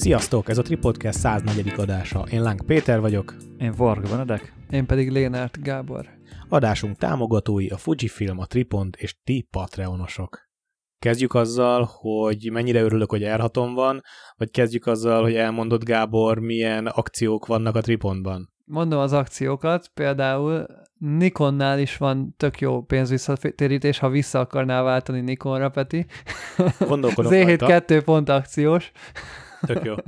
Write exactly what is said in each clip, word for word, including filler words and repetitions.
Sziasztok! Ez a Tripodcast száznegyedik adása. Én Láng Péter vagyok. Én Varga Benedek. Én pedig Lénárt Gábor. Adásunk támogatói a Fujifilm, a Tripont és ti Patreonosok. Kezdjük azzal, hogy mennyire örülök, hogy er hatom van, vagy kezdjük azzal, hogy elmondott Gábor, milyen akciók vannak a Tripontban? Mondom az akciókat, például Nikonnál is van tök jó pénzvisszatérítés, ha vissza akarnál váltani Nikonra, Peti. Gondolkodom zé hét rajta. kettő pont akciós. Tök jó.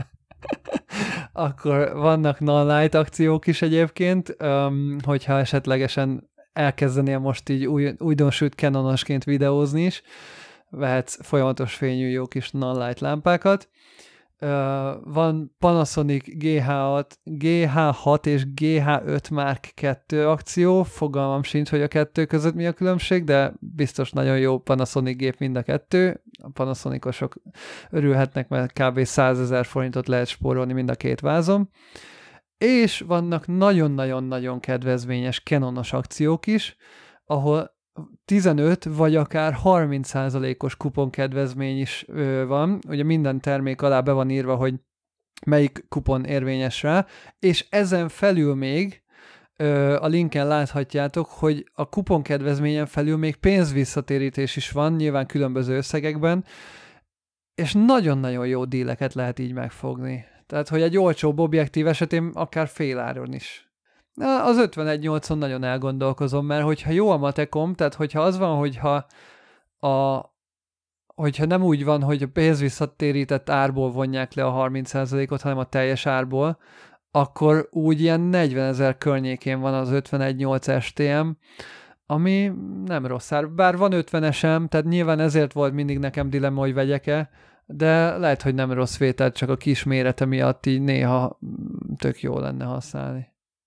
Akkor vannak non-light akciók is egyébként, um, hogyha esetlegesen elkezdenél most így új, újdonsült Canonosként videózni is, vehetsz folyamatos fényű jó kis non-light lámpákat. Uh, van Panasonic gé há hat, gé há hat és gé há öt Mark kettő akció, fogalmam sincs, hogy a kettő között mi a különbség, de biztos nagyon jó Panasonic gép mind a kettő. A Panasonicosok örülhetnek, mert kb. százezer forintot lehet spórolni mind a két vázon. És vannak nagyon-nagyon-nagyon kedvezményes Canonos akciók is, ahol tizenöt vagy akár harminc százalékos kuponkedvezmény is ö, van. Ugye minden termék alá be van írva, hogy melyik kupon érvényes rá, és ezen felül még ö, a linken láthatjátok, hogy a kuponkedvezményen felül még pénzvisszatérítés is van, nyilván különböző összegekben, és nagyon-nagyon jó díleket lehet így megfogni. Tehát, hogy egy olcsóbb objektív esetén akár féláron is. Na, az ötvenegy nyolcon nagyon elgondolkozom, mert hogyha jó a matekom, tehát hogyha az van, hogyha, a, hogyha nem úgy van, hogy a pénzvisszatérített árból vonják le a harminc százalékot, hanem a teljes árból, akkor úgy ilyen negyvenezer környékén van az ötvenegy nyolc es té em, ami nem rossz ár. Bár van ötvenesem, tehát nyilván ezért volt mindig nekem dilemma, hogy vegyek-e, de lehet, hogy nem rossz vétel, csak a kis mérete miatt így néha tök jó lenne használni.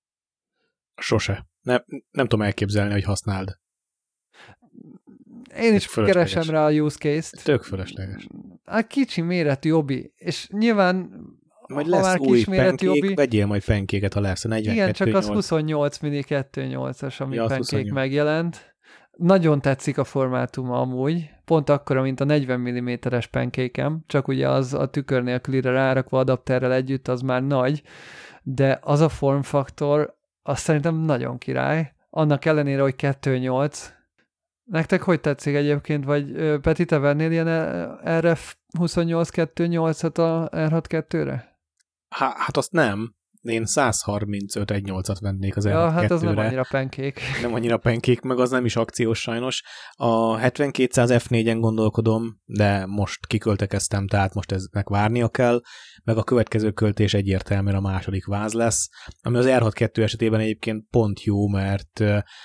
Sose. Nem, nem tudom elképzelni, hogy használd. Én is keresem rá a use case-t. Tök fölösleges. A kicsi méretű obi, és nyilván majd ha lesz már új kis méretű penkék, obi, vegyél majd penkéket, ha lesz a negyvenkettő igen, csak az nyolc. huszonnyolc mini kettő nyolcas, ami Ja, penkék huszonnyolc. megjelent. Nagyon tetszik a formátuma amúgy, pont akkora, mint a negyven milliméteres penkékem, csak ugye az a tükör nélkülire rárakva adapterrel együtt, az már nagy, de az a formfaktor, az szerintem nagyon király. Annak ellenére, hogy kettő nyolc. Nektek hogy tetszik egyébként? Vagy Peti, te vennél ilyen er ef huszonnyolc kettő nyolcat a er hat kettőre? Há, hát azt nem. Én száz harmincöt egy nyolcat vennék az er hat kettőre. Ja, hát az nem annyira penkék. Nem annyira penkék, meg az nem is akciós sajnos. A hetvenkétszáz ef négyen gondolkodom, de most kiköltekeztem, tehát most eznek várnia kell, meg a következő költés egyértelműen a második váz lesz, ami az er hat kettő esetében egyébként pont jó, mert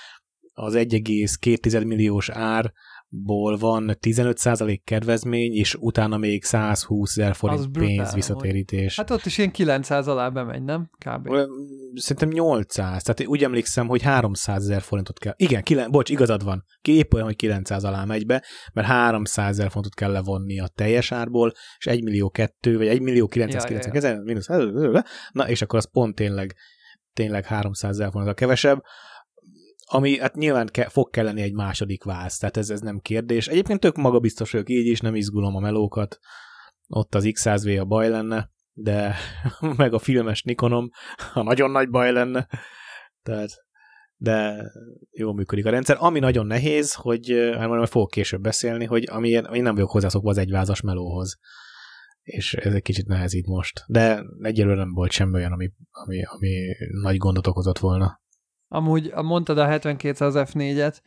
az egy egész két milliós árból van tizenöt százalék kedvezmény, és utána még százhúszezer forint pénz visszatérítés. Hát ott is ilyen kilencszáz alá bemegy, nem? Kb. Szerintem nyolcszáz, tehát úgy emlékszem, hogy háromszázezer forintot kell. Igen, kilen... bocs, igazad van. Épp olyan, hogy kilencszáz alá megy be, mert háromszázezer forintot kell levonni a teljes árból, és egy millió kettő, vagy egy millió kilencszázkilencvenezer, mínusz, na, és akkor az pont tényleg, tényleg háromszázezer forintot kevesebb, ami hát nyilván ke- fog kelleni egy második váz, tehát ez, ez nem kérdés. Egyébként tök magabiztos vagyok így is, nem izgulom a melókat, ott az iksz száz vé a baj lenne, de meg a filmes Nikonom, ha nagyon nagy baj lenne, tehát, de jól működik a rendszer. Ami nagyon nehéz, hogy, hát majd fogok később beszélni, hogy ami, én nem vagyok hozzászokva az egyvázas melóhoz, és ez egy kicsit nehezít most, de egyelőre nem volt semmi olyan, ami, ami, ami nagy gondot okozott volna. Amúgy mondtad a hetvenkétszáz ef négyet,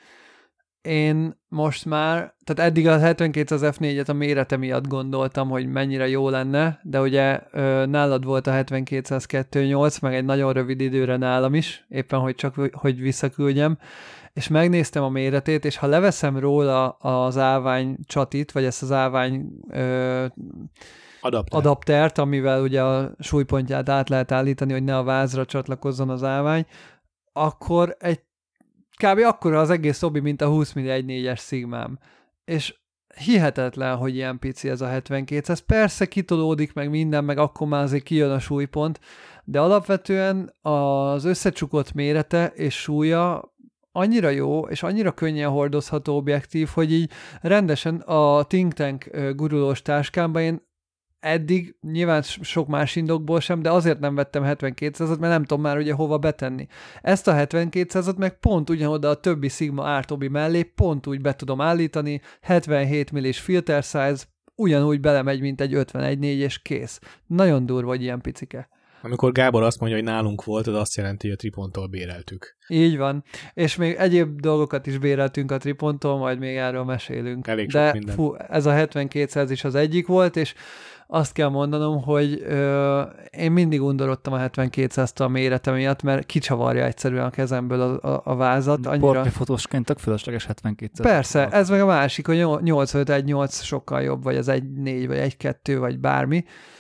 én most már, tehát eddig a hetvenkétszáz ef négyet a mérete miatt gondoltam, hogy mennyire jó lenne, de ugye nálad volt a hetvenkétszáz kettő nyolc, meg egy nagyon rövid időre nálam is, éppen hogy csak hogy visszaküldjem, és megnéztem a méretét, és ha leveszem róla az állvány csatit, vagy ezt az állvány ö, Adapter. adaptert, amivel ugye a súlypontját át lehet állítani, hogy ne a vázra csatlakozzon az állvány, akkor egy kb. Akkora az egész obi, mint a húsz millió egy négyes szigmám. És hihetetlen, hogy ilyen pici ez a hetvenkétszáz. Persze kitolódik meg minden, meg akkor már azért kijön a súlypont, de alapvetően az összecsukott mérete és súlya annyira jó, és annyira könnyen hordozható objektív, hogy így rendesen a Think Tank gurulós táskámban én eddig nyilván sok más indokból sem, de azért nem vettem hetvenkétszázat, mert nem tudom már ugye hova betenni. Ezt a hetvenkétszázat meg pont ugyanoda a többi Sigma R-Tobi mellé pont úgy be tudom állítani, hetvenhét millis filter size, ugyanúgy belemegy, mint egy ötvenegy négy és kész. Nagyon durva, hogy ilyen picike. Amikor Gábor azt mondja, hogy nálunk volt, az azt jelenti, hogy a Triponttól béreltük. Így van. És még egyéb dolgokat is béreltünk a Triponttól, majd még erről mesélünk. Elég sok De minden. Fú, ez a hetvenkétszáz is az egyik volt, és azt kell mondanom, hogy ö, én mindig undorodtam a hetvenkétszáztól a mérete miatt, mert kicsavarja egyszerűen a kezemből a, a, a vázat. Annyira... Portréfotósként tök fölösleges hetvenkétszáz. Persze, ez meg a másik, hogy nyolcvanöt egy nyolc sokkal jobb, vagy az egy négy, vagy egy kettő, vagy bármi.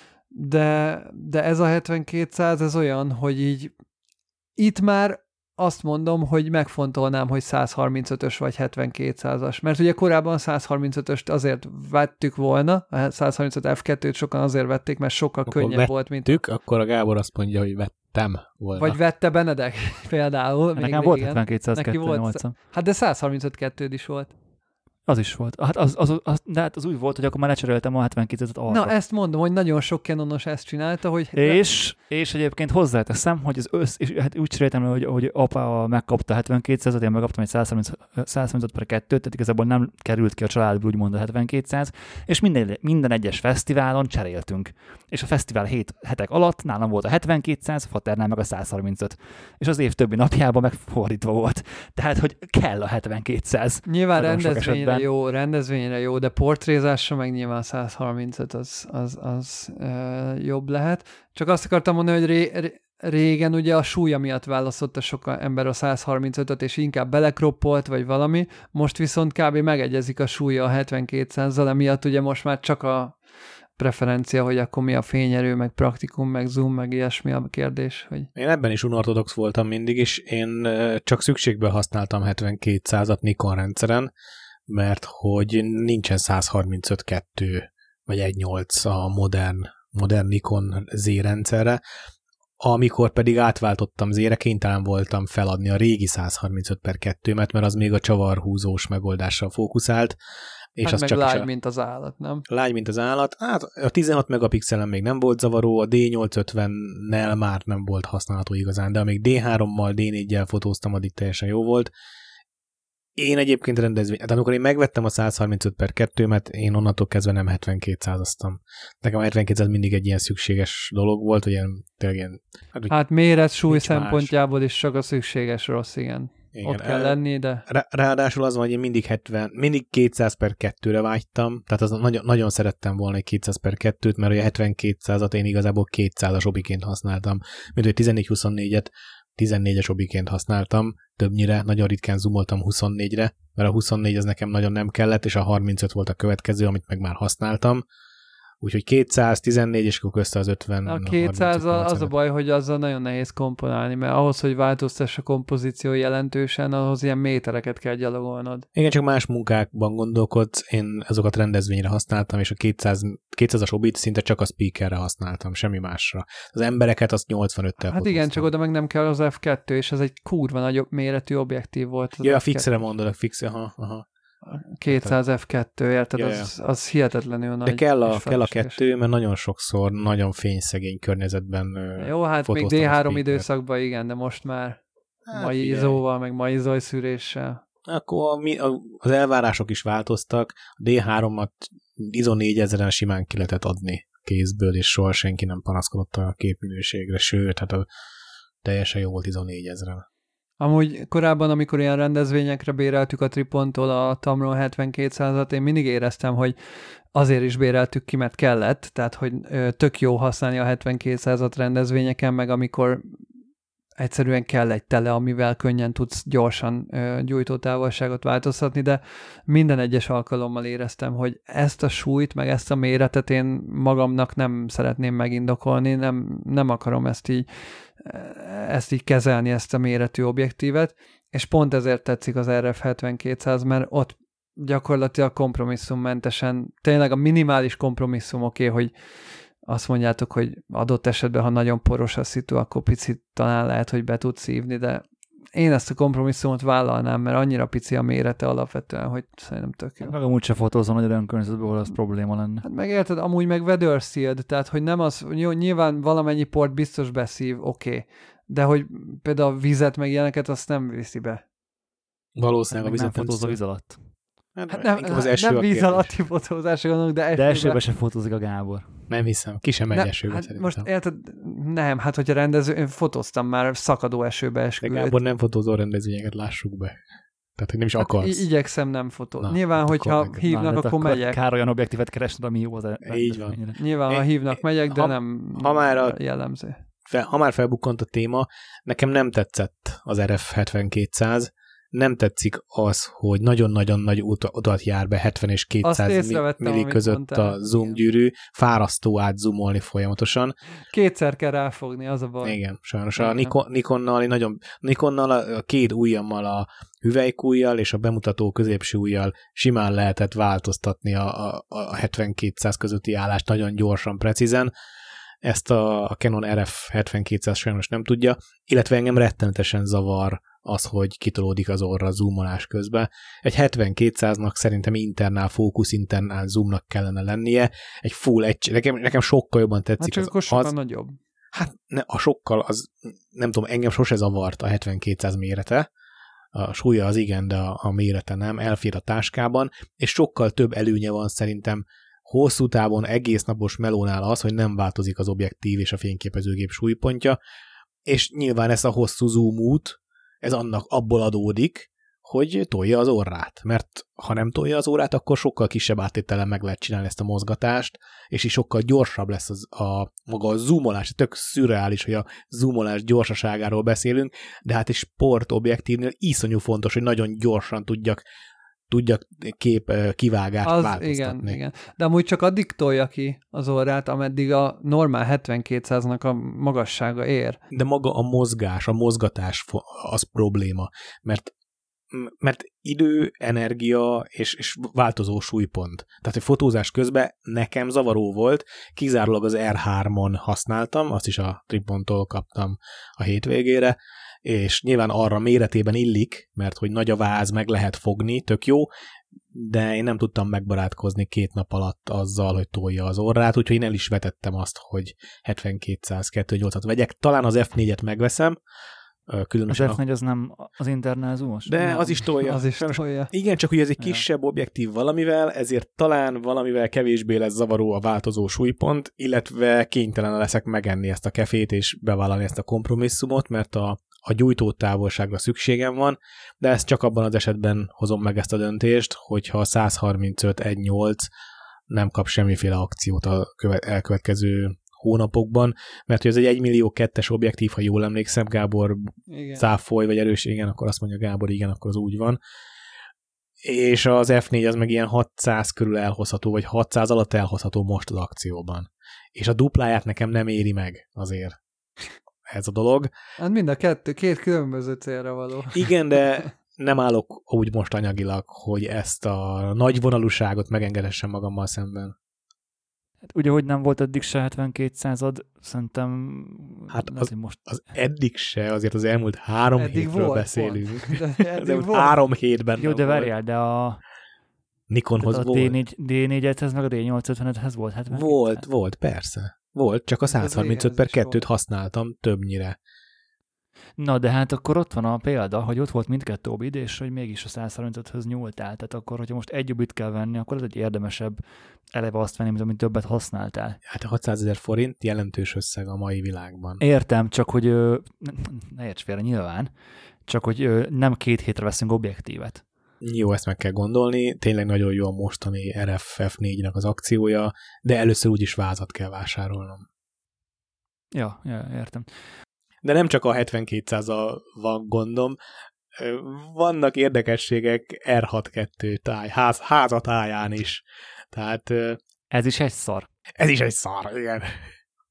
De, de ez a hetvenkétszáz, ez olyan, hogy így itt már azt mondom, hogy megfontolnám, hogy százharmincötös vagy hetvenkétszázas. Mert ugye korábban százharmincötöst azért vettük volna, a százharmincöt ef kettőt sokan azért vették, mert sokkal akkor könnyebb vettük, volt, mint... Akkor a Gábor azt mondja, hogy vettem volna. Vagy vette Benedek például. Még nekem volt hetvenkétszáz kettőnyolcvan. Hát de százharmincöt kettőd is volt. Az is volt. Hát az, az, az, de hát az úgy volt, hogy akkor már lecseréltem a hetvenkétszázat arra. Na, ezt mondom, hogy nagyon sok Canonos ezt csinálta, hogy... És, és egyébként hozzáteszem, hogy az össz, és hát úgy cseréltem, hogy, hogy apa megkapta a hetvenkétszázat, én megkaptam egy százharmincöt per kettőt, tehát igazából nem került ki a családból úgymond a hetvenkétszáz, és minden, minden egyes fesztiválon cseréltünk. És a fesztivál hét hetek alatt nálam volt a hetvenkétszáz, Faternál meg a százharmincöt. És az év többi napjában meg fordítva volt. Tehát, hogy kell a hetvenkétszáz. Nyilván rendezvényre jó, rendezvényre jó, de portrézásra meg nyilván százharmincöt az, az, az e, jobb lehet. Csak azt akartam mondani, hogy ré, régen ugye a súlya miatt választotta sok ember a százharmincötöt, és inkább belekroppolt, vagy valami. Most viszont kb. Megegyezik a súlya a hetvenkétszázzal, emiatt ugye most már csak a preferencia, hogy akkor mi a fényerő, meg praktikum, meg zoom, meg ilyesmi a kérdés. Hogy... Én ebben is unortodox voltam mindig, és én csak szükségben használtam hetvenkétszázat Nikon rendszeren, mert hogy nincsen százharmincöt kettő vagy egy nyolc a modern, modern Nikon Z rendszerre, amikor pedig átváltottam Z-re, kénytelen voltam feladni a régi százharmincöt per kettőmet, mert az még a csavarhúzós megoldással fókuszált, és hát az meg csak lágy, a... mint az állat, nem? Lágy, mint az állat. Hát a tizenhat megapixelen még nem volt zavaró, a dé nyolcszázötvennel már nem volt használható igazán, de amíg dé hárommal, dé négyel fotóztam, addig teljesen jó volt. Én egyébként rendezvény, hát amikor én megvettem a százharmincöt per kettőmet, én onnantól kezdve nem hetvenkétszázaztam. Nekem a hetvenkétszáz mindig egy ilyen szükséges dolog volt, hogy ilyen, tényleg ilyen... Hát, hát méret, súly szempontjából is csak a szükséges rossz, igen. Igen, ott kell lenni, de... Ráadásul az van, hogy én mindig hetven, mindig kétszáz per kettőre vágytam, tehát az nagyon, nagyon szerettem volna egy kétszáz per kettőt, mert a hetvenkétszázat én igazából kétszázas obiként használtam, mint hogy tizennégy huszonnégyet tizennégyes obiként használtam, többnyire, nagyon ritkán zoomoltam huszonnégyre, mert a huszonnégy az nekem nagyon nem kellett, és a harmincöt volt a következő, amit meg már használtam. Úgyhogy kétszáz, tizennégy, és akkor közte az ötven. A kétszáz az a baj, hogy azzal nagyon nehéz komponálni, mert ahhoz, hogy változtass a kompozíció jelentősen, ahhoz ilyen métereket kell gyalogolnod. Igen, csak más munkákban gondolkodsz, én azokat rendezvényre használtam, és a kétszáz, kétszázas obit szinte csak a speakerre használtam, semmi másra. Az embereket azt nyolcvanöttel Hát igen, csak oda meg nem kell az ef kettő, és ez egy kurva nagyobb méretű objektív volt. Ja, a fixre mondod, a fixe, aha, aha. kétszáz ef kettő, érted? Ja, az, az hihetetlenül nagy. De kell a, kell a kettő, mert nagyon sokszor nagyon fényszegény környezetben jó, hát még dé három időszakban igen, de most már hát, mai izóval, meg mai zajszűréssel. Akkor mi, az elvárások is változtak, a dé háromat ISO négyezeren simán ki lehetett adni kézből, és soha senki nem panaszkodott a képminőségre, sőt, hát a, teljesen jó volt ISO négyezeren. Amúgy korábban, amikor ilyen rendezvényekre béreltük a Triponttól a Tamron hetvenkétszázat, én mindig éreztem, hogy azért is béreltük ki, mert kellett, tehát hogy tök jó használni a hetvenkétszázat rendezvényeken, meg amikor egyszerűen kell egy tele, amivel könnyen tudsz gyorsan gyújtótávolságot változtatni, de minden egyes alkalommal éreztem, hogy ezt a súlyt, meg ezt a méretet én magamnak nem szeretném megindokolni, nem, nem akarom ezt így ezt így kezelni, ezt a méretű objektívet, és pont ezért tetszik az er ef hetvenkétszáz, mert ott gyakorlatilag kompromisszummentesen, tényleg a minimális kompromisszum oké, okay, hogy azt mondjátok, hogy adott esetben, ha nagyon poros a szitu, akkor picit talán lehet, hogy be tudsz szívni, de én ezt a kompromisszumot vállalnám, mert annyira pici a mérete alapvetően, hogy szerintem tök jó. Meg amúgy se fotózom nagy olyan környezetből, ahol az probléma lenne. Hát meg érted, amúgy meg weather sealed, tehát hogy nem az, jó, nyilván valamennyi port biztos beszív, oké, okay, de hogy például a vizet meg ilyeneket azt nem viszi be. Valószínűleg hát a vizet nem fotóz a víz alatt. Hát, hát nem, az eső nem a víz kérdés. alatti fotózásra gondolok, de esőbe. De esőbe se fotózik a Gábor. Nem hiszem, ki sem megy Ne, esőbe hát szerintem. most érted, nem, hát hogyha rendező, én fotóztam már szakadó esőbe De esküvőt. Gábor nem fotózó rendezvényeket, lássuk be. Tehát, hogy nem is Hát akarsz. i- igyekszem nem fotózni. Na, Nyilván, hát hogyha akkor meg- hívnak, Na, akkor akkor megyek. Kár olyan objektívet keresned, ami jó az Így van. rendezvényre. Nyilván, ha Én- hívnak, megyek, de ha- nem ha már a- jellemző. Fel, ha már felbukkant a téma, nekem nem tetszett az er ef hetvenkétszáz, nem tetszik az, hogy nagyon-nagyon nagy ut- utat jár be hetven és Azt kétszáz észrevettem, milli amit között mondtál. a zoom gyűrű, fárasztó átzoomolni folyamatosan. Kétszer kell ráfogni, az a baj. Igen, sajnos a Igen. Nikon, Nikonnal, én nagyon, Nikonnal a, a két ujjammal, a hüvelykujjal és a bemutató középső ujjal simán lehetett változtatni a, a, a hetven-kétszáz közötti állást nagyon gyorsan, precízen. Ezt a, a Canon er ef hetven-kétszáz sajnos nem tudja, illetve engem rettenetesen zavar az, hogy kitolódik az orra zoomolás közben. Egy hetven-kétszáznak szerintem internál fókusz, internál zoomnak kellene lennie. Egy full egy, nekem, nekem sokkal jobban Hát tetszik csak az, akkor sokkal az, nagyobb. hát ne, a sokkal az, nem tudom, engem sose zavart a hetven-kétszáz mérete, a súlya az igen, de a, a mérete nem, elfér a táskában, és sokkal több előnye van szerintem hosszú távon egész napos melónál az, hogy nem változik az objektív és a fényképezőgép súlypontja, és nyilván ez a hosszú zoom út, ez annak abból adódik, hogy tolja az orrát, mert ha nem tolja az orrát, akkor sokkal kisebb áttételen meg lehet csinálni ezt a mozgatást, és is sokkal gyorsabb lesz az, a maga a zoomolás. Tök szürreális, hogy a zoomolás gyorsaságáról beszélünk, de hát egy sportobjektívnél iszonyú fontos, hogy nagyon gyorsan tudjak tudjak kép kivágást Az, változtatni. igen, igen. De amúgy csak addig tolja ki az orrát, ameddig a normál hetven-kétszáznak a magassága ér. De maga a mozgás, a mozgatás az probléma, mert mert idő, energia és, és változó súlypont. Tehát, hogy fotózás közben nekem zavaró volt, kizárólag az er hármon használtam, azt is a Triponttól kaptam a hétvégére, és nyilván arra méretében illik, mert hogy nagy a váz, meg lehet fogni, tök jó, de én nem tudtam megbarátkozni két nap alatt azzal, hogy tolja az orrát, úgyhogy én el is vetettem azt, hogy hetven-kétszáz kettőnyolcat vegyek. Talán az ef négyet megveszem, különösen Az ef négy az nem az internál zoomos? de nem. az is tolja. Az is Sajnos, tolja. igen, csak hogy ez egy Ja. kisebb objektív valamivel, ezért talán valamivel kevésbé lesz zavaró a változó súlypont, illetve kénytelen leszek megenni ezt a kefét és bevállalni ezt a kompromisszumot, mert a, a gyújtótávolságra szükségem van, de ezt csak abban az esetben hozom meg ezt a döntést, hogyha a száz harmincöt egy nyolc nem kap semmiféle akciót a köve- elkövetkező hónapokban, mert hogy ez egy egymillió kettes objektív, ha jól emlékszem, Gábor Igen. cáfolj, vagy erős, igen, akkor azt mondja Gábor, igen, akkor az úgy van. És az ef négy az meg ilyen hatszáz körül elhozható, vagy hatszáz alatt elhozható most az akcióban. És a dupláját nekem nem éri meg azért ez a dolog. Hát mind a kettő, két különböző célra való. Igen, de nem állok úgy most anyagilag, hogy ezt a nagy vonalúságot megengedhessem magammal szemben. Hát ugye, hogy nem volt eddig se hetven-kétszázad, szerintem Hát az, most Az eddig se, azért az elmúlt három Eddig hétről volt beszélünk. De Az eddig elmúlt volt. három hétben jó, de volt. várjál, de a, Nikonhoz a volt. dé négy, dé négyhez meg a dé nyolcszázötvenhez volt hetven. Volt, volt, persze. Volt, csak a száz harmincöt per éhez is kettőt volt. használtam többnyire. Na, de hát akkor ott van a példa, hogy ott volt mindkettő obid, és hogy mégis a száz harmincöthöz nyúltál. Tehát akkor, hogyha most egy obit kell venni, akkor ez egy érdemesebb eleve azt venni, mint amit többet használtál. Hát a hatszázezer forint jelentős összeg a mai világban. Értem, csak hogy ö, ne érts félre nyilván, csak hogy ö, nem két hétre veszünk objektívet. Jó, ezt meg kell gondolni. Tényleg nagyon jó a mostani er ef ef négynek az akciója, de először úgyis vázat kell vásárolnom. Ja, ja, értem. De nem csak a hetven-kétszázzal van gondom, vannak érdekességek er hatvankettő táj, ház, házatáján is. Tehát Ez is egy szar. ez is egy szar, igen.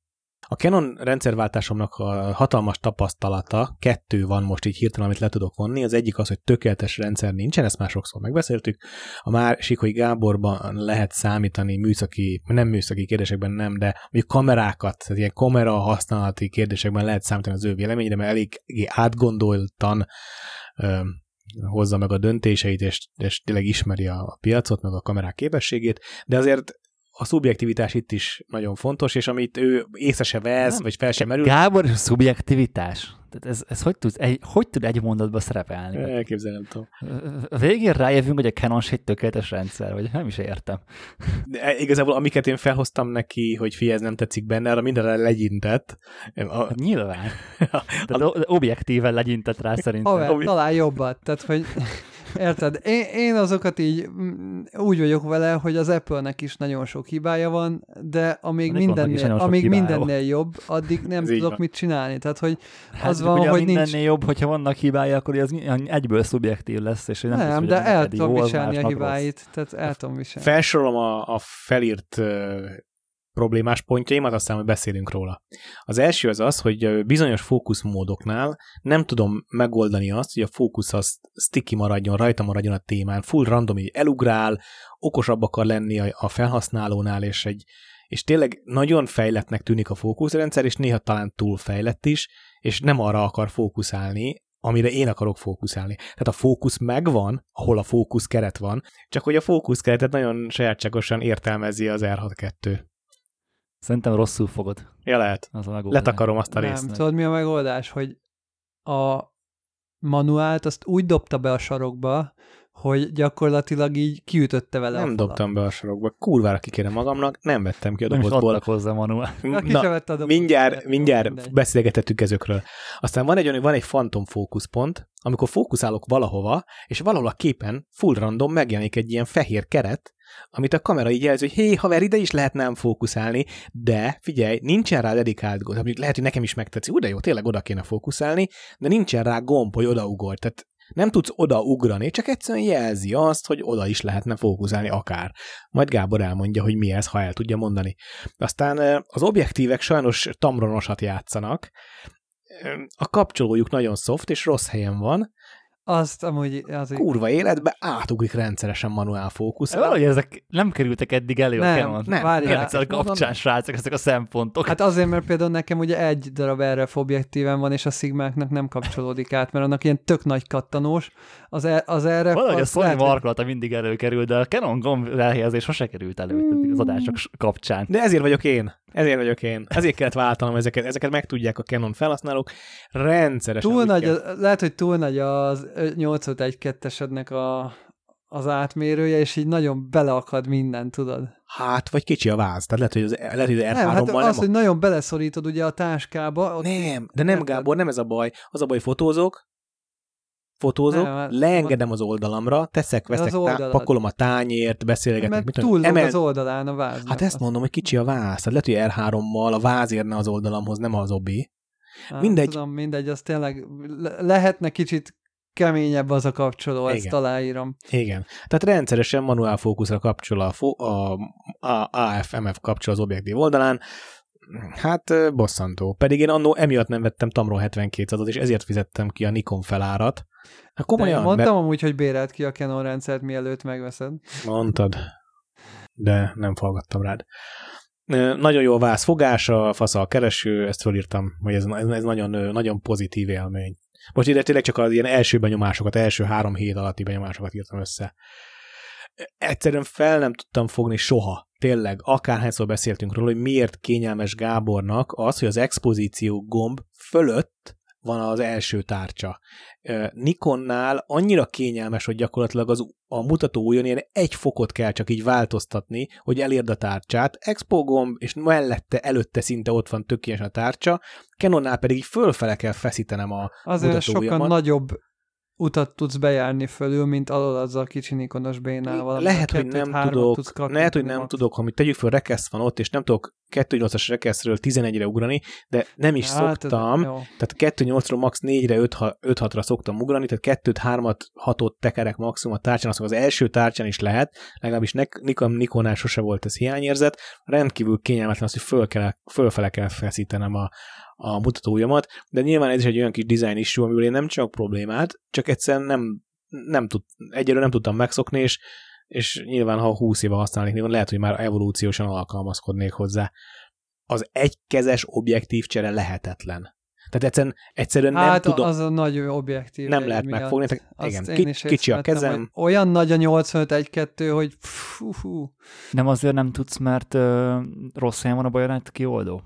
A Canon rendszerváltásomnak a hatalmas tapasztalata, kettő van most így hirtelen, amit le tudok vonni. Az egyik az, hogy tökéletes rendszer nincsen, ezt már sokszor megbeszéltük. A másik, hogy Gáborban lehet számítani műszaki, nem műszaki kérdésekben nem, de mondjuk kamerákat, tehát ilyen kamera használati kérdésekben lehet számítani az ő véleményre, mert elég átgondoltan ö, hozza meg a döntéseit, és, és tényleg ismeri a, a piacot, meg a kamerák képességét, de azért a szubjektivitás itt is nagyon fontos, és amit ő észre se vesz, nem, vagy fel sem merül. Gábor, szubjektivitás. Tehát ez, ez hogy, tud, egy, hogy tud egy mondatban szerepelni? Elképzelem tudom. A végén rájövünk, hogy a Canon egy tökéletes rendszer, vagy nem is értem. De igazából amiket én felhoztam neki, hogy figyelj, ez nem tetszik benne, arra mindenre legyintett. A... Hát nyilván. Tehát objektíven legyintett rá szerintem. Haver, talán jobbat. Tehát, hogy érted? Én, én azokat így úgy vagyok vele, hogy az Apple-nek is nagyon sok hibája van, de amíg mindennél, amíg mindennél jobb, addig nem tudok van. mit csinálni. Tehát, hogy hát, az van, hogy mindennél nincs... jobb, hogyha vannak hibája, akkor az egyből szubjektív lesz, és nem, nem tudsz, de el tudom viselni a hibáit. Rossz. Tehát el tudom viselni. Felsorolom a, a felírt uh, problémás pontjaimat, aztán majd beszélünk róla. Az első az az, hogy bizonyos fókuszmódoknál nem tudom megoldani azt, hogy a fókusz az sticky maradjon, rajta maradjon a témán, full random, így elugrál, okosabb akar lenni a, a felhasználónál, és, egy, és tényleg nagyon fejlettnek tűnik a fókuszrendszer, és néha talán túl fejlett is, és nem arra akar fókuszálni, amire én akarok fókuszálni. Tehát a fókusz megvan, ahol a fókusz keret van, csak hogy a fókusz keretet nagyon sajátságosan értelmezi az er hatvankettő. Szerintem rosszul fogod. Ja, lehet. Az a Letakarom azt a nem, részt. Tudod, mi a megoldás? Hogy a manuált azt úgy dobta be a sarokba, hogy gyakorlatilag így kiütötte vele Nem a dobtam be a sarokba. Kurvára kikérem magamnak, nem vettem ki a dobozból. Nem is adtak hozzá manuál. Na, mindjárt, mindjárt beszélgetettük ezekről. Aztán van egy, van egy fantom fókuszpont, amikor fókuszálok valahova, és valahol a képen full random megjelenik egy ilyen fehér keret, amit a kamera így jelzi, hogy hé, haver, ide is lehet nem fókuszálni, de figyelj, nincsen rá dedikált gomb. Lehet, hogy nekem is megtetszik, de jó, tényleg oda kéne fókuszálni, de nincsen rá gomb, hogy odaugor. Tehát nem tudsz odaugrani, csak egyszerűen jelzi azt, hogy oda is lehetne fókuszálni akár. Majd Gábor elmondja, hogy mi ez, ha el tudja mondani. Aztán az objektívek sajnos tamronosat játszanak, a kapcsolójuk nagyon soft, és rossz helyen van, Azt amúgy... Az kurva életbe átugrik rendszeresen manuál fókusz. Valahogy ezek nem kerültek eddig elő nem, a Canon. Nem, várjál. Rendszer kapcsán, srácok, ezek a szempontok. Hát azért, mert például nekem ugye egy darab er ef objektíven van, és a Sigmáknak nem kapcsolódik át, mert annak ilyen tök nagy kattanós. Az, e- az er ef... Valahogy a Sony lehet, markolata mindig előkerül, de a Canon gomb elhelyezés sose került elő mm. az adások kapcsán. De ezért vagyok én. Ezért vagyok én. Ezért kellett váltanom ezeket. Ezeket megtudják a Canon felhasználók. Rendszeresen. Túl nagy, kell... Lehet, hogy túl nagy az nyolc öt egy kettősednek a, az átmérője, és így nagyon beleakad minden, tudod? Hát, vagy kicsi a váz. Tehát lehet, hogy az, lehet, hogy az er hárommal nem, nem... hát az, a... hogy nagyon beleszorítod ugye a táskába. Nem, de nem, Gábor, nem ez a baj. Az a baj, fotózok, fotózok, nem, leengedem az oldalamra, teszek, veszek, tá- pakolom a tányért, beszélgetek. Mert mit túl emel... az oldalán a váz. Hát ezt mondom, hogy kicsi a váz. Tehát lehet, hogy er hárommal a váz érne az oldalamhoz, nem az obi. Hát, mindegy. Tudom, mindegy, az tényleg le- lehetne kicsit keményebb az a kapcsoló, ezt Igen. aláírom. Igen. Tehát rendszeresen manuál fókuszra kapcsol a, fo- a, a á ef em ef kapcsol az objektív oldalán. Hát bosszantó. Pedig én annó emiatt nem vettem Tamron hetvenkétszázat, és ezért fizettem ki a Nikon felárat. Hát komolyan. De mondtam mert... amúgy, hogy bérelt ki a Canon rendszert, mielőtt megveszed. Mondtad. De nem fallgattam rád. Nagyon jó a vászfogás, a fasz a kereső, ezt fölírtam, hogy ez, ez nagyon, nagyon pozitív élmény. Most ide tényleg csak az ilyen első benyomásokat, első három hét alatti benyomásokat írtam össze. Egyszerűen fel nem tudtam fogni soha. Tényleg, akárhányszor beszéltünk róla, hogy miért kényelmes Gábornak az, hogy az expozíció gomb fölött van az első tárcsa. Nikonnál annyira kényelmes, hogy gyakorlatilag az, a mutató ujjon ilyen egy fokot kell csak így változtatni, hogy elérd a tárcsát. Expo gomb, és mellette, előtte szinte ott van tökéletesen a tárcsa. Canonnál pedig így fölfele kell feszítenem a azért mutató ujjamat. Sokkal nagyobb utat tudsz bejárni fölül, mint alól az a kicsi Nikonos bénával. Lehet, hogy nem tudok, lehet, hogy nem tudok, ha mi tegyük föl, rekeszt van ott, és nem tudok kettő nyolcas rekeszről tizenegyre ugrani, de nem is Hát, szoktam, ez- jó. tehát kettő nyolcról max. négyre, öt hatra szoktam ugrani, tehát kettőt, hármat, hatot tekerek maximum a tárcsán, azt mondom, az első tárcsán is lehet, legalábbis Nikon, Nikonnál sose volt ez hiányérzet, rendkívül kényelmetlen az, hogy föl kell, fölfele kell feszítenem a, a mutatójamat, de nyilván ez is egy olyan kis design issue, amiből én nem csak problémát, csak egyszerűen nem, nem tud, egyelőre nem tudtam megszokni, és, és nyilván, ha húsz éve használnék, lehet, hogy már evolúciósan alkalmazkodnék hozzá. Az egykezes objektív csere lehetetlen. Tehát egyszerűen, egyszerűen hát nem tudom. az a nagy objektív. Nem lehet megfogni. Igen, ki, kicsi a kezem. Olyan nagy a nyolcvanöt egy kettő, hogy fú, fú. Nem azért nem tudsz, mert uh, rossz helyen van a bajonett kioldó?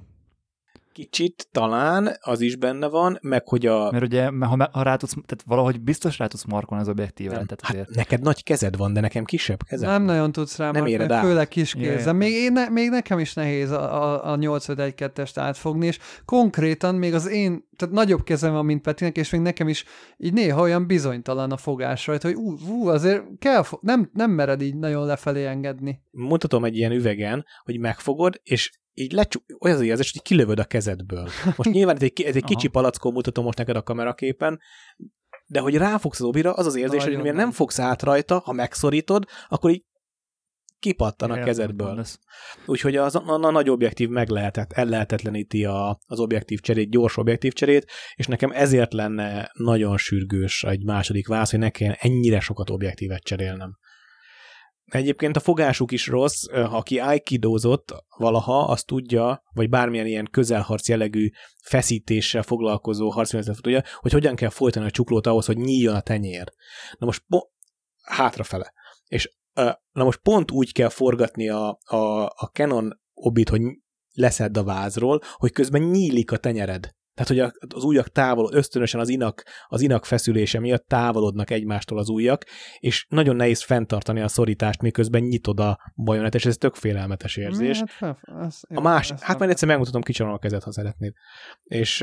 Kicsit talán az is benne van, meg hogy a... Mert ugye, ha, ha rá tudsz, tehát valahogy biztos rá tudsz markolni az objektívre. Tehát hát azért... neked nagy kezed van, de nekem kisebb kezem. Nem nagyon tudsz rá markolni, főleg kiskézzel. Még, én ne, még nekem is nehéz a, a, a nyolcvanöt egy kettest átfogni, és konkrétan még az én, tehát nagyobb kezem van, mint Petinek, és még nekem is így néha olyan bizonytalan a fogás rajta, hogy ú, ú azért kell, nem, nem mered így nagyon lefelé engedni. Mutatom egy ilyen üvegen, hogy megfogod, és így lecsú, olyan az érzés, hogy kilövöd a kezedből. Most nyilván ez egy, ez egy kicsi palackó mutatom most neked a kameraképen, de hogy ráfogsz az obira, az az érzés, hogy miért nem fogsz át rajta, ha megszorítod, akkor így kipattan a kezedből. Úgyhogy az, a, a nagy objektív meg lehetett, ellehetetleníti a, az objektív cserét, gyors objektív cserét, és nekem ezért lenne nagyon sürgős egy második válasz, hogy ne kelljen ennyire sokat objektívet cserélnem. Egyébként a fogásuk is rossz, aki aikidózott valaha, azt tudja, vagy bármilyen ilyen közelharc jellegű feszítéssel foglalkozó harcművészetet tudja, hogy hogyan kell folytani a csuklót ahhoz, hogy nyíljon a tenyér. Na most po- hátrafele. És na most pont úgy kell forgatni a, a, a Canon obit, hogy leszedd a vázról, hogy közben nyílik a tenyered. Tehát, hogy az ujjak távol, ösztönösen az inak, az inak feszülése miatt távolodnak egymástól az ujjak, és nagyon nehéz fenntartani a szorítást, miközben nyitod a bajonet, és ez tök félelmetes érzés. Hát, fel, az, a más, hát majd egyszer megmutatom, kicsalom a kezed, ha szeretnéd. És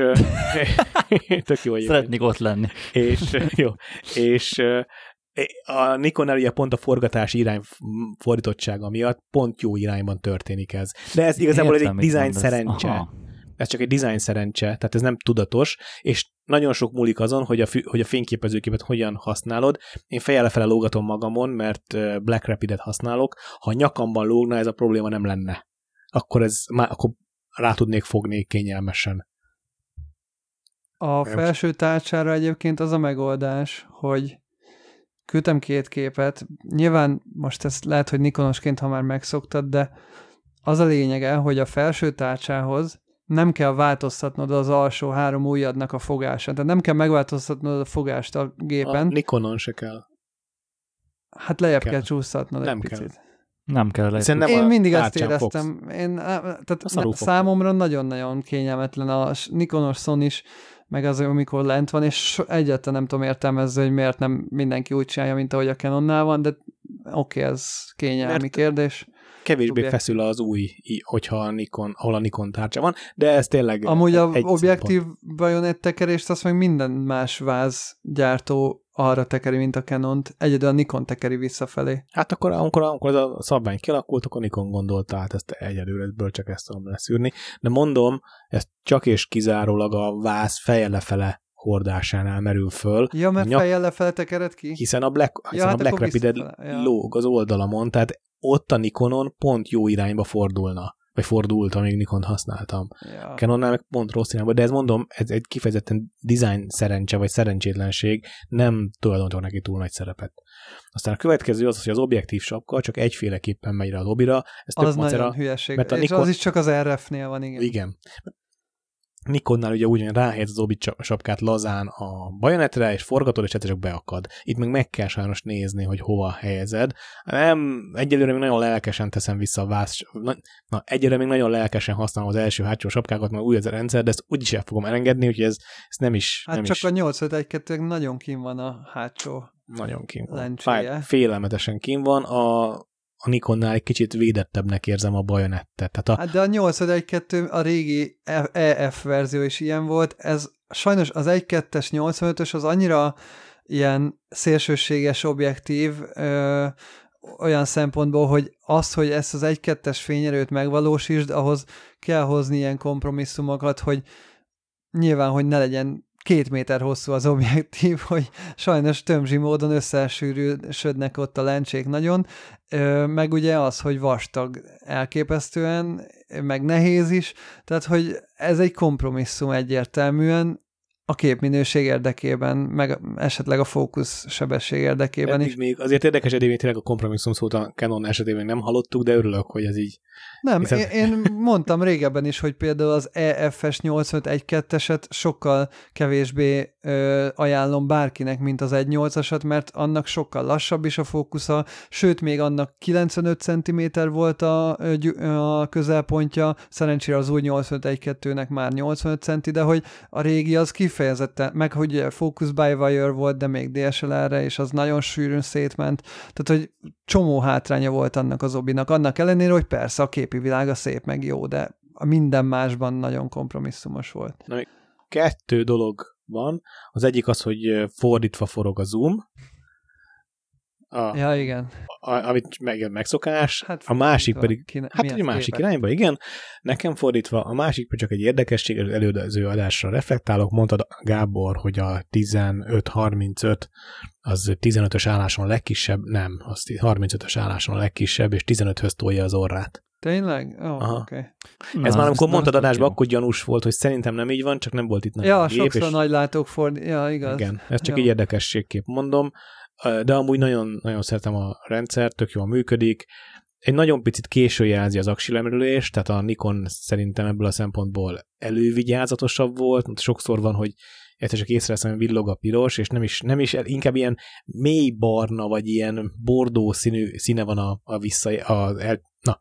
tök jó egyébként. Szeretnék ott lenni. És jó, és a Nikonnál ugye pont a forgatási irány fordítottsága miatt pont jó irányban történik ez. De ez igazából Értem, ez egy design szerencse. Aha. Ez csak egy design szerencse, tehát ez nem tudatos, és nagyon sok múlik azon, hogy a, fü- hogy a fényképezőképet hogyan használod. Én fejjel lefele lógatom magamon, mert Black Rapid-et használok. Ha a nyakamban lógna, ez a probléma nem lenne. Akkor, ez, már, akkor rá tudnék fogni kényelmesen. A felső tárcsára egyébként az a megoldás, hogy küldtem két képet. Nyilván most ezt lehet, hogy Nikonosként, ha már megszoktad, de az a lényege, hogy a felső tárcsához nem kell változtatnod az alsó három ujjadnak a fogását. Tehát nem kell megváltoztatnod a fogást a gépen. A Nikonon se kell. Hát lejjebb kell, kell csúsztatnod nem egy kell. picit. Nem kell lejjebb. Én mindig ezt éreztem. Én, tehát számomra nagyon-nagyon kényelmetlen a Nikonos Sony is, meg az, amikor lent van, és egyáltalán nem tudom értelmezni, hogy miért nem mindenki úgy csinálja, mint ahogy a Canonnál van, de oké, okay, ez kényelmi Mert kérdés. Kevésbé objektív. Feszül az új, hogyha a Nikon, ahol a Nikon tárcsa van, de ez tényleg amúgy a objektív bajonett tekerést azt meg minden más vázgyártó arra tekeri, mint a Canont. Egyedül a Nikon tekeri visszafelé. Hát akkor, amikor, amikor az a szabvány kialakult, akkor Nikon gondolta, hát ezt egyedül ebből csak ezt tudom leszűrni. De mondom, ez csak és kizárólag a váz feje lefele hordásánál merül föl. Ja, mert nyak... fejjel lefele tekered ki? Hiszen a Black, hiszen ja, hát a Black Rapid ja. lóg az oldalamon, tehát ott a Nikonon pont jó irányba fordulna. Vagy fordult, amíg Nikont használtam. Ja. Canonnál meg pont rossz irányba, de ez mondom, ez egy kifejezetten design szerencse, vagy szerencsétlenség, nem tulajdonítok neki túl nagy szerepet. Aztán a következő az, hogy az objektív sapka csak egyféleképpen megy rá a lobira. Ez az nagyon macera, hülyeség, és Nikon... az is csak az er ef-nél van, igen. Igen. Nikonnál ugye úgy, hogy ráhelyez az obit sapkát lazán a bajonetre, és forgatod, és egyszer csak beakad. Itt meg meg kell sajnos nézni, hogy hova helyezed. Nem, egyelőre még nagyon lelkesen teszem vissza a váz... Na, na egyelőre még nagyon lelkesen használom az első hátsó sapkákat, mert új az a rendszer, de ezt úgyis el fogom elengedni, úgyhogy ez, ez nem is... Hát nem csak is... a nyolcvanöt egy kettő nagyon kín van a hátsó Nagyon kín van. Lencséje. Félelmetesen kín van. A a Nikonnál egy kicsit védettebbnek érzem a bajonettet. Tehát a... Hát de a nyolcvanöt egy kettő, a régi E F verzió is ilyen volt, ez sajnos az egy kettes nyolcvanötös az annyira ilyen szélsőséges objektív, ö, olyan szempontból, hogy az, hogy ezt az egy kettes fényerőt megvalósítsd, ahhoz kell hozni ilyen kompromisszumokat, hogy nyilván, hogy ne legyen két méter hosszú az objektív, hogy sajnos tömzsi módon összesűrűsödnek ott a lencsék nagyon, meg ugye az, hogy vastag elképesztően, meg nehéz is, tehát hogy ez egy kompromisszum egyértelműen a képminőség érdekében, meg esetleg a fókusz sebesség érdekében Eddig is. Még azért érdekes eddig tényleg a kompromisszum szót a Canon esetében nem hallottuk, de örülök, hogy ez így. Nem, Hiszen... én, én mondtam régebben is, hogy például az E F S nyolcvanöt egy kettőset sokkal kevésbé ö, ajánlom bárkinek, mint az egy nyolcasat, mert annak sokkal lassabb is a fókusza, sőt, még annak kilencvenöt centiméter volt a, a közelpontja, szerencsére az új nyolcvanöt egy kettőnek már nyolcvanöt centi, de hogy a régi az kifejezetten, meg hogy focus by wire volt, de még D S L R-re, és az nagyon sűrűn szétment, tehát hogy csomó hátránya volt annak az obinak, annak ellenére, hogy persze a képi világa szép meg jó, de a minden másban nagyon kompromisszumos volt. Na, kettő dolog van. Az egyik az, hogy fordítva forog a zoom. A, ja, igen. A, amit meg, megszokás. Hát a másik pedig, kine, hát egy másik képet? Irányba, igen. Nekem fordítva, a másik pedig csak egy érdekesség, az előző adásra reflektálok. Mondtad, Gábor, hogy a tizenöt harmincöt az tizenötös álláson a legkisebb, nem, az harmincötös álláson a legkisebb, és tizenöthöz tolja az orrát. Tényleg? Oh, oké. Okay. Ez már amikor mondtad adásban, akkor gyanús volt, hogy szerintem nem így van, csak nem volt itt nagyon ja, gép. Ja, sokszor és... nagy látók ford... Ja, igaz. Igen, ez csak ja. egy érdekességképp mondom, de amúgy nagyon, nagyon szeretem a rendszert, tök jól működik. Egy nagyon picit késő jelzi az aksilemrülést, tehát a Nikon szerintem ebből a szempontból elővigyázatosabb volt, mert sokszor van, hogy egyszer csak észreveszem, hogy villog a piros, és nem is, nem is inkább ilyen mély barna, vagy ilyen bordó színű színe van a, a vissza... A, el, na,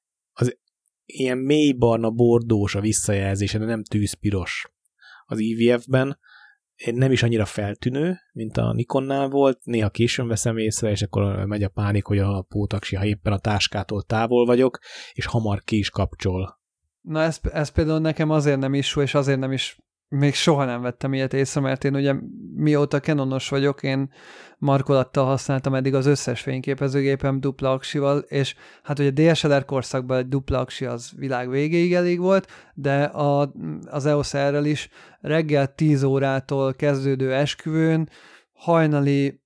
az ilyen mély barna bordós a visszajelzése, de nem tűzpiros az I V F-ben. Nem is annyira feltűnő, mint a Nikonnál volt. Néha későn veszem észre, és akkor megy a pánik, hogy a pótaksi, ha éppen a táskától távol vagyok, és hamar ki is kapcsol. Na ez, ez például nekem azért nem is, és azért nem is, még soha nem vettem ilyet észre, mert én ugye mióta Canonos vagyok, én markolattal használtam eddig az összes fényképezőgépem dupla aksival, és hát ugye D S L R korszakban egy dupla aksi az világ végéig elég volt, de a, az E O S R-rel is reggel tíz órától kezdődő esküvőn, hajnali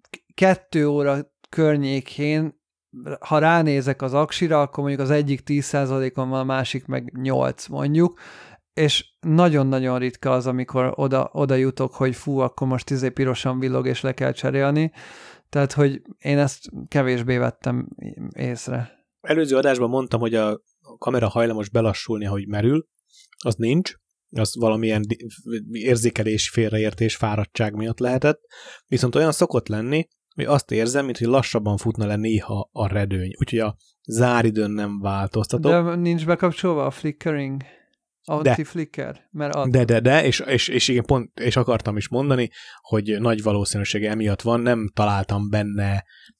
kettő óra környékén, ha ránézek az aksira, akkor mondjuk az egyik tíz százalékon van, a másik meg nyolc mondjuk, és nagyon-nagyon ritka az, amikor oda, oda jutok, hogy fú, akkor most izé pirosan villog, és le kell cserélni. Tehát, hogy én ezt kevésbé vettem észre. Előző adásban mondtam, hogy a kamera hajlamos belassulni, ahogy merül. Az nincs. Az valamilyen érzékelés, félreértés, fáradtság miatt lehetett. Viszont olyan szokott lenni, hogy azt érzem, mintha lassabban futna le néha a redőny. Úgyhogy a záridőn nem változtatok. De nincs bekapcsolva a flickering? Anti-flicker? Mert ad... De, de, de, és, és, és igen, pont, és akartam is mondani, hogy nagy valószínűsége emiatt van, nem találtam benne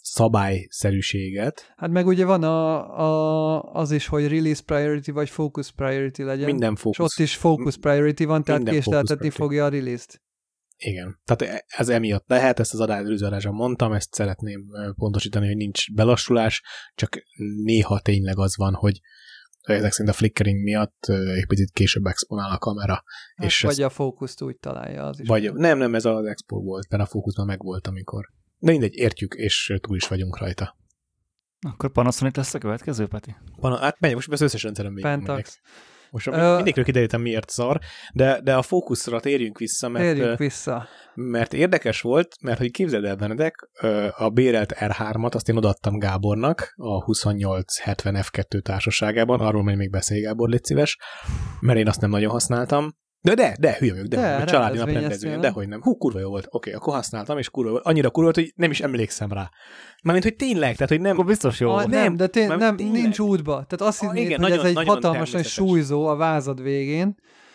szabályszerűséget. Hát meg ugye van a, a, az is, hogy release priority vagy focus priority legyen. Minden focus. És ott is focus priority van, tehát késleltetni fogja a release-t. Igen, tehát ez emiatt lehet, ezt az előző adásban mondtam, ezt szeretném pontosítani, hogy nincs belassulás, csak néha tényleg az van, hogy ezek szerint a flickering miatt egy picit később exponál a kamera. Hát és vagy ezt, a fókuszt úgy találja az is. Vagy, nem, nem, ez az expo volt, mert a fókusz már megvolt, amikor. De mindegy, értjük, és túl is vagyunk rajta. Akkor Panasonic lesz a következő, Peti? Pana, hát megy, most az összes rendszerem még Pentax. Most uh, mindegyikről kiderültem, miért szar, de, de a fókuszra térjünk vissza, mert, térjünk vissza. mert érdekes volt, mert hogy képzeld el, Benedek, a bérelt R hármat azt én odaadtam Gábornak a huszonnyolc hetven F kettő társaságában, arról majd még beszélj, Gábor, légy szíves, mert én azt nem nagyon használtam. De, de, de, hülye vagyok, de, de családi naprendezvényen, dehogy nem. Hú, kurva jó volt. Oké, okay, akkor használtam, és kurva volt. Annyira kurva volt, hogy nem is emlékszem rá. Mármint, hogy tényleg, tehát, hogy nem... Akkor biztos jó. Ah, nem, de tény, nem, nincs útba. Tehát azt ah, hinnéd, hogy nagyon, ez egy hatalmasan súlyzó a vázad végén,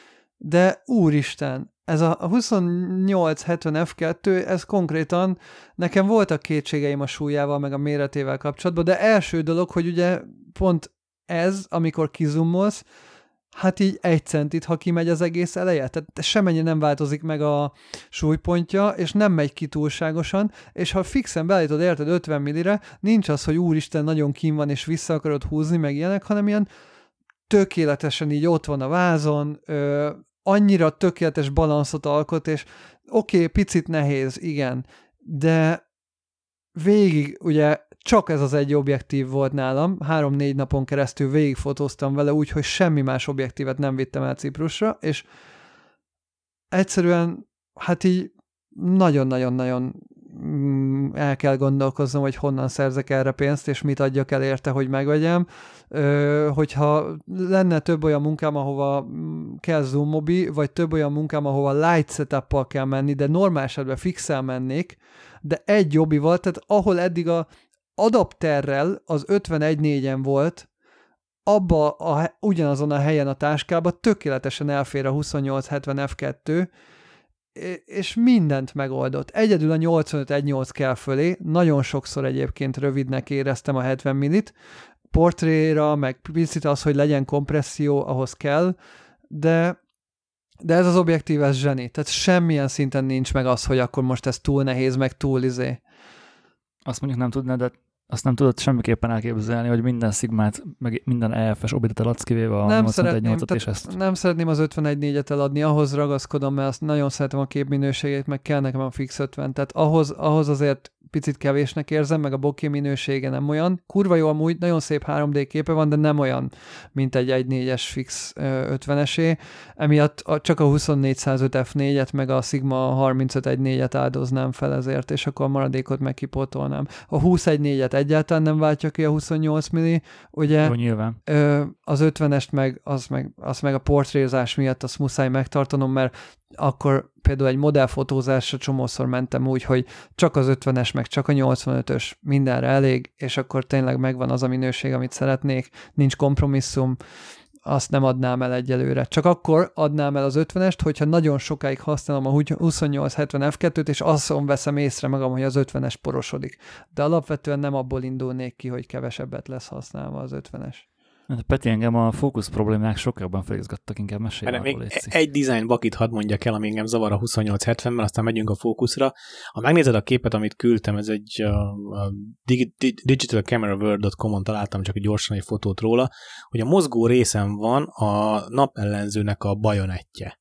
de úristen, ez a huszonnyolc hetven F kettő, ez konkrétan, nekem voltak kétségeim a súlyával, meg a méretével kapcsolatban, de első dolog, hogy ugye pont ez, amikor kizumolsz, hát így egy centit, ha kimegy az egész eleje. Tehát semennyi nem változik meg a súlypontja, és nem megy ki túlságosan, és ha fixen beállítod, érted ötven millire, nincs az, hogy úristen, nagyon kín van, és vissza akarod húzni, meg ilyenek, hanem ilyen tökéletesen így ott van a vázon, ö, annyira tökéletes balanszot alkot, és oké, okay, picit nehéz, igen, de végig ugye csak ez az egy objektív volt nálam, három-négy napon keresztül végigfotóztam vele úgy, hogy semmi más objektívet nem vittem el Ciprusra, és egyszerűen hát így nagyon-nagyon-nagyon el kell gondolkoznom, hogy honnan szerzek erre pénzt, és mit adjak el érte, hogy megvegyem. Ö, hogyha lenne több olyan munkám, ahova kell zoom mobi, vagy több olyan munkám, ahova light setup-pal kell menni, de normál esetben fixel mennék, de egy jobbival, tehát ahol eddig a adapterrel az ötvenegy négyen volt, abba a, ugyanazon a helyen a táskába tökéletesen elfér a huszonnyolc hetven ef kettő, és mindent megoldott. Egyedül a nyolcvanöt egy nyolc kell fölé, nagyon sokszor egyébként rövidnek éreztem a hetven millit, portréra, meg picit az, hogy legyen kompresszió, ahhoz kell, de, de ez az objektív, ez zseni. Tehát semmilyen szinten nincs meg az, hogy akkor most ez túl nehéz, meg túl izé. Azt mondjuk nem tudnád, de azt nem tudod semmiképpen elképzelni, hogy minden szigmát, meg minden E F-es obitet eladsz, kivéve a nyolcvanegy nyolcat, és ezt... Nem szeretném az ötvenegy négyet eladni, ahhoz ragaszkodom, mert azt nagyon szeretem a képminőségét, meg kell nekem a fix ötven, tehát ahhoz, ahhoz azért picit kevésnek érzem, meg a bokeh minősége nem olyan. Kurva jó amúgy, nagyon szép három dé képe van, de nem olyan, mint egy egy négyes fix ötvenesé. Emiatt csak a huszonnégy száz öt ef négyet, meg a Sigma harmincöt egy négyet áldoznám fel ezért, és akkor a maradékot meg kipótolnám. A húsz egy négyet egyáltalán nem váltja ki a huszonnyolc milli, ugye jó, nyilván. Az ötvenest meg, az meg, az meg a portrézás miatt azt muszáj megtartanom, mert akkor például egy modellfotózásra csomószor mentem úgy, hogy csak az ötvenes, meg csak a nyolcvanötös mindenre elég, és akkor tényleg megvan az a minőség, amit szeretnék, nincs kompromisszum, azt nem adnám el egyelőre. Csak akkor adnám el az ötvenest, hogyha nagyon sokáig használom a huszonnyolc hetven ef kettőt, és azon veszem észre magam, hogy az ötvenes porosodik. De alapvetően nem abból indulnék ki, hogy kevesebbet lesz használva az ötvenes. Peti, engem a fókusz problémák sokkal jobban felizgattak, inkább mesélj arról, létszik. Egy design bakit hadd mondjak el, ami engem zavar a huszonnyolc hetvenben, aztán megyünk a fókuszra. Ha megnézed a képet, amit küldtem, ez egy a, a digital camera world dot com-on találtam csak gyorsan egy fotót róla, hogy a mozgó részen van a napellenzőnek a bajonettje.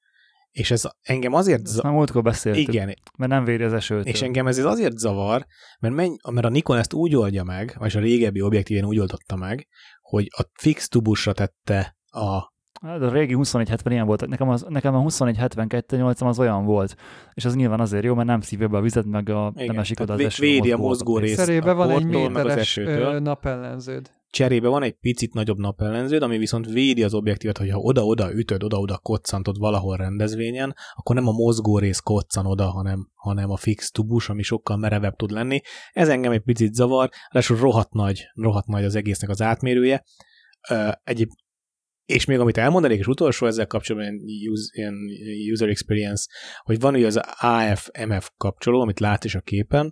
És ez engem azért... Ezt már múltkor beszéltük, igen. Mert nem véri az esőtől. És engem ez azért zavar, mert, menj, mert a Nikon ezt úgy oldja meg, vagy a régebbi objektívén úgy oldotta meg, hogy a fix tubusra tette a... Hát a régi huszonnégy hetven ilyen volt. Nekem, az, nekem a huszonnégy hetvenkettő nyolcam az olyan volt. És az nyilván azért jó, mert nem szívja be a vizet, meg a, nem esik oda az eső. Védi a mozgó részt. Cserébe van egy méteres napellenződ. Cserébe van egy picit nagyobb napellenződ, ami viszont védi az objektívet, hogyha oda-oda ütöd, oda-oda koccantod valahol rendezvényen, akkor nem a mozgó rész koccan oda, hanem, hanem a fix tubus, ami sokkal merevebb tud lenni. Ez engem egy picit zavar, ráadásul rohadt nagy, rohadt nagy az egésznek az átmérője. Egyéb És még amit elmondanék, és utolsó ezzel kapcsolatban ilyen user experience, hogy van ugye az á ef em ef kapcsoló, amit lát is a képen,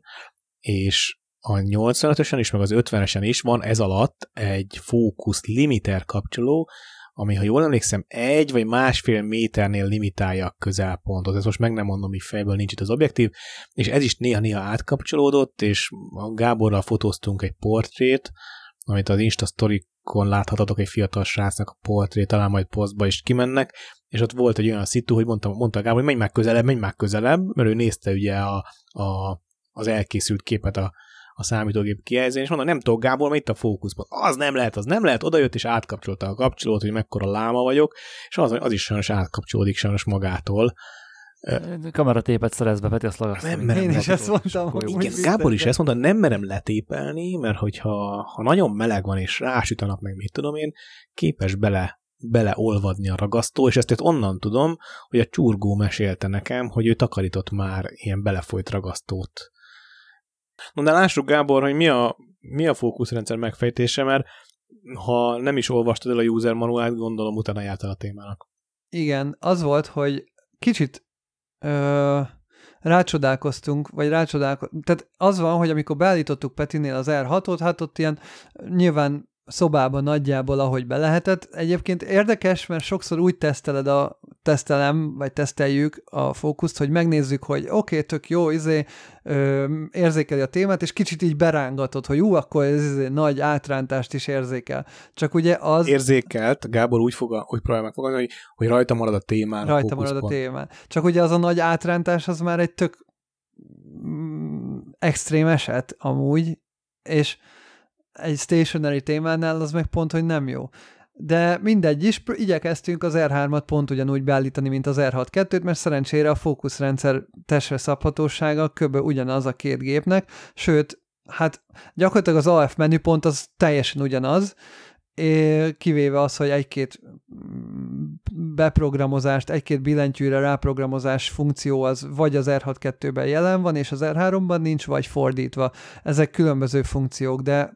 és a nyolcvanötösen is, meg az ötvenesen is van ez alatt egy fókusz limiter kapcsoló, ami, ha jól emlékszem, egy vagy másfél méternél limitálja a közelpontot. Ezt most meg nem mondom, hogy fejből nincs itt az objektív, és ez is néha-néha átkapcsolódott, és a Gáborral fotóztunk egy portrét, amit az Insta Story-kon láthatatok egy fiatal srácnak a portré, talán majd posztba is kimennek, és ott volt egy olyan szitu, hogy mondta, mondta Gábor, hogy menj már közelebb, menj már közelebb, mert ő nézte ugye a, a, az elkészült képet a, a számítógép kijelzőn, és mondta, nem tudok, Gábor, mert itt a fókuszban. Az nem lehet, az nem lehet, odajött, és átkapcsolta a kapcsolót, hogy mekkora láma vagyok, és az, az is sajnos átkapcsolódik sajnos magától. Kameratépet szerez be, Peti, azt lagasztom. Nem Én is ezt mondtam, hogy igen, Gábor is ezt mondta, nem merem letépelni, mert hogyha ha nagyon meleg van, és rásüt a nap, meg mit tudom én, képes bele, beleolvadni a ragasztó, és ezt onnan tudom, hogy a csurgó mesélte nekem, hogy ő takarított már ilyen belefolyt ragasztót. Na, de lássuk, Gábor, hogy mi a, mi a fókuszrendszer megfejtése, mert ha nem is olvastad el a user manuált, gondolom utána jártál a témának. Igen, az volt, hogy kicsit Ö, rácsodálkoztunk, vagy rácsodálkoztunk. Tehát az van, hogy amikor beállítottuk Petinél az er hatot, hát ott ilyen nyilván szobában nagyjából, ahogy be lehetett. Egyébként érdekes, mert sokszor úgy teszteled a, tesztelem, vagy teszteljük a fókuszt, hogy megnézzük, hogy oké, okay, tök jó, izé, ö, érzékeli a témát, és kicsit így berángatod, hogy ú, akkor ez izé, nagy átrántást is érzékel. Csak ugye az... Érzékelt, Gábor úgy, fog, úgy próbál megfogalmazni, hogy, hogy rajta marad a témán. Rajta a marad a témán. Csak ugye az a nagy átrántás, az már egy tök mm, extrém eset amúgy, és egy stationary témánál az meg pont, hogy nem jó. De mindegy is, igyekeztünk az er hármat pont ugyanúgy beállítani, mint az er hat kettőt, mert szerencsére a fókuszrendszer testre szabhatósága kb. Ugyanaz a két gépnek, sőt, hát gyakorlatilag az á ef menüpont az teljesen ugyanaz, kivéve az, hogy egy-két beprogramozást, egy-két billentyűre ráprogramozás funkció az vagy az er hat kettőben jelen van, és az er háromban nincs, vagy fordítva. Ezek különböző funkciók, de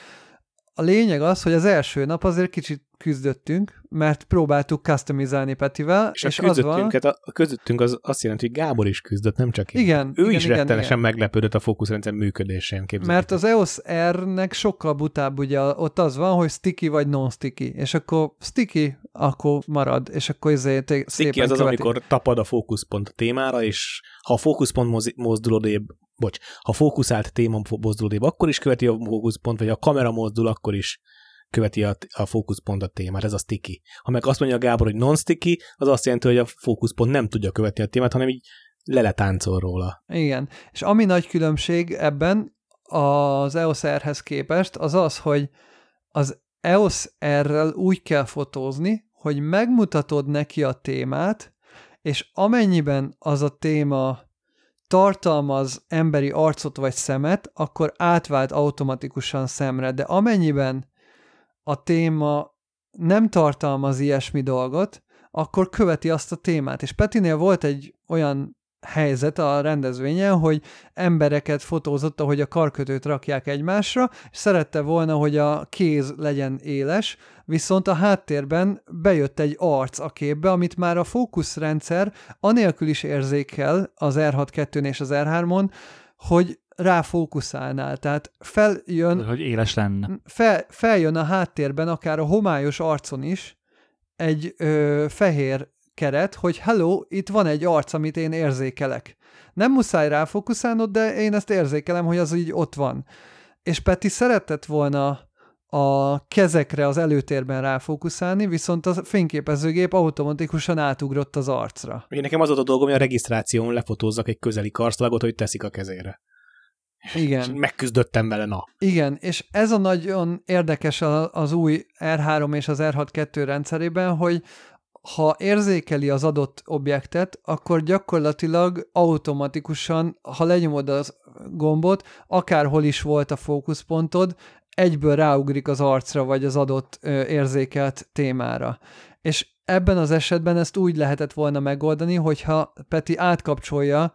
a lényeg az, hogy az első nap azért kicsit küzdöttünk, mert próbáltuk customizálni Petivel, és, és a az van... a közöttünk az azt jelenti, hogy Gábor is küzdött, nem csak én. Igen, ő igen, is igen, rettenesen igen. meglepődött a fókuszrendszer működésén. Mert az e o es R-nek sokkal butább, ugye ott az van, hogy sticky vagy non-sticky, és akkor sticky, akkor marad, és akkor ezért szépen sticky az az, követi. amikor tapad a fókuszpont a témára, és ha a fókuszpont mozdul odébb, bocs, ha fókuszált téma mozdul odébb, akkor is követi a fókuszpont, vagy a kamera mozdul, akkor is követi a, a fókuszpont a témát, ez a sticky. Ha meg azt mondja a Gábor, hogy non-sticky, az azt jelenti, hogy a fókuszpont nem tudja követni a témát, hanem így leletáncol róla. Igen, és ami nagy különbség ebben az e o es R-hez képest, az az, hogy az e o es R-rel úgy kell fotózni, hogy megmutatod neki a témát, és amennyiben az a téma tartalmaz emberi arcot vagy szemet, akkor átvált automatikusan szemre, de amennyiben a téma nem tartalmaz ilyesmi dolgot, akkor követi azt a témát. És Petinél volt egy olyan helyzet a rendezvényen, hogy embereket fotózott, ahogy a karkötőt rakják egymásra, és szerette volna, hogy a kéz legyen éles, viszont a háttérben bejött egy arc a képbe, amit már a fókuszrendszer anélkül is érzékel az er hat kettőn és az er hármon, hogy ráfókuszálnál. Tehát feljön... Hogy éles lenne. Fel, feljön a háttérben, akár a homályos arcon is egy ö, fehér keret, hogy hello, itt van egy arc, amit én érzékelek. Nem muszáj ráfókuszálnod, de én ezt érzékelem, hogy az így ott van. És Peti szeretett volna a kezekre az előtérben ráfókuszálni, viszont a fényképezőgép automatikusan átugrott az arcra. Ugye nekem az volt a dolgom, hogy a regisztráción lefotózzak egy közeli karszalagot, hogy teszik a kezére. Igen. És megküzdöttem vele, na. Igen, és ez a nagyon érdekes az új er három és az er hat kettő rendszerében, hogy ha érzékeli az adott objektet, akkor gyakorlatilag automatikusan, ha lenyomod a gombot, akárhol is volt a fókuszpontod, egyből ráugrik az arcra, vagy az adott ö, érzékelt témára. És ebben az esetben ezt úgy lehetett volna megoldani, hogyha Peti átkapcsolja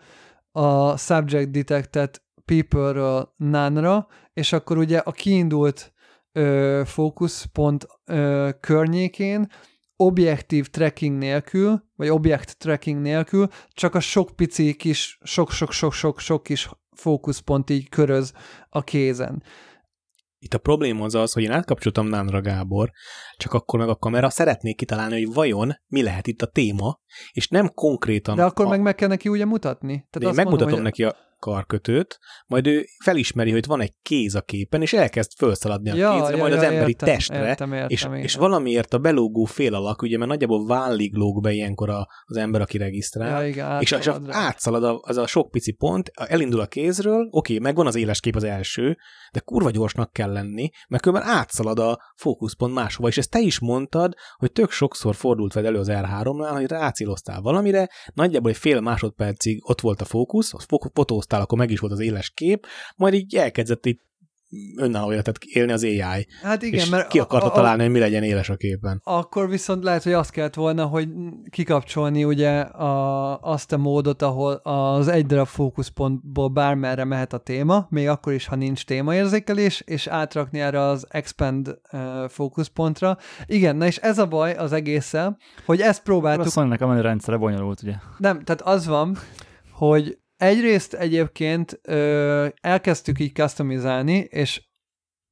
a Subject Detected People-ről None-ra, és akkor ugye a kiindult ö, fókuszpont ö, környékén objektív tracking nélkül, vagy objekt tracking nélkül, csak a sok pici kis, sok-sok-sok-sok kis fókuszpont így köröz a kézen. Itt a probléma az az, hogy én átkapcsoltam Nánra, Gábor, csak akkor meg a kamera szeretnék kitalálni, hogy vajon mi lehet itt a téma, és nem konkrétan... De akkor a... meg meg kell neki ugye mutatni. Tehát De én azt megmutatom mondom, neki a karkötőt, majd ő felismeri, hogy van egy kéz a képen, és elkezd felszaladni a ja, kézre, ja, majd ja, az emberi értem, testre, értem, értem, és, értem, és valamiért a belógó fél alak, ugye, mert nagyjából vállig lóg be ilyenkor a, az ember, aki regisztrál, ja, igen, és, a, és a, átszalad a, az a sok pici pont, elindul a kézről, oké, megvan az éles kép az első, de kurva gyorsnak kell lenni, mert különben átszalad a fókuszpont máshova, és ezt te is mondtad, hogy tök sokszor fordult veled elő az er háromnál, hogy rácéloztál valamire, nagyjából egy fél másodpercig ott volt a fókusz, fotóztál, akkor meg is volt az éles kép, majd így elkezdett így önálló életet élni az á i. Hát igen, és mert ki akarta a, a, találni, hogy mi legyen éles a képen. Akkor viszont lehet, hogy azt kellett volna, hogy kikapcsolni ugye a, azt a módot, ahol az egy darab fókuszpontból bármerre mehet a téma, még akkor is, ha nincs témaérzékelés, és átrakni erre az expand uh, fókuszpontra. Igen, na és ez a baj az egésszel, hogy ezt próbáltuk... Azt mondja nekem, hogy a rendszere bonyolult, ugye? Nem, tehát az van, hogy egyrészt egyébként ö, elkezdtük így customizálni, és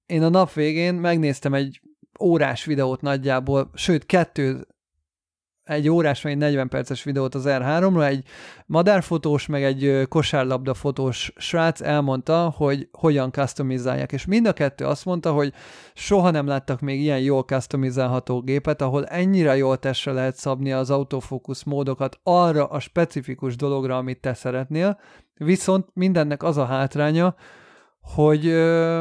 én a nap végén megnéztem egy órás videót nagyjából, sőt kettő, egy órás vagy egy negyven perces videót az er háromra, egy madárfotós, meg egy kosárlabda fotós srác elmondta, hogy hogyan customizálják, és mind a kettő azt mondta, hogy soha nem láttak még ilyen jól customizálható gépet, ahol ennyire jól testre lehet szabni az autofókusz módokat arra a specifikus dologra, amit te szeretnél, viszont mindennek az a hátránya, hogy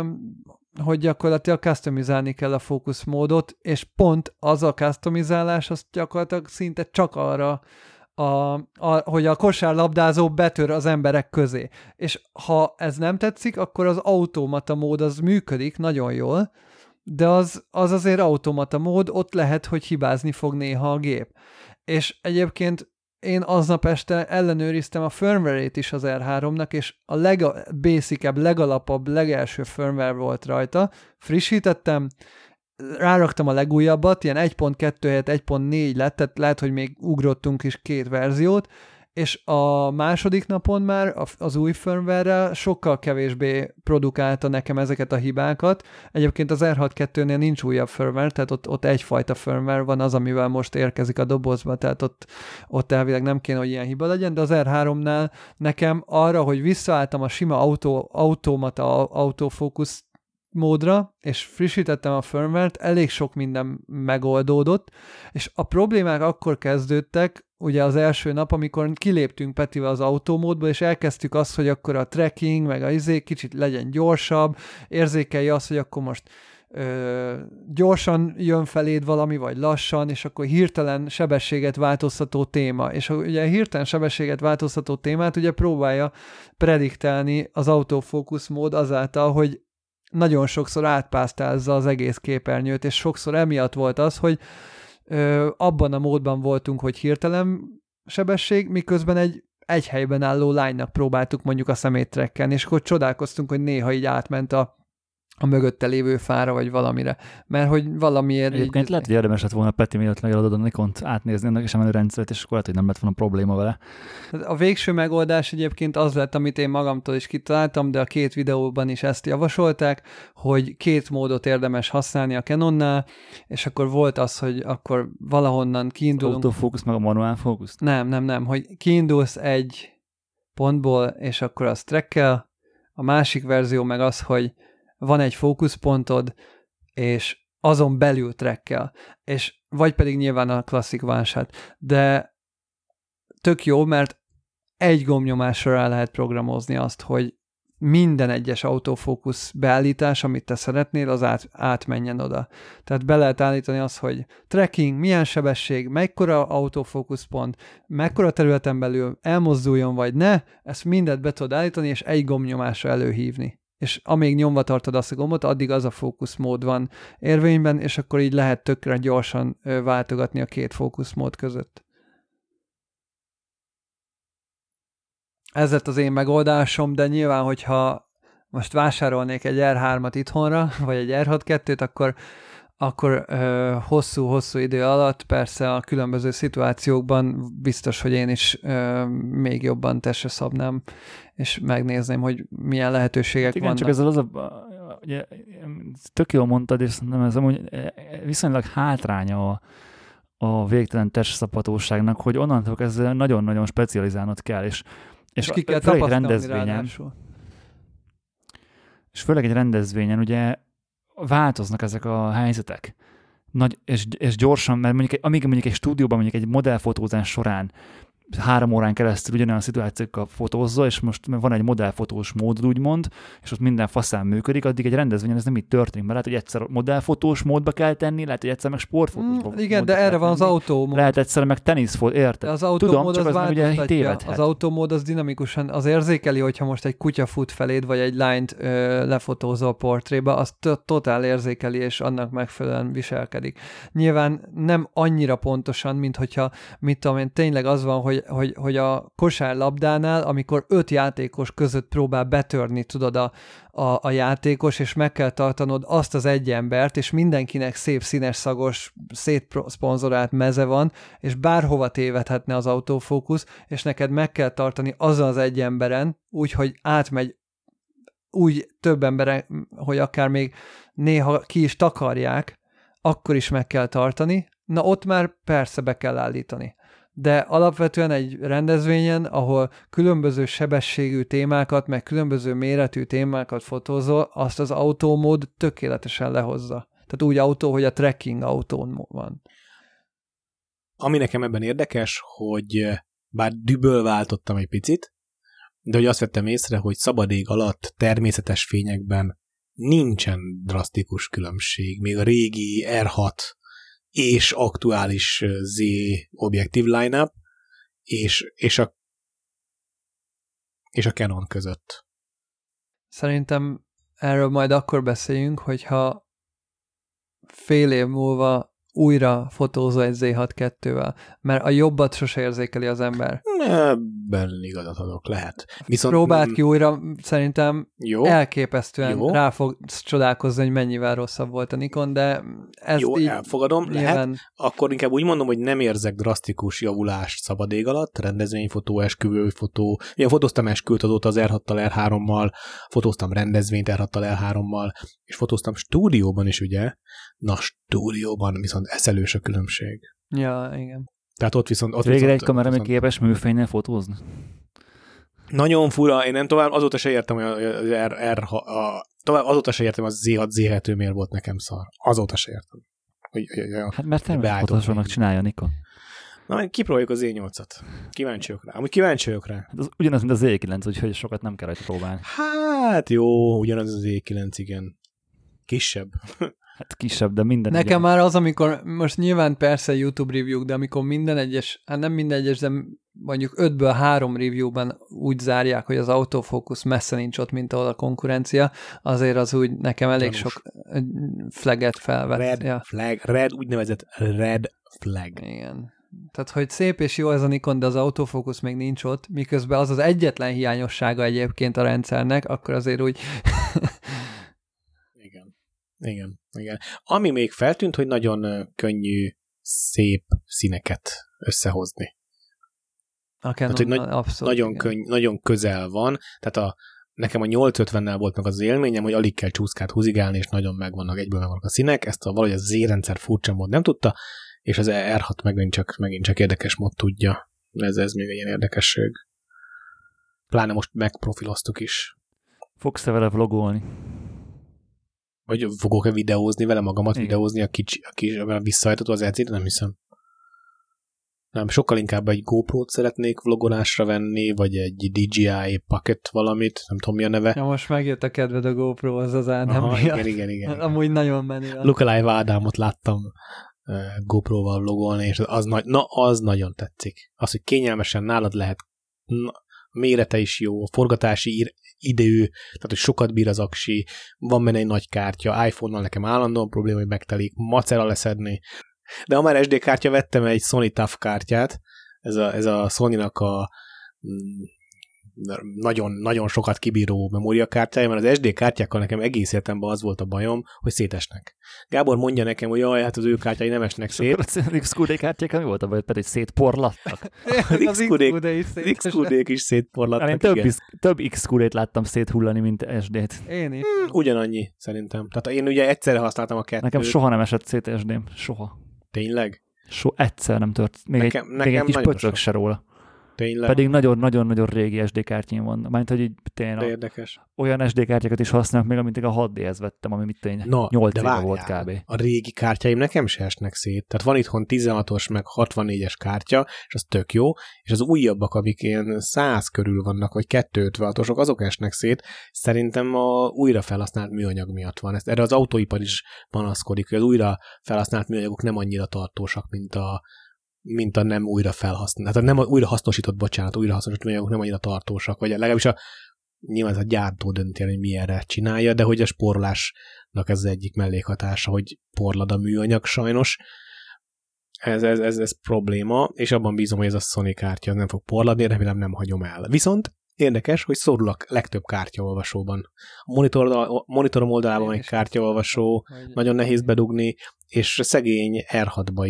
hogy gyakorlatilag customizálni kell a fókuszmódot, és pont az a customizálás, az gyakorlatilag szinte csak arra, a, a, hogy a kosárlabdázó betör az emberek közé. És ha ez nem tetszik, akkor az automata mód az működik nagyon jól, de az, az azért automata mód, ott lehet, hogy hibázni fog néha a gép. És egyébként én aznap este ellenőriztem a firmware-ét is az er háromnak, és a legbasicebb, legalapabb, legelső firmware volt rajta. Frissítettem, ráraktam a legújabbat, ilyen egy pont kettő helyett egy pont négy lett, tehát lehet, hogy még ugrottunk is két verziót, és a második napon már az új firmware-rel sokkal kevésbé produkálta nekem ezeket a hibákat. Egyébként az er hatvankettőnél nincs újabb firmware, tehát ott, ott egyfajta firmware van, az, amivel most érkezik a dobozba, tehát ott, ott elvileg nem kéne, hogy ilyen hiba legyen, de az er háromnál nekem arra, hogy visszaálltam a sima autó, automata autofókusz módra, és frissítettem a firmware-t, elég sok minden megoldódott, és a problémák akkor kezdődtek, ugye az első nap, amikor kiléptünk Petivel az autómódba, és elkezdtük azt, hogy akkor a tracking, meg a izé kicsit legyen gyorsabb, érzékelj azt, hogy akkor most ö, gyorsan jön feléd valami, vagy lassan, és akkor hirtelen sebességet változtató téma. És ugye a hirtelen sebességet változtató témát ugye próbálja prediktálni az autofókusz mód azáltal, hogy nagyon sokszor átpásztázza az egész képernyőt, és sokszor emiatt volt az, hogy ö, abban a módban voltunk, hogy hirtelen sebesség, miközben egy egy helyben álló lánynak próbáltuk mondjuk a szemét trekkelni, és akkor csodálkoztunk, hogy néha így átment a, a mögötte lévő fára, vagy valamire. Mert hogy valamiért... Egyébként így... lehet, hogy érdemes lett volna Peti miatt megeladod a Nikont átnézni ennek és emelő rendszert, és akkor lehet, hogy nem lett volna probléma vele. A végső megoldás egyébként az lett, amit én magamtól is kitaláltam, de a két videóban is ezt javasolták, hogy két módot érdemes használni a Canonnál, és akkor volt az, hogy akkor valahonnan kiindulunk... Az autofókusz meg a manuál fókusz? Nem, nem, nem, hogy kiindulsz egy pontból, és akkor azt trekkel. A másik verzió meg az, hogy van egy fókuszpontod, és azon belül trekkel, és vagy pedig nyilván a klasszik one-shot, de tök jó, mert egy gombnyomásra rá lehet programozni azt, hogy minden egyes autofókusz beállítás, amit te szeretnél, az át, átmenjen oda. Tehát be lehet állítani azt, hogy tracking, milyen sebesség, mekkora autofókuszpont, mekkora területen belül elmozduljon vagy ne, ezt mindet be tudod állítani, és egy gombnyomásra előhívni. És amíg nyomva tartod azt a gombot, addig az a fókuszmód van érvényben, és akkor így lehet tökre gyorsan váltogatni a két fókuszmód között. Ez lett az én megoldásom, de nyilván, hogyha most vásárolnék egy er hármat itthonra, vagy egy er hatvankettőt, akkor, akkor ö, hosszú-hosszú idő alatt persze a különböző szituációkban biztos, hogy én is ö, még jobban testre szabnám, és megnézném, hogy milyen lehetőségek igen, vannak. Csak ezzel az a, ugye, tök jól mondtad, és szerintem ez amúgy viszonylag hátránya a, a végtelen testszapatóságnak, hogy onnantól kezdve nagyon-nagyon specializálnod kell, és, és, és ki kell főleg egy tapasztalni rendezvényen, ráadásul. És főleg egy rendezvényen ugye változnak ezek a helyzetek. Nagy, és, és gyorsan, mert mondjuk, amíg mondjuk egy stúdióban, mondjuk egy modellfotózás során három órán keresztül ugyanolyan szituációkkal fotózza, és most van egy modellfotós módod, úgymond, és ott minden faszán működik, addig egy rendezvényen ez nem így történik, mert lehet, hogy egyszer modellfotós módba kell tenni, lehet, hogy egyszer meg sportfotós mm, igen, de erre van az autómód. Lehet egyszer meg teniszfot, érted? Az autómód Tudom, az, az ugye tévedhet. Az autómód az dinamikusan, az érzékeli, hogyha most egy kutya fut feléd, vagy egy lányt ö, lefotózol a portréba, az totál érzékeli, és annak megfelelően viselkedik. Nyilván nem annyira pontosan, mint hogyha, mit tudom én, tényleg az van, hogy Hogy, hogy a kosárlabdánál, amikor öt játékos között próbál betörni, tudod, a, a, a játékos, és meg kell tartanod azt az egy embert, és mindenkinek szép színes szagos, szétszponzorált meze van, és bárhova tévedhetne az autofókusz, és neked meg kell tartani azon az egy emberen, úgyhogy átmegy úgy több emberek, hogy akár még néha ki is takarják, akkor is meg kell tartani. Na ott már persze be kell állítani. De alapvetően egy rendezvényen, ahol különböző sebességű témákat, meg különböző méretű témákat fotózol, azt az autómód tökéletesen lehozza. Tehát úgy autó, hogy a trekking autón van. Ami nekem ebben érdekes, hogy bár düböl váltottam egy picit, de hogy azt vettem észre, hogy szabad ég alatt természetes fényekben nincsen drasztikus különbség. Még a régi er hat és aktuális Z objektív line-up és, és, a, és a Canon között. Szerintem erről majd akkor beszéljünk, hogyha fél év múlva újra fotózol egy zé hatvankettővel, mert a jobbat sose érzékeli az ember. Ebben igazat adok, lehet. Viszont próbáld ki újra, szerintem jó, elképesztően jó. rá fogsz csodálkozni, hogy mennyivel rosszabb volt a Nikon, de ez jó, így elfogadom, nyilván... lehet. Akkor inkább úgy mondom, hogy nem érzek drasztikus javulást szabad ég alatt, rendezvényfotó, esküvőfotó. Ugye fotóztam esküvőt azóta az er hattal, er hárommal, fotóztam rendezvényt er hattal, er hárommal, és fotóztam stúdióban is, ugye? Na, stúdióban viszont eszelős a különbség. Ja, igen. Tehát ott viszont... Ott Végre viszont, egy kamera viszont... még képes műfénynél fotózni? Nagyon fura, én nem tovább, azóta se értem, hogy az R, R, a, tovább, azóta se értem, az zé hat zé hető miért volt nekem szar. Azóta se értem. Hogy, hogy, hogy, hát mert természetfotósoknak csinálja Nikon. Na, majd kipróbáljuk az zé nyolcat. Kíváncsi vagyok rá. Amúgy kíváncsi vagyok rá. Hát az ugyanaz, mint a zé kilenc, úgyhogy sokat nem kell rajta próbálni. Hát jó, ugyanaz az zé kilenc, igen. Kisebb. Hát kisebb, de minden. Nekem ugyan. már az, amikor, most nyilván persze YouTube review, de amikor minden egyes, hát nem minden egyes, de mondjuk ötből három reviewban úgy zárják, hogy az autofókusz messze nincs ott, mint ahol a konkurencia, azért az úgy nekem elég Gyanús. Sok flaget felvett. Red ja. flag, red úgynevezett red flag. Igen. Tehát, hogy szép és jó ez a Nikon, de az autofókusz még nincs ott, miközben az az egyetlen hiányossága egyébként a rendszernek, akkor azért úgy... Igen. Igen, igen. Ami még feltűnt, hogy nagyon könnyű, szép színeket összehozni. A Canon, tehát, hogy abszolút, nagyon, könny, nagyon közel van, tehát a, nekem a nyolcszázötvennel volt meg az élményem, hogy alig kell csúszkát húzigálni, és nagyon megvannak, egyből megvannak a színek, ezt a valahogy a Z-rendszer furcsa mód nem tudta, és az er hat megint csak, megint csak érdekes mód tudja. Ez, ez még egy ilyen érdekesség. Pláne most megprofiloztuk is. Fogsz-e vele vlogolni? Vagy fogok-e videózni vele, magamat Igen. videózni a kicsi, a kicsi a visszahajtató az er-t, nem hiszem. Nem, sokkal inkább egy GoPro-t szeretnék vlogolásra venni, vagy egy dé jé i Pocket valamit, nem tudom mi a neve. Ja, most megjött a kedved a GoPro, az az ám. Aha, igen, igen, igen. Amúgy nagyon menő. Look Alive Ádámot láttam uh, GoPro-val vlogolni, és az, nagy, na, az nagyon tetszik. Az, hogy kényelmesen nálad lehet, na, mérete is jó, a forgatási ír, idő, tehát, hogy sokat bír az aksi, van benne egy nagy kártya, iPhone-nal nekem állandóan probléma, hogy megtelik, macera leszedni. De ha már es dé kártya, vettem egy Sony TAF kártyát, ez a, ez a Sony-nak a mm, nagyon, nagyon sokat kibíró memóriakártyája, mert az es dé kártyákkal nekem egész életemben az volt a bajom, hogy szétesnek. Gábor mondja nekem, hogy jaj, hát az ő kártyái nem esnek szét. Az iksz kú dé kártyákkal mi volt a baj, pedig szétporlattak? Az iksz kú dék is szétporlattak. Én több, több iksz kú dét láttam széthullani, mint es dét. Én is. Hmm, ugyanannyi, szerintem. Tehát én ugye egyszerre használtam a kettőt. Nekem soha nem esett szét es dém. Soha. Tényleg? So, egyszer nem tört. Még nekem, egy, nekem még egy kis pöcök sok. se róla. Tényleg? Pedig nagyon-nagyon-nagyon régi es dé kártyán van. Mármint, hogy így tényleg érdekes. Olyan es dé kártyákat is használnak még, amint a hat dé-hez vettem, ami mit tényleg no, nyolc éve volt kb. A régi kártyáim nekem se esnek szét. Tehát van itthon tizenhatos meg hatvannégyes kártya, és az tök jó, és az újabbak, amik ilyen száz körül vannak, vagy kétszázötvenhatosok, azok esnek szét. Szerintem a újra felhasznált műanyag miatt van. Ezt, erre az autóipar is panaszkodik, hogy az újra felhasznált műanyagok nem annyira tartósak, mint a mint a nem újra felhasznált, tehát nem újra hasznosított, bocsánat, újra hasznosított műanyagok nem annyira tartósak, vagy legalábbis a, nyilván ez a gyártó dönti el, hogy milyenre csinálja, de hogy a spórolásnak ez az egyik mellékhatása, hogy porlad a műanyag sajnos. Ez, ez, ez, ez probléma, és abban bízom, hogy ez a Sony kártya nem fog porladni, remélem nem hagyom el. Viszont érdekes, hogy szorul a legtöbb kártyaolvasóban. A monitor, a monitorom oldalában egy kártyaolvasó, nagyon nehéz bedugni, és szegény er hatba is egy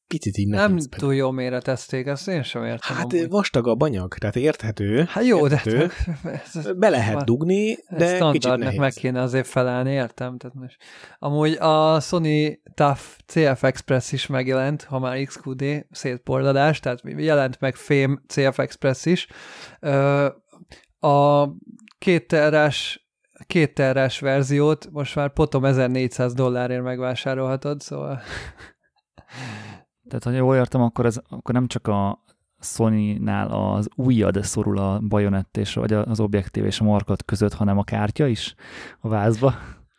picit így nem nehéz. túl jó méretezték, ezt én sem értem. Hát amúgy. vastagabb anyag, tehát érthető. Hát jó, érthető, de... Ez, be lehet dugni, de kicsit standardnak nehéz. meg kéne azért felállni, értem? Tehát most. Amúgy a Sony té á ef cé ef Express is megjelent, ha már iksz kú dé szétporladás, tehát jelent meg Fame cé ef Express is. A két terás két terás verziót most már potom ezernégyszáz dollárért megvásárolhatod, szóval... Tehát, ha jól értem, akkor, ez, akkor nem csak a Sony-nál az ujjad szorul a bajonett és vagy az objektív és a markat között, hanem a kártya is a vázba.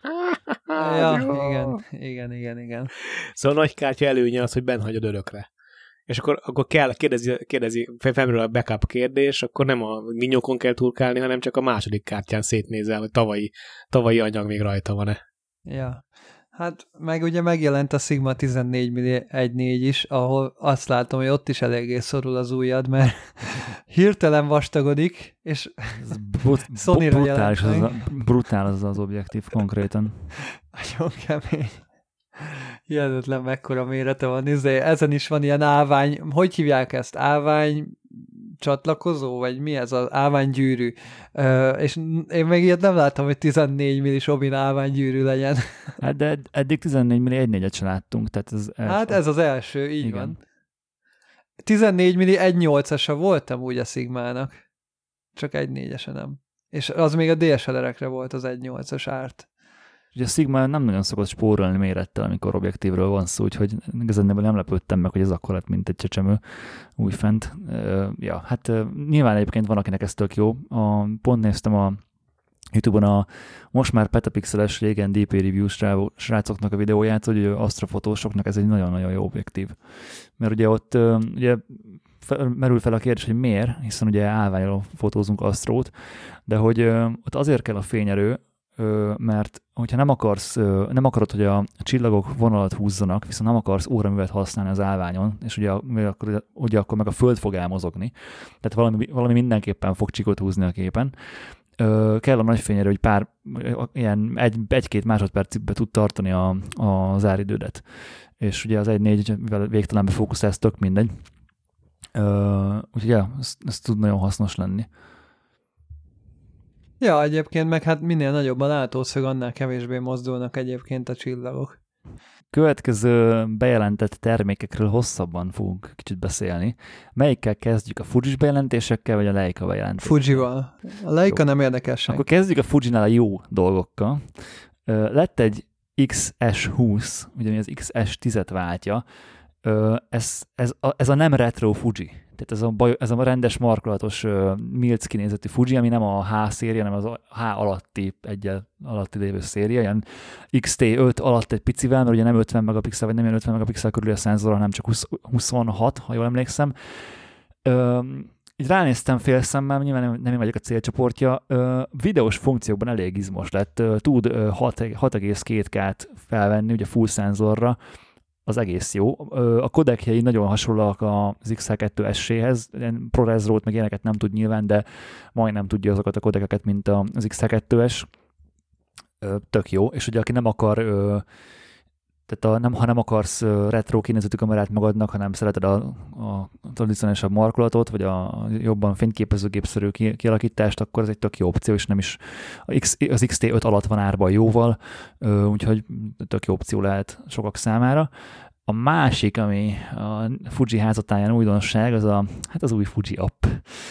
Ja, igen, igen, igen, igen. Szóval a nagy kártya előnye az, hogy benn hagyod örökre. És akkor, akkor kell, kérdezi, kérdezi felmerül a backup kérdés, akkor nem a vinyókon kell turkálni, hanem csak a második kártyán szétnézel, hogy tavalyi, tavalyi anyag még rajta van-e. Ja. Hát meg ugye megjelent a Sigma tizennégy milli egy pont négy is, ahol azt látom, hogy ott is eléggé szorul az ujjad, mert hirtelen vastagodik, és Brut, Sony-ra brutális jelent az, a, brutál az az objektív konkrétan. Nagyon kemény. Hihetetlen mekkora mérete van. Ezen is van ilyen állvány, hogy hívják ezt? Állvány csatlakozó, vagy mi ez az állványgyűrű? Uh, és én meg ilyet nem láttam, hogy tizennégy millis obin állványgyűrű legyen. Hát de eddig tizennégy milli egy pont négyet sem láttunk, tehát ez első. Hát ez az első, így igen. van. tizennégy milli egy pont nyolcasa voltam úgy a Sigmának. Csak egy pont négyese nem. És az még a dé es el er-ekre volt az egy pont nyolcas árt. Ugye a Sigma nem nagyon szokott spórolni mérettel, amikor objektívről van szó, úgyhogy igazán nem lepődtem meg, hogy ez akkor lett, mint egy csecsemő újfent. Uh, ja, hát uh, nyilván egyébként van, akinek ez tök jó. A, pont néztem a YouTube-on a most már petapixeles, régen dé pé review srácoknak a videóját, hogy asztrofotósoknak ez egy nagyon-nagyon jó objektív. Mert ugye ott uh, ugye merül fel a kérdés, hogy miért, hiszen ugye állványról fotózunk asztrót, de hogy uh, ott azért kell a fényerő, mert hogyha nem akarsz, nem akarod, hogy a csillagok vonalat húzzanak, viszont nem akarsz óraművet használni az állványon, és ugye, akkor, ugye akkor meg a föld fog elmozogni, tehát valami, valami mindenképpen fog csikot húzni a képen. Kell a nagy fényerő, hogy pár, ilyen egy, egy-két másodpercbe tud tartani a, a záridődet. És ugye az egy négy végtelenbe fókuszál, ez tök mindegy. Úgyhogy ja, ez, ez tud nagyon hasznos lenni. Ja, egyébként meg hát minél nagyobb a látószög, annál kevésbé mozdulnak egyébként a csillagok. Következő bejelentett termékekről hosszabban fogunk kicsit beszélni. Melyikkel kezdjük? A Fuji bejelentésekkel, vagy a Leica bejelentésekkel? Fujival. A Leica jó. Nem érdekes senki. Akkor kezdjük a Fujinál a jó dolgokkal. Lett egy iksz es húsz, ugye az iksz es tízet váltja. Ez, ez, a, ez a nem retro Fuji. Tehát ez a, baj, ez a rendes markolatos uh, milc kinézetű Fuji, ami nem a H széria, hanem az a H alatti, egyel alatti lévő széria, ilyen iksz té öt alatt egy picivel, mert ugye nem ötven megapixel, vagy nem ilyen ötven megapixel körül a szenzor, hanem csak húsz, huszonhat, ha jól emlékszem. Uh, így ránéztem fél szemmel, nyilván nem, nem én vagyok a célcsoportja. Uh, videós funkciókban elég izmos lett. Uh, tud uh, hat egész két ká-t felvenni, ugye full szenzorra, az egész jó. A kodekjei nagyon hasonlóak az iksz há kettő es-hez, ProRes RAW-t meg ilyeneket nem tud nyilván, de majdnem tudja azokat a kodekeket, mint az iksz há kettő es. Tök jó, és ugye aki nem akar, tehát a, nem, ha nem akarsz retro kinézetű kamerát magadnak, hanem szereted a, a tradicionálisabb markolatot, vagy a jobban fényképezőgépszerű kialakítást, akkor ez egy tök jó opció, és nem is az iksz té öt alatt van árban jóval, úgyhogy tök jó opció lehet sokak számára. A másik, ami a Fuji házatáján újdonság, az a, hát az új Fuji app.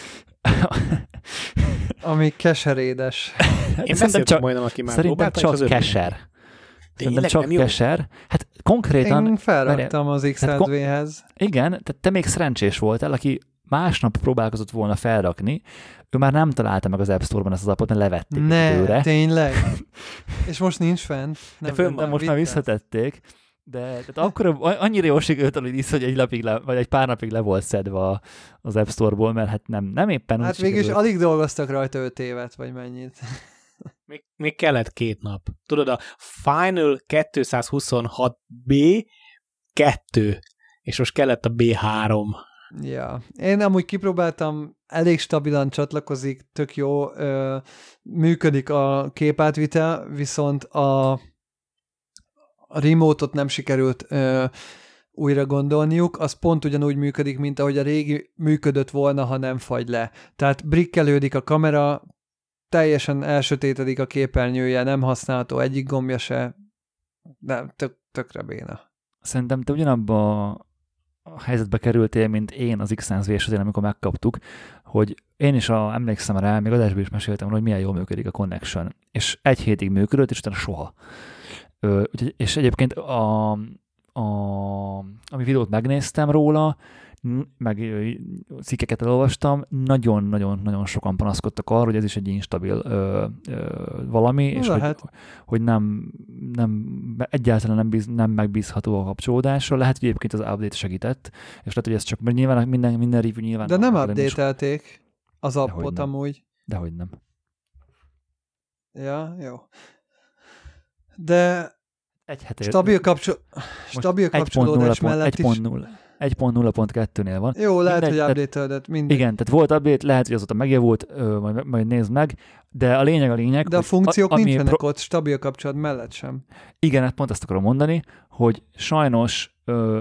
Ami keserédes. Én beszéltem majdnem, aki már szerintem csak keser. Szerintem csak keser. Hát konkrétan... Én felraktam az iksz há dé-hez. Kon- igen, tehát te még szerencsés voltál, aki másnap próbálkozott volna felrakni, ő már nem találta meg az App Store-ban ezt az appot, mert levették ne, tőle. Tényleg? És most nincs fenn? Nem, de, de most már visszatették. De tehát akkor annyira jól sikerült a Lidis, hogy egy napig le, vagy egy pár napig le volt szedve az App Store-ból, mert hát nem, nem éppen hát végülis sikerült. Alig dolgoztak rajta öt évet, vagy mennyit. Még, még kellett két nap. Tudod, a Final kétszázhuszonhat bé kettő, és most kellett a bé három. Ja. Én amúgy kipróbáltam, elég stabilan csatlakozik, tök jó, ö, működik a képátvitel, viszont a, a remote-ot nem sikerült ö, újra gondolniuk, az pont ugyanúgy működik, mint ahogy a régi működött volna, ha nem fagy le. Tehát brikkelődik a kamera, teljesen elsötétedik a képernyője, nem használható egyik gombja se, nem, tök, tökre béna. Szerintem te ugyanabba a helyzetbe kerültél, mint én az X száz vé esetén, amikor megkaptuk, hogy én is a, emlékszem rá, még adásban is meséltem, hogy milyen jól működik a Connection. És egy hétig működött, és utána soha. Ö, és egyébként a, a, ami videót megnéztem róla, meg cikkeket elolvastam, nagyon-nagyon-nagyon sokan panaszkodtak arra, hogy ez is egy instabil ö, ö, valami, és hogy, hogy nem, nem, egyáltalán nem, bíz, nem megbízható a kapcsolódásra. Lehet, hogy egyébként az update segített, és lehet, hogy ez csak, mert nyilván minden, minden review nyilván... De nem update-elték az appot amúgy. Dehogy nem. Ja, jó. De egy hete, stabil, kapcsol... stabil kapcsolódás mellett is... egy pont nulla pont kettőnél van. Jó, lehet, mindegy, hogy update-öldött, mindegy. Igen, tehát volt update, lehet, hogy azóta megjavult, ö, majd, majd nézd meg, de a lényeg a lényeg... De a funkciók a, nincsenek pro... ott stabil kapcsolat mellett sem. Igen, hát pont azt akarom mondani, hogy sajnos ö,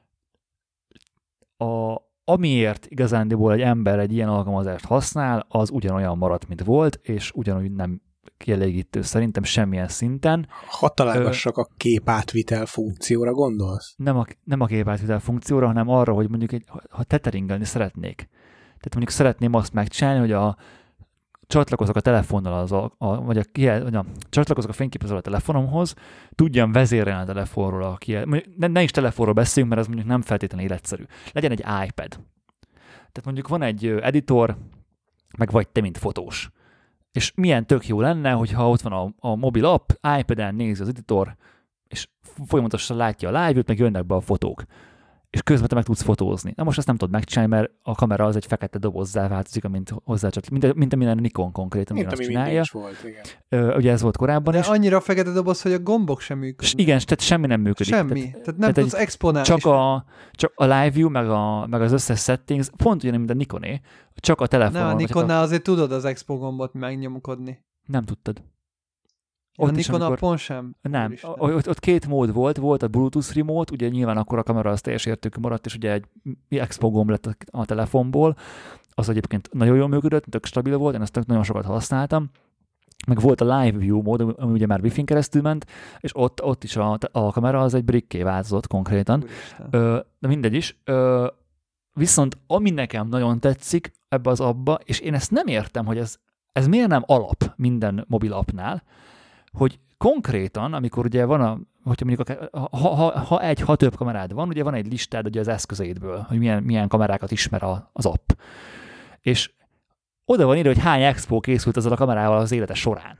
a, amiért igazándiból egy ember egy ilyen alkalmazást használ, az ugyanolyan maradt, mint volt, és ugyanúgy nem kielégítő szerintem semmilyen szinten. Ha találgassak a képátvitel funkcióra gondolsz? Nem a, nem a képátvitel funkcióra, hanem arra, hogy mondjuk egy, ha tetheringelni szeretnék. Tehát mondjuk szeretném azt megcsinálni, hogy a csatlakozok a telefonnal, az a, a, vagy, a, vagy a csatlakozok a fényképezővel a telefonomhoz, tudjam vezérelni a telefonról a kiel... Ne, ne is telefonról beszéljünk, mert ez mondjuk nem feltétlenül életszerű. Legyen egy iPad. Tehát mondjuk van egy editor, meg vagy te, mint fotós. És milyen tök jó lenne, hogyha ott van a, a mobil app, iPad-en nézi az editor, és folyamatosan látja a live-ot, meg jönnek be a fotók. És közben te meg tudsz fotózni. Na most ezt nem tudod megcsinálni, mert a kamera az egy fekete dobozzá változik, amint hozzá csak, mint, mint amilyen Nikon konkrétan, mint ami mindig is volt, igen. Ö, ugye ez volt korábban de is. De annyira fekete doboz, hogy a gombok sem működnek. S igen, tehát semmi nem működik. Semmi. Tehát, tehát nem tehát tudsz exponálni. Csak a, csak a live view, meg, a, meg az összes settings, pont ugyanúgy, mint a Nikoné, csak a telefonon. Nem, a Nikonnál a... azért tudod az expo gombot megnyomkodni. Nem tudtad. Ott a Nikon amikor... appon sem? Nem, ott, ott két mód volt, volt a Bluetooth remote, ugye nyilván akkor a kamera az teljes értékű maradt, és ugye egy expo gomb lett a, a telefonból, az egyébként nagyon jól működött, tök stabil volt, én ezt nagyon sokat használtam, meg volt a live view mód, ami ugye már Wi-Fi-n keresztül ment, és ott, ott is a, a kamera az egy brikké változott konkrétan, ö, de mindegy is. Ö, viszont ami nekem nagyon tetszik ebbe az appba, és én ezt nem értem, hogy ez, ez miért nem alap minden mobil appnál, hogy konkrétan, amikor ugye van a, hogyha mondjuk a, ha, ha, ha egy, ha több kamerád van, ugye van egy listád ugye az eszközeidből, hogy milyen, milyen kamerákat ismer a, az app. És oda van írva, hogy hány expo készült ezzel a kamerával az élete során.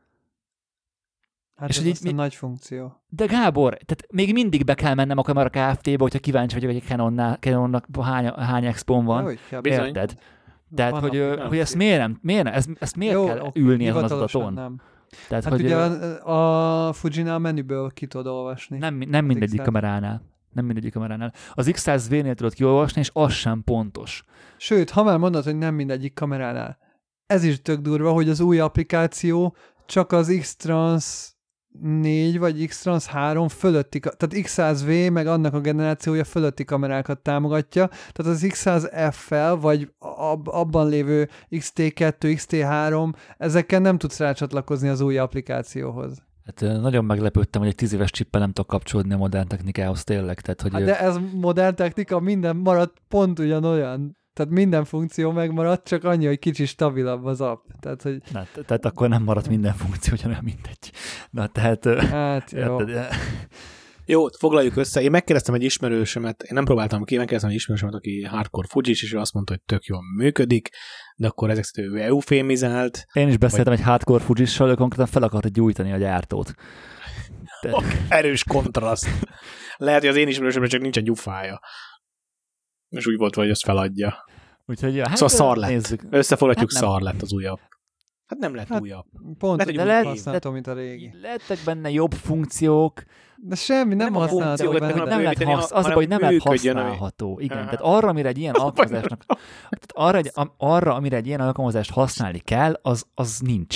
Hát és ez így, mi... nagy funkció. De Gábor, tehát még mindig be kell mennem a Kamera Kft-be, hogyha kíváncsi vagyok, hogy egy Canonnál, Canonnak hány, hány expón van. Ja, érted? Tehát, van, hogy, nem, hogy ezt miért nem, miért nem, ezt, ezt miért jó, kell ülni ezen az adaton? Nem. Tehát, hát hogy ugye a, a Fujinál menüből ki tudod olvasni. Nem, nem mindegyik kameránál. Nem mindegyik kameránál. Az X száz vé-nél tudod kiolvasni, és az sem pontos. Sőt, ha már mondod, hogy nem mindegyik kameránál. Ez is tök durva, hogy az új applikáció csak az X-Trans négy vagy X-Trans három fölötti, tehát X száz vé meg annak a generációja fölötti kamerákat támogatja, tehát az X száz F-fel, vagy ab, abban lévő X T kettő, X T három, ezekkel nem tudsz rácsatlakozni az új applikációhoz. Hát nagyon meglepődtem, hogy egy tíz éves csippel nem tudok kapcsolódni a modern technikához tényleg. Tehát, hogy hát de ez modern technika, minden maradt pont ugyanolyan. Tehát minden funkció megmaradt, csak annyi, hogy kicsi stabilabb az app. Tehát, hogy... Na, tehát akkor nem maradt minden funkció, ugyanolyan mindegy. Na, tehát... Hát jó. Jó, foglaljuk össze. Én megkérdeztem egy ismerősömet, én nem próbáltam ki, megkérdeztem egy ismerősömet, aki hardcore Fujis, és ő azt mondta, hogy tök jól működik, de akkor ezek szerint ő eufémizált. Én is beszéltem vagy... egy hardcore Fujissal, ő konkrétan fel akarta gyújtani a gyártót. De... Erős kontraszt. Lehet, hogy az én ismerősömben csak nincs egy gyufája. És úgy volt, hogy azt feladja. Úgyhogy, ja, hát szóval szar lett. Nézzük. Összefoglaljuk, hát szar lett az újabb. Hát nem lett hát újabb. Pont, lehet, de lehet, használtam, mint a régi. Lehettek benne jobb funkciók. De semmi, nem, nem használható benne. Nem, nem lehet hasz, az a baj, nem lehet használható. Igen, tehát arra, amire egy ilyen alkalmazásnak, arra, egy, arra, amire egy ilyen alkalmazást használni kell, az, az nincs.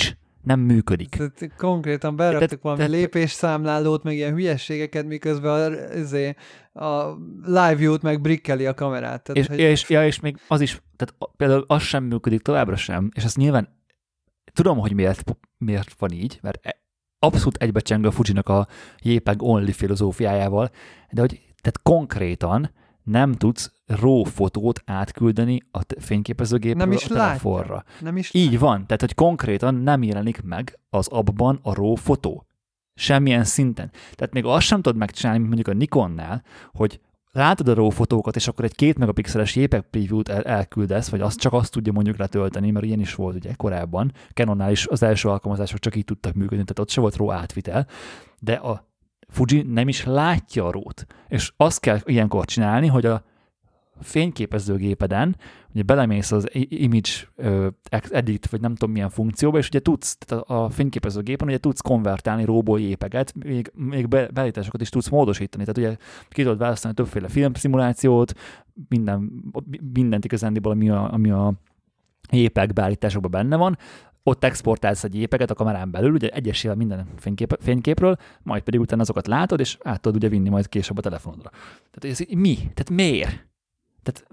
Nem működik. Tehát konkrétan beraktak tehát, valami tehát, lépésszámlálót, meg ilyen hülyességeket, miközben a, azért, a live view-t meg brikkeli a kamerát. Tehát, és, hogy... és, ja, és még az is, tehát például az sem működik továbbra sem, és ezt nyilván tudom, hogy miért, miért van így, mert abszolút egybecseng a Fujinak a JPEG only filozófiájával, de hogy tehát konkrétan nem tudsz RAW fotót átküldeni a fényképezőgépről a telefonra. Nem is Így van, tehát hogy konkrétan nem jelenik meg az appban a RAW fotó. Semmilyen szinten. Tehát még azt sem tudod megcsinálni, mint mondjuk a Nikonnál, hogy látod a RAW fotókat, és akkor egy két megapixeles JPEG preview-t el- elküldesz, vagy azt csak azt tudja mondjuk letölteni, mert ilyen is volt ugye korábban. Canonnál is az első alkalmazások csak így tudtak működni, tehát ott se volt RAW átvitel, de a Fuji nem is látja a RAW-t. És azt kell ilyenkor csinálni, hogy a fényképezőgépeden ugye belemész az image uh, edit, vagy nem tudom milyen funkcióba, és ugye tudsz, tehát a fényképezőgépen ugye tudsz konvertálni RAW-ból jépeget, még, még be, beállításokat is tudsz módosítani. Tehát ugye ki tudod választani többféle filmszimulációt, minden, mindent igazándiból, ami a, ami a jépeg beállításokban benne van, ott exportálsz egy jépeget a kamerán belül, ugye egyesével minden fénykép, fényképről, majd pedig utána azokat látod, és át tudod ugye vinni majd később a telefonodra. Tehát ez mi? Tehát miért? Tehát...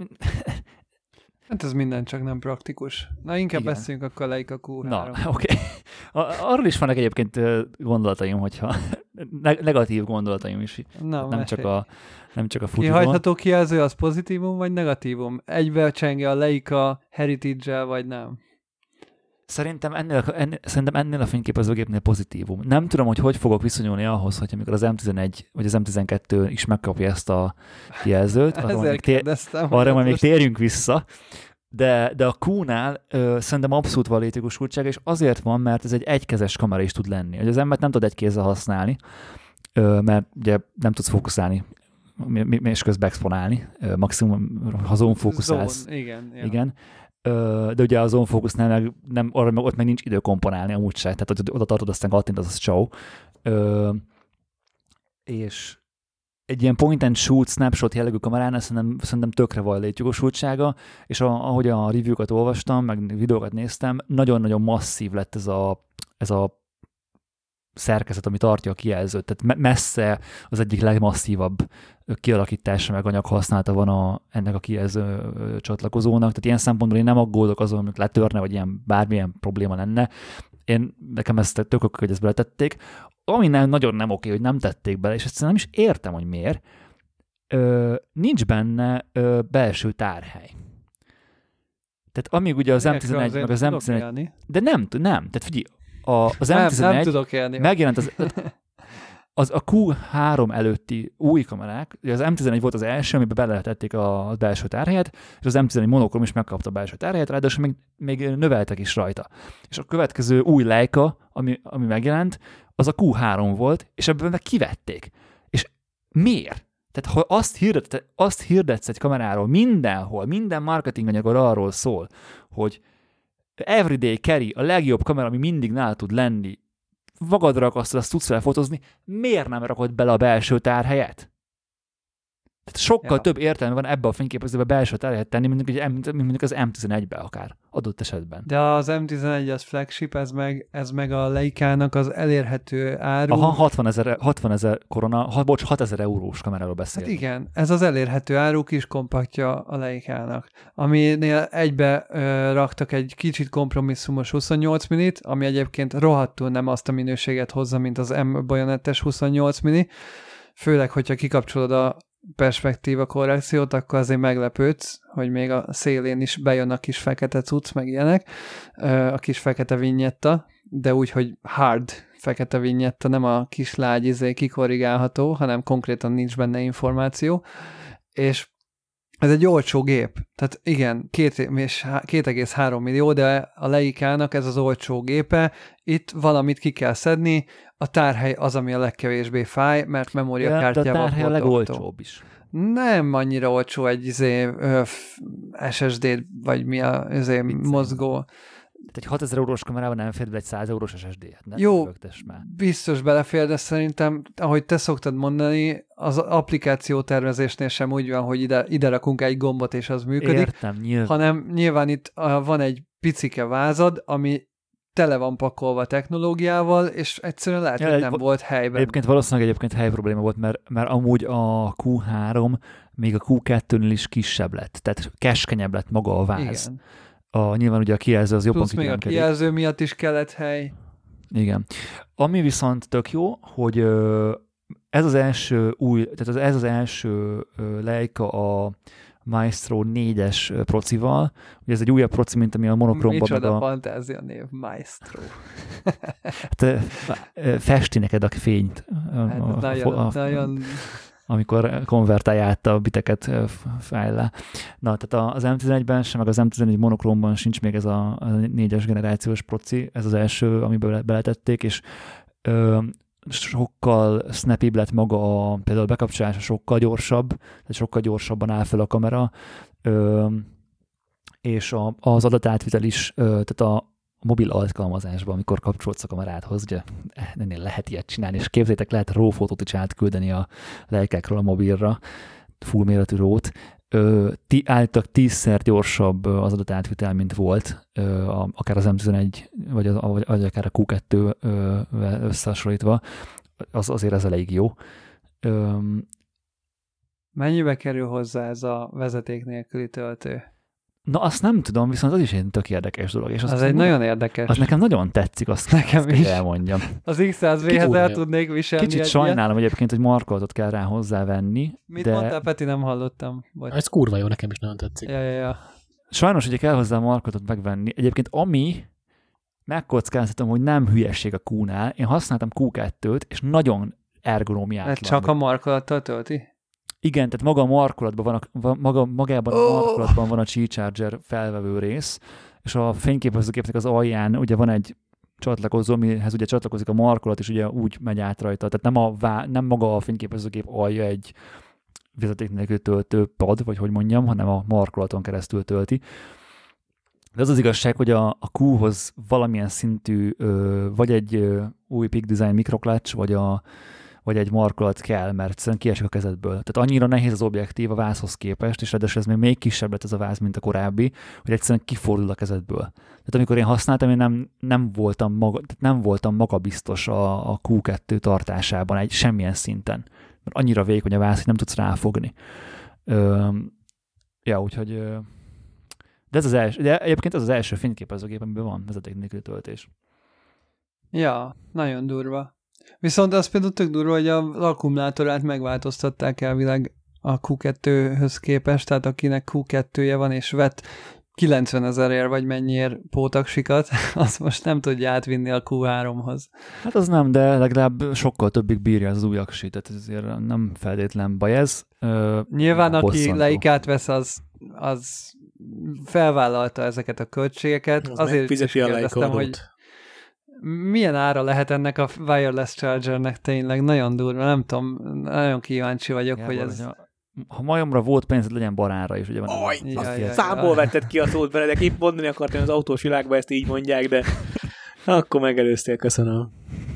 Hát ez minden csak nem praktikus. Na inkább Igen. beszéljünk akkor a Leica Q három. Na, oké. Okay. Arról is vannak egyébként gondolataim, hogyha negatív gondolataim is. Na, nem, csak a, nem csak a Fuji-ból. Kihajtható kijelző az pozitívum vagy negatívum? Egybe csenge a Leica Heritage-el vagy nem? Szerintem ennél, ennél, szerintem ennél a fényképezőgépnél pozitívum. Nem tudom, hogy hogy fogok viszonyulni ahhoz, hogy amikor az em tizenegy vagy az em tizenkettő is megkapja ezt a jelzőt, arra majd még, tér, arra majd még térjünk vissza, de, de a Q-nál ö, szerintem abszolút van létjogosultsága, és azért van, mert ez egy egykezes kamera is tud lenni. Hogy az embert nem tud egy kézzel használni, ö, mert ugye nem tudsz fókuszálni, és közben exponálni, ö, maximum ha zone fókuszálsz. Zone, igen. Ja. Igen. De ugye a Zone Focusnál meg nem, arra meg ott meg nincs idő komponálni amúgy se, tehát hogy oda tartod, aztán kattintasz, az ciao. És egy ilyen point and shoot, snapshot jellegű kameránál szerintem, szerintem tökre van létjogosultsága, és a, ahogy a review-kat olvastam, meg videókat néztem, nagyon-nagyon masszív lett ez a, ez a szerkezet, ami tartja a kijelzőt, tehát messze az egyik legmasszívabb kialakítása meg anyag használata van a, ennek a kijelző csatlakozónak, tehát ilyen szempontból én nem aggódok azon, hogy letörne, vagy ilyen bármilyen probléma lenne. Én, nekem ezt tök oké, hogy ezt beletették. Ami nem, nagyon nem oké, hogy nem tették bele, és ezt nem is értem, hogy miért. Ö, nincs benne ö, belső tárhely. Tehát amíg ugye az em tizenegy, meg az em tizenegy... De nem, nem, tehát figyelj, A, az em tizenegy nem, nem tudok élni. Megjelent az, az a Q három előtti új kamerák, az em tizenegy volt az első, amiben beletették a belső tárhelyet, és az em tizenegy monokrom is megkapta a belső tárhelyet, ráadásul még, még növeltek is rajta. És a következő új Leica, ami, ami megjelent, az a Q három volt, és ebből meg kivették. És miért? Tehát ha azt, hirdet, azt hirdetsz egy kameráról mindenhol, minden marketinganyagod arról szól, hogy everyday carry, a legjobb kamera, ami mindig nálad tud lenni, magadra akasztod, azt tudsz felfotózni, miért nem rakod bele a belső tárhelyet? Tehát sokkal ja. több értelme van ebbe a fényképezőbe belső tárhelyet tenni, mint, mint mondjuk az em tizenegybe akár, adott esetben. De az em tizenegy az flagship, ez meg, ez meg a Leica-nak az elérhető áru. Aha, hatvan ezer korona, ha, bocs, hatezer eurós kameráról beszélünk. Hát igen, ez az elérhető áru kis kompaktja a Leica-nak, aminél egybe ö, raktak egy kicsit kompromisszumos huszonnyolc millit, ami egyébként rohadtul nem azt a minőséget hozza, mint az M bajonettes huszonnyolc milli, főleg, hogyha kikapcsolod a perspektíva korrekciót, akkor azért meglepődsz, hogy még a szélén is bejön a kis fekete cucc, meg ilyenek, a kis fekete vignetta, de úgy, hogy hard fekete vignetta, nem a kis lágy izé kikorrigálható, hanem konkrétan nincs benne információ, és ez egy olcsó gép. Tehát igen, két egész három millió, de a Leica-nak ez az olcsó gépe, itt valamit ki kell szedni, a tárhely az, ami a legkevésbé fáj, mert memóriakártyával ja, de a tárhely a legolcsóbb is. Nem annyira olcsó egy izé, es es dé-t, vagy mi a izé, mozgó. Tehát egy hatezer eurós kamerában nem fér be egy száz eurós es es dé. Hát jó, biztos belefér, de szerintem, ahogy te szoktad mondani, az applikációtervezésnél sem úgy van, hogy ide, ide rakunk egy gombot, és az működik. Értem, nyilván. Hanem nyilván itt van egy picike vázad, ami tele van pakolva technológiával, és egyszerűen lehet, Ja, hogy nem val- volt helyben. Egyébként valószínűleg egyébként hely probléma volt, mert, mert amúgy a kú három még a kú kettőnél is kisebb lett, tehát keskenyebb lett maga a váz. Igen. A, nyilván ugye a kijelző az jobban Plusz még a kikülemkedik. kijelző miatt is kellett hely. Igen. Ami viszont tök jó, hogy ö, ez az első új, tehát az, ez az első ö, Leica a Maestro négyes procival. Ugye ez egy újabb proci, mint ami a monokromban. Micsoda a... fantázia név, Maestro. Hát, ö, ö, festi neked a fényt. Hát, a, nagyon, a, a, nagyon... amikor konvertálja át a biteket fájlá. Na, tehát az em tizenegyben sem, meg az em tizenegy monokromban sincs még ez a, a négyes generációs proci, ez az első, amiben beletették, és ö, sokkal snappibb lett maga a, például a bekapcsolása sokkal gyorsabb, tehát sokkal gyorsabban áll fel a kamera, ö, és a, az adatátvitel is, ö, tehát a mobil alkalmazásban, amikor kapcsolódsz a kamerádhoz, ugye ennél lehet ilyet csinálni, és képzeljétek, lehet RAW fotót is átküldeni a Leikákról a mobilra, full méretű RAW-t, ti, állítólag tízszer gyorsabb az adatátvitel, mint volt, ö, a, akár az em tizenegy, vagy, az, vagy, vagy akár a kú kettő ö, összehasonlítva, az, azért ez elég jó. Ö, Mennyibe kerül hozzá ez a vezeték nélküli töltő? Na, azt nem tudom, viszont az is egy tök érdekes dolog. És Az azt egy nagyon, nagyon érdekes. Az nekem nagyon tetszik, azt, Nekem azt is. elmondjam. Az iksz száz vé-hez el Kicsit- tudnék viselni. Kicsit egy sajnálom egyébként, hogy markolatot kell rá hozzávenni, Mit de mondtál, Peti? Nem hallottam. Bocs. Ez kurva jó, nekem is nagyon tetszik. Ja, ja, ja. sajnos ugye kell hozzá markolatot megvenni. Egyébként ami megkockáztatom, hogy nem hülyesség a Q-nál, én használtam kú kettőt, és nagyon ergonómiátlan. Mert csak a markolattal tölti? Igen, tehát maga a markolatban van, a, van maga, magában a Oh! markolatban van a Qi Charger felvevő rész, és a fényképezőgépnek az alján ugye van egy csatlakozó, amihez ugye csatlakozik a markolat, és ugye úgy megy át rajta. Tehát nem, a vá, nem maga a fényképezőgép alja egy vezeték nélkül töltő pad, vagy hogy mondjam, hanem a markolaton keresztül tölti. De az az igazság, hogy a, a Q-hoz valamilyen szintű, ö, vagy egy ö, új Peak Design mikroklács, vagy a vagy egy markolat kell, mert egyszerűen kiesik a kezedből. Tehát annyira nehéz az objektív a vázhoz képest, és ráadásul ez még, még kisebb lett ez a váz, mint a korábbi, hogy egyszerűen kifordul a kezedből. Tehát amikor én használtam, én nem, nem, voltam, maga, nem voltam magabiztos a, a kú kettő tartásában egy semmilyen szinten. Mert annyira vékony a váz, hogy nem tudsz ráfogni. Ö, ja, úgyhogy... Ö, de ez az első, de egyébként ez az első fényképezőgép, amiben van vezeték nélküli töltés. Ja, nagyon durva. Viszont az például tök durva, hogy az akkumulátorát megváltoztatták elvileg a kú kettőhöz képest, tehát akinek kú kettője van és vett kilencvenezerért vagy mennyiért pótaksikat, az most nem tudja átvinni a kú háromhoz. Hát az nem, de legalább sokkal többig bírja az új aksi, tehát ezért nem feltétlen baj ez. Ö, Nyilván aki bosszantó. Leicát vesz, az, az felvállalta ezeket a költségeket. Az Azért is megfizeti a Leica kérdeztem, adót. hogy milyen ára lehet ennek a wireless chargernek tényleg? Nagyon durva, nem tudom, nagyon kíváncsi vagyok, Gábor, hogy ez... hogyha- Ha majomra volt pénzed, legyen barára is, ugye van. Aj, az- jaj, azt jaj. Számból vetted ki a szót Benedek, épp mondani akartam, hogy az autós világban ezt így mondják, de akkor megelőztél, köszönöm.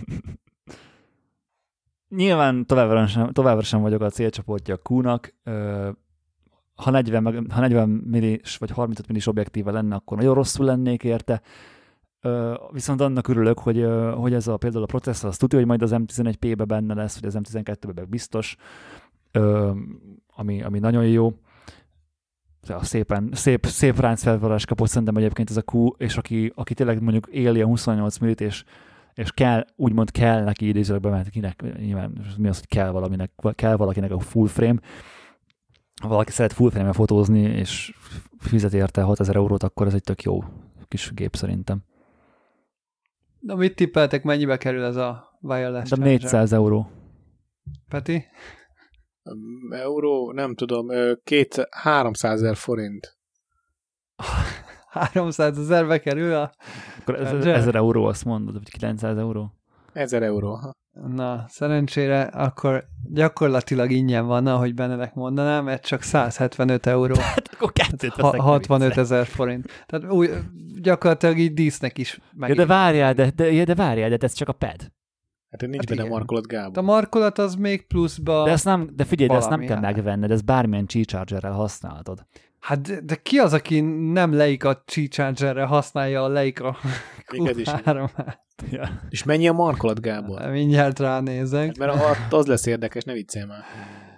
Nyilván továbbra sem, továbbra sem vagyok a célcsoportja a Q-nak. Ö, Ha negyven, meg- ha negyven millis vagy harmincöt millis objektíve lenne, akkor nagyon rosszul lennék érte. Ö, Viszont annak örülök, hogy, ö, hogy ez a, például a processzor, azt tudja, hogy majd az em tizenegy P-be benne lesz, vagy az em tizenkettőbe meg biztos, Ö, ami, ami nagyon jó. Ja, szépen, szép, szép ráncfelvarás kapott szerintem egyébként ez a Q, és aki, aki tényleg mondjuk éli a huszonnyolc millit, és, és kell, úgymond kell neki idézőlegben, mert kinek, nyilván mi az, hogy kell valaminek, kell valakinek a full frame. Ha valaki szeret full frame-el fotózni, és fizet érte hatezer eurót, akkor ez egy tök jó kis gép szerintem. Na, mit tippeltek, mennyibe kerül ez a wireless De charger? négyszáz euró. Peti? Euró, nem tudom, két, háromszázezer forint. háromszázezerbe kerül a... Akkor ez, Charger? ezer euró, azt mondod, vagy kilencszáz euró? Ezer euró. Na, szerencsére akkor gyakorlatilag ingyen van, ahogy Benedek mondaná, mert csak száz hetvenöt euró. Hát akkor kettőt Ha, veszek. hatvanöt ezer forint. Tehát úgy, gyakorlatilag így dísznek is meg. Ja, de várjál, de, de, de várjál, de ez csak a pad. Hát nincs Hát benne igen. markolat, A Gábor. markolat az még pluszba... De ezt nem, de figyelj, de ezt nem valami, kell hát. megvenni, de ezt bármilyen Qi Chargerrel használhatod. Hát de, de ki az, aki nem Leica G-Chargerre használja a Leica Q három? Ja. És mennyi a markolat, Gábor? Mindjárt ránézek. Hát, mert az lesz érdekes, ne viccelj már.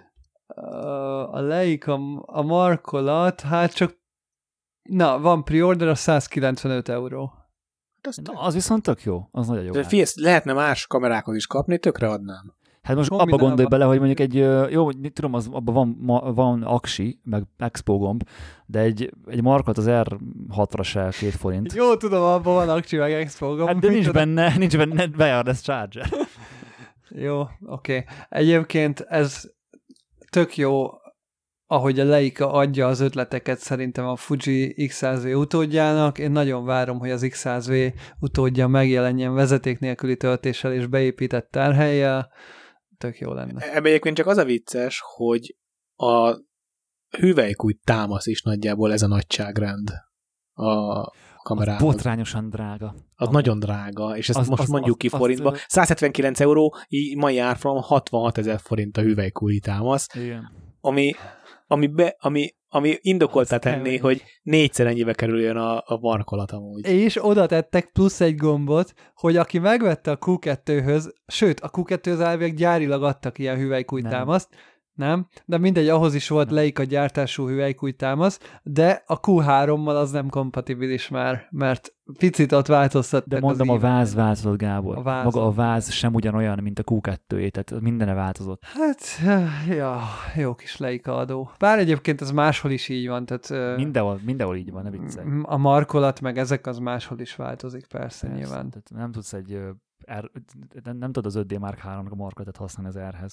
A Leica, a markolat, hát csak na, van pre-order, a száz kilencvenöt euró. Na, az viszont tök jó, az nagyon jó. De figyelj, lehetne más kamerákhoz is kapni, tökre adnám. Hát most abba gondolj bele, hogy mondjuk egy, jó, tudom, az, abban van, van aksi, meg expo gomb, de egy, egy markolat az er hatra se két forint. Jó, tudom, abban van aksi, meg expo gomb. Hát de nincs benne, nincs benne wireless charger. Jó, oké. Okay. Egyébként ez tök jó, ahogy a Leica adja az ötleteket szerintem a Fuji iksz száz vé utódjának. Én nagyon várom, hogy az iksz száz vé utódja megjelenjen vezeték nélküli töltéssel és beépített tárhellyel. Tök jó lenne. Ebben egyébként csak az a vicces, hogy a hüvelykúj támasz is nagyjából ez a nagyságrend a kamerához. Az botrányosan drága. Az a... nagyon drága, és ezt az, most az, mondjuk az, ki az, forintba. az... száz hetvenkilenc euró, mai árfolyam hatvanhatezer forint a hüvelykúj támasz. Igen. Ami, ami, be, ami, ami indokoltá tenni, hogy négyszer ennyibe kerüljön a, a markolat amúgy. És oda tettek plusz egy gombot, hogy aki megvette a Q kettőhöz, sőt, a Q kettőhöz elvileg gyárilag adtak ilyen hüvelykújtámaszt, nem, de mindegy, ahhoz is volt Leica gyártású hüvelykújtámasz, de a Q hárommal az nem kompatibilis már, mert picit ott változtattak. De mondom, a váz változott, Gábor. A váz. Maga a váz sem ugyanolyan, mint a Q kettő, tehát mindene változott. Hát, ja, jó kis Leica adó. Bár egyébként ez máshol is így van, tehát... Mindenhol, mindenhol így van, ne viccelj. A markolat, meg ezek az máshol is változik, persze, persze nyilván. Tehát nem tudsz egy... R, nem, nem tudod az öt D Mark háromnak a markolatot használni az R-hez.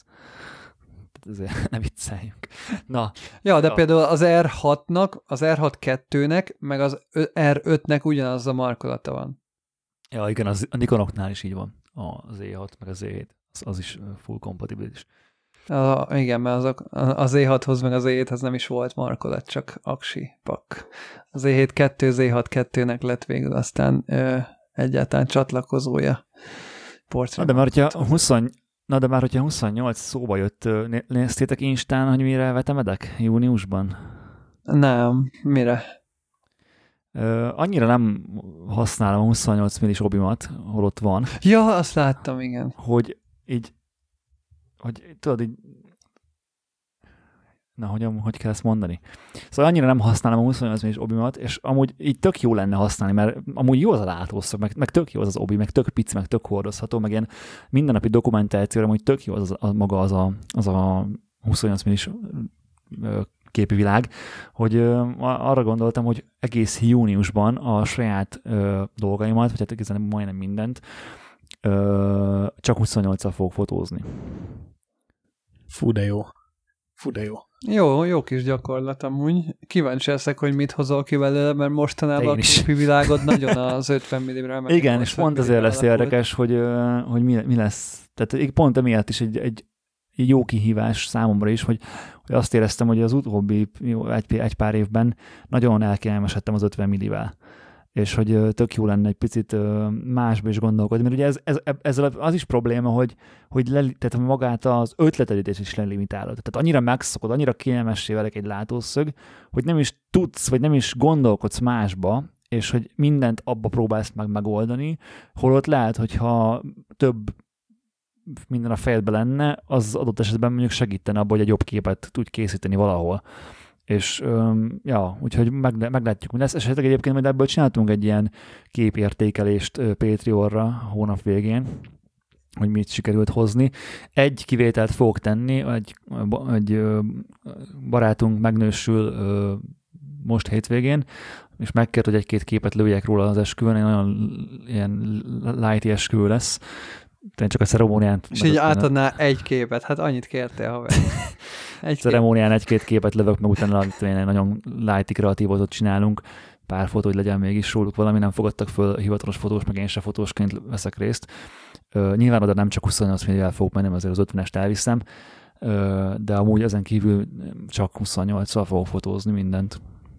Ezért ne vicceljünk. Na. Ja, de ja. Például az er hatnak, az er hat kettőnek, meg az er ötnek ugyanaz a markolata van. Ja, igen, az, a Nikonoknál is így van. Az é hat, meg az é hét. Az, az is full kompatibilis. A, igen, mert azok, az é hathoz, meg az é héthez nem is volt markolat, csak aksi, pak. Az é hét kettő, az é hat kettőnek lett végül aztán ö, egyáltalán csatlakozója. Portra. Na, de már hogyha húsz Na de már, hogyha huszonnyolc szóba jött, néztétek Instán, hogy mire vetemedek júniusban? Nem, mire? Ö, annyira nem használom a huszonnyolc millis obimat, holott van. Ja, azt láttam, igen. Hogy így, hogy tudod, így, na, hogy, hogy kell ezt mondani? Szóval annyira nem használom a huszonnyolc millis obimat, és amúgy így tök jó lenne használni, mert amúgy jó az a látószög, meg, meg tök jó az az obi, meg tök pici, meg tök hordozható, meg ilyen mindennapi dokumentációra amúgy tök jó az, az, az maga az a, az a huszonnyolc millis képi világ, hogy ö, arra gondoltam, hogy egész júniusban a saját ö, dolgaimat, vagy hát egészen majdnem mindent, ö, csak huszonnyolccal fogok fotózni. Fú, de jó. Fú, de jó. Jó, jó kis gyakorlat amúgy. Kíváncsi leszek, hogy mit hozol ki belőle, mert mostanában a képi világod nagyon az ötven millimre meg. Igen, és pont ezért lesz érdekes, hogy, hogy mi, mi lesz. Tehát pont emiatt is egy, egy jó kihívás számomra is, hogy, hogy azt éreztem, hogy az utóbbi jó, egy, egy pár évben nagyon elkényelmesedtem az ötven millivel. És hogy tök jó lenne egy picit másba is gondolkodni, mert ugye ez, ez, ezzel az is probléma, hogy, hogy le, tehát magát az ötletelítés is lelimitálod. Tehát annyira megszokod, annyira kényelmessé válik egy látószög, hogy nem is tudsz, vagy nem is gondolkodsz másba, és hogy mindent abba próbálsz meg megoldani, holott lehet, hogyha több minden a fejedben lenne, az adott esetben mondjuk segítene abban, hogy egy jobb képet tudj készíteni valahol. És öm, ja, úgyhogy meg, meglátjuk, mi lesz. Esetleg egyébként majd ebből csináltunk egy ilyen képértékelést Patreonra hónap végén, hogy mit sikerült hozni. Egy kivételt fogok tenni, egy, egy barátunk megnősül most hétvégén, és megkért, hogy egy-két képet lőjek róla az esküvőn, egy nagyon ilyen light esküvő lesz. Tehát csak a ceremónián... És így átadná egy képet, hát annyit kértél, haver. Egy ceremónián egy-két képet lövök, meg utána nagyon light kreatívot csinálunk. Pár fotó, hogy legyen mégis róluk valami, nem fogadtak föl hivatalos fotós, meg én se fotósként veszek részt. Uh, nyilván oda nem csak huszonnyolc millivel fogok menni, azért az ötvenest elviszem, uh, de amúgy ezen kívül csak huszonnyolccal fogok fotózni mindent.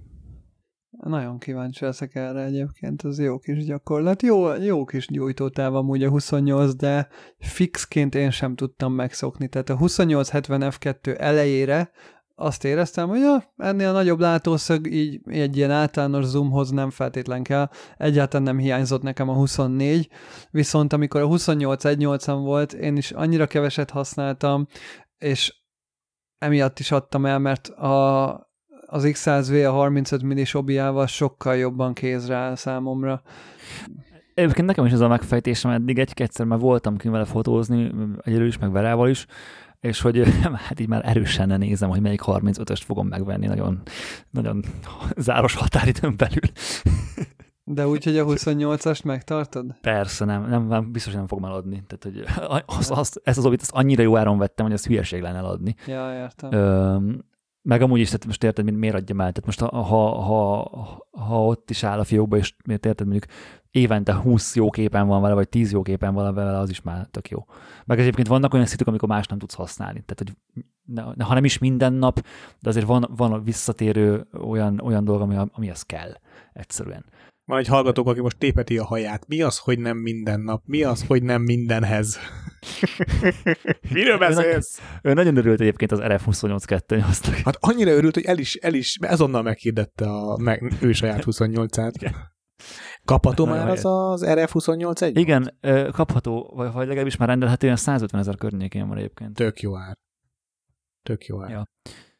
Nagyon kíváncsi leszek erre egyébként, ez jó kis gyakorlat. Jó, jó kis gyújtótáv amúgy a huszonnyolc, de fixként én sem tudtam megszokni. Tehát a huszonnyolc hetven ef kettő elejére azt éreztem, hogy ja, ennél a nagyobb látószög így egy ilyen általános zoomhoz nem feltétlen kell. Egyáltalán nem hiányzott nekem a huszonnégy, viszont amikor a huszonnyolc egy nyolcvan volt, én is annyira keveset használtam, és emiatt is adtam el, mert a, az iksz száz vé a harmincöt millis obiával sokkal jobban kézre áll számomra. Egyébként nekem is ez a megfejtésem eddig, egy-kétszer már voltam ki vele fotózni, egyelőre is, meg Verával is, és hogy hát így már erősen nézem, hogy melyik harmincötöst fogom megvenni, nagyon, nagyon záros határidőn belül. De úgy, hogy a huszonnyolcast megtartod? Persze, nem, nem, nem biztos, nem fogom eladni. Tehát, hogy az, az, ezt az obit azt annyira jó áron vettem, hogy az hülyeség lenne eladni. Ja, értem. Ö, meg amúgy is, tehát most érted, miért adjam el? Tehát most ha, ha, ha, ha ott is áll a fiókba, és miért érted, mondjuk évente húsz jó képen van vele, vagy tíz jó képen van vele, az is már tök jó. Meg egyébként vannak olyan szituk, amikor más nem tudsz használni. Tehát, hogy ne, ha nem is minden nap, de azért van, van a visszatérő olyan, olyan dolog, ami, amihez kell egyszerűen. Van egy hallgatók, aki most tépeti a haját. Mi az, hogy nem minden nap? Mi az, hogy nem mindenhez? Miről beszélsz? Ő nagyon örült egyébként az er ef huszonnyolc kettőnyolcnak. Hát annyira örült, hogy el is, el is azonnal meghirdette a meg, ő saját huszonnyolcát. Kapható már az az er ef huszonnyolc egy? Igen, kapható, vagy, vagy legalábbis már rendelhető, olyan százötven ezer környékén van egyébként. Tök jó ár. Tök jó ár. Ja.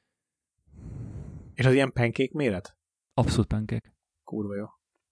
És az ilyen pancake méret? Abszolút pancake. Kurva jó.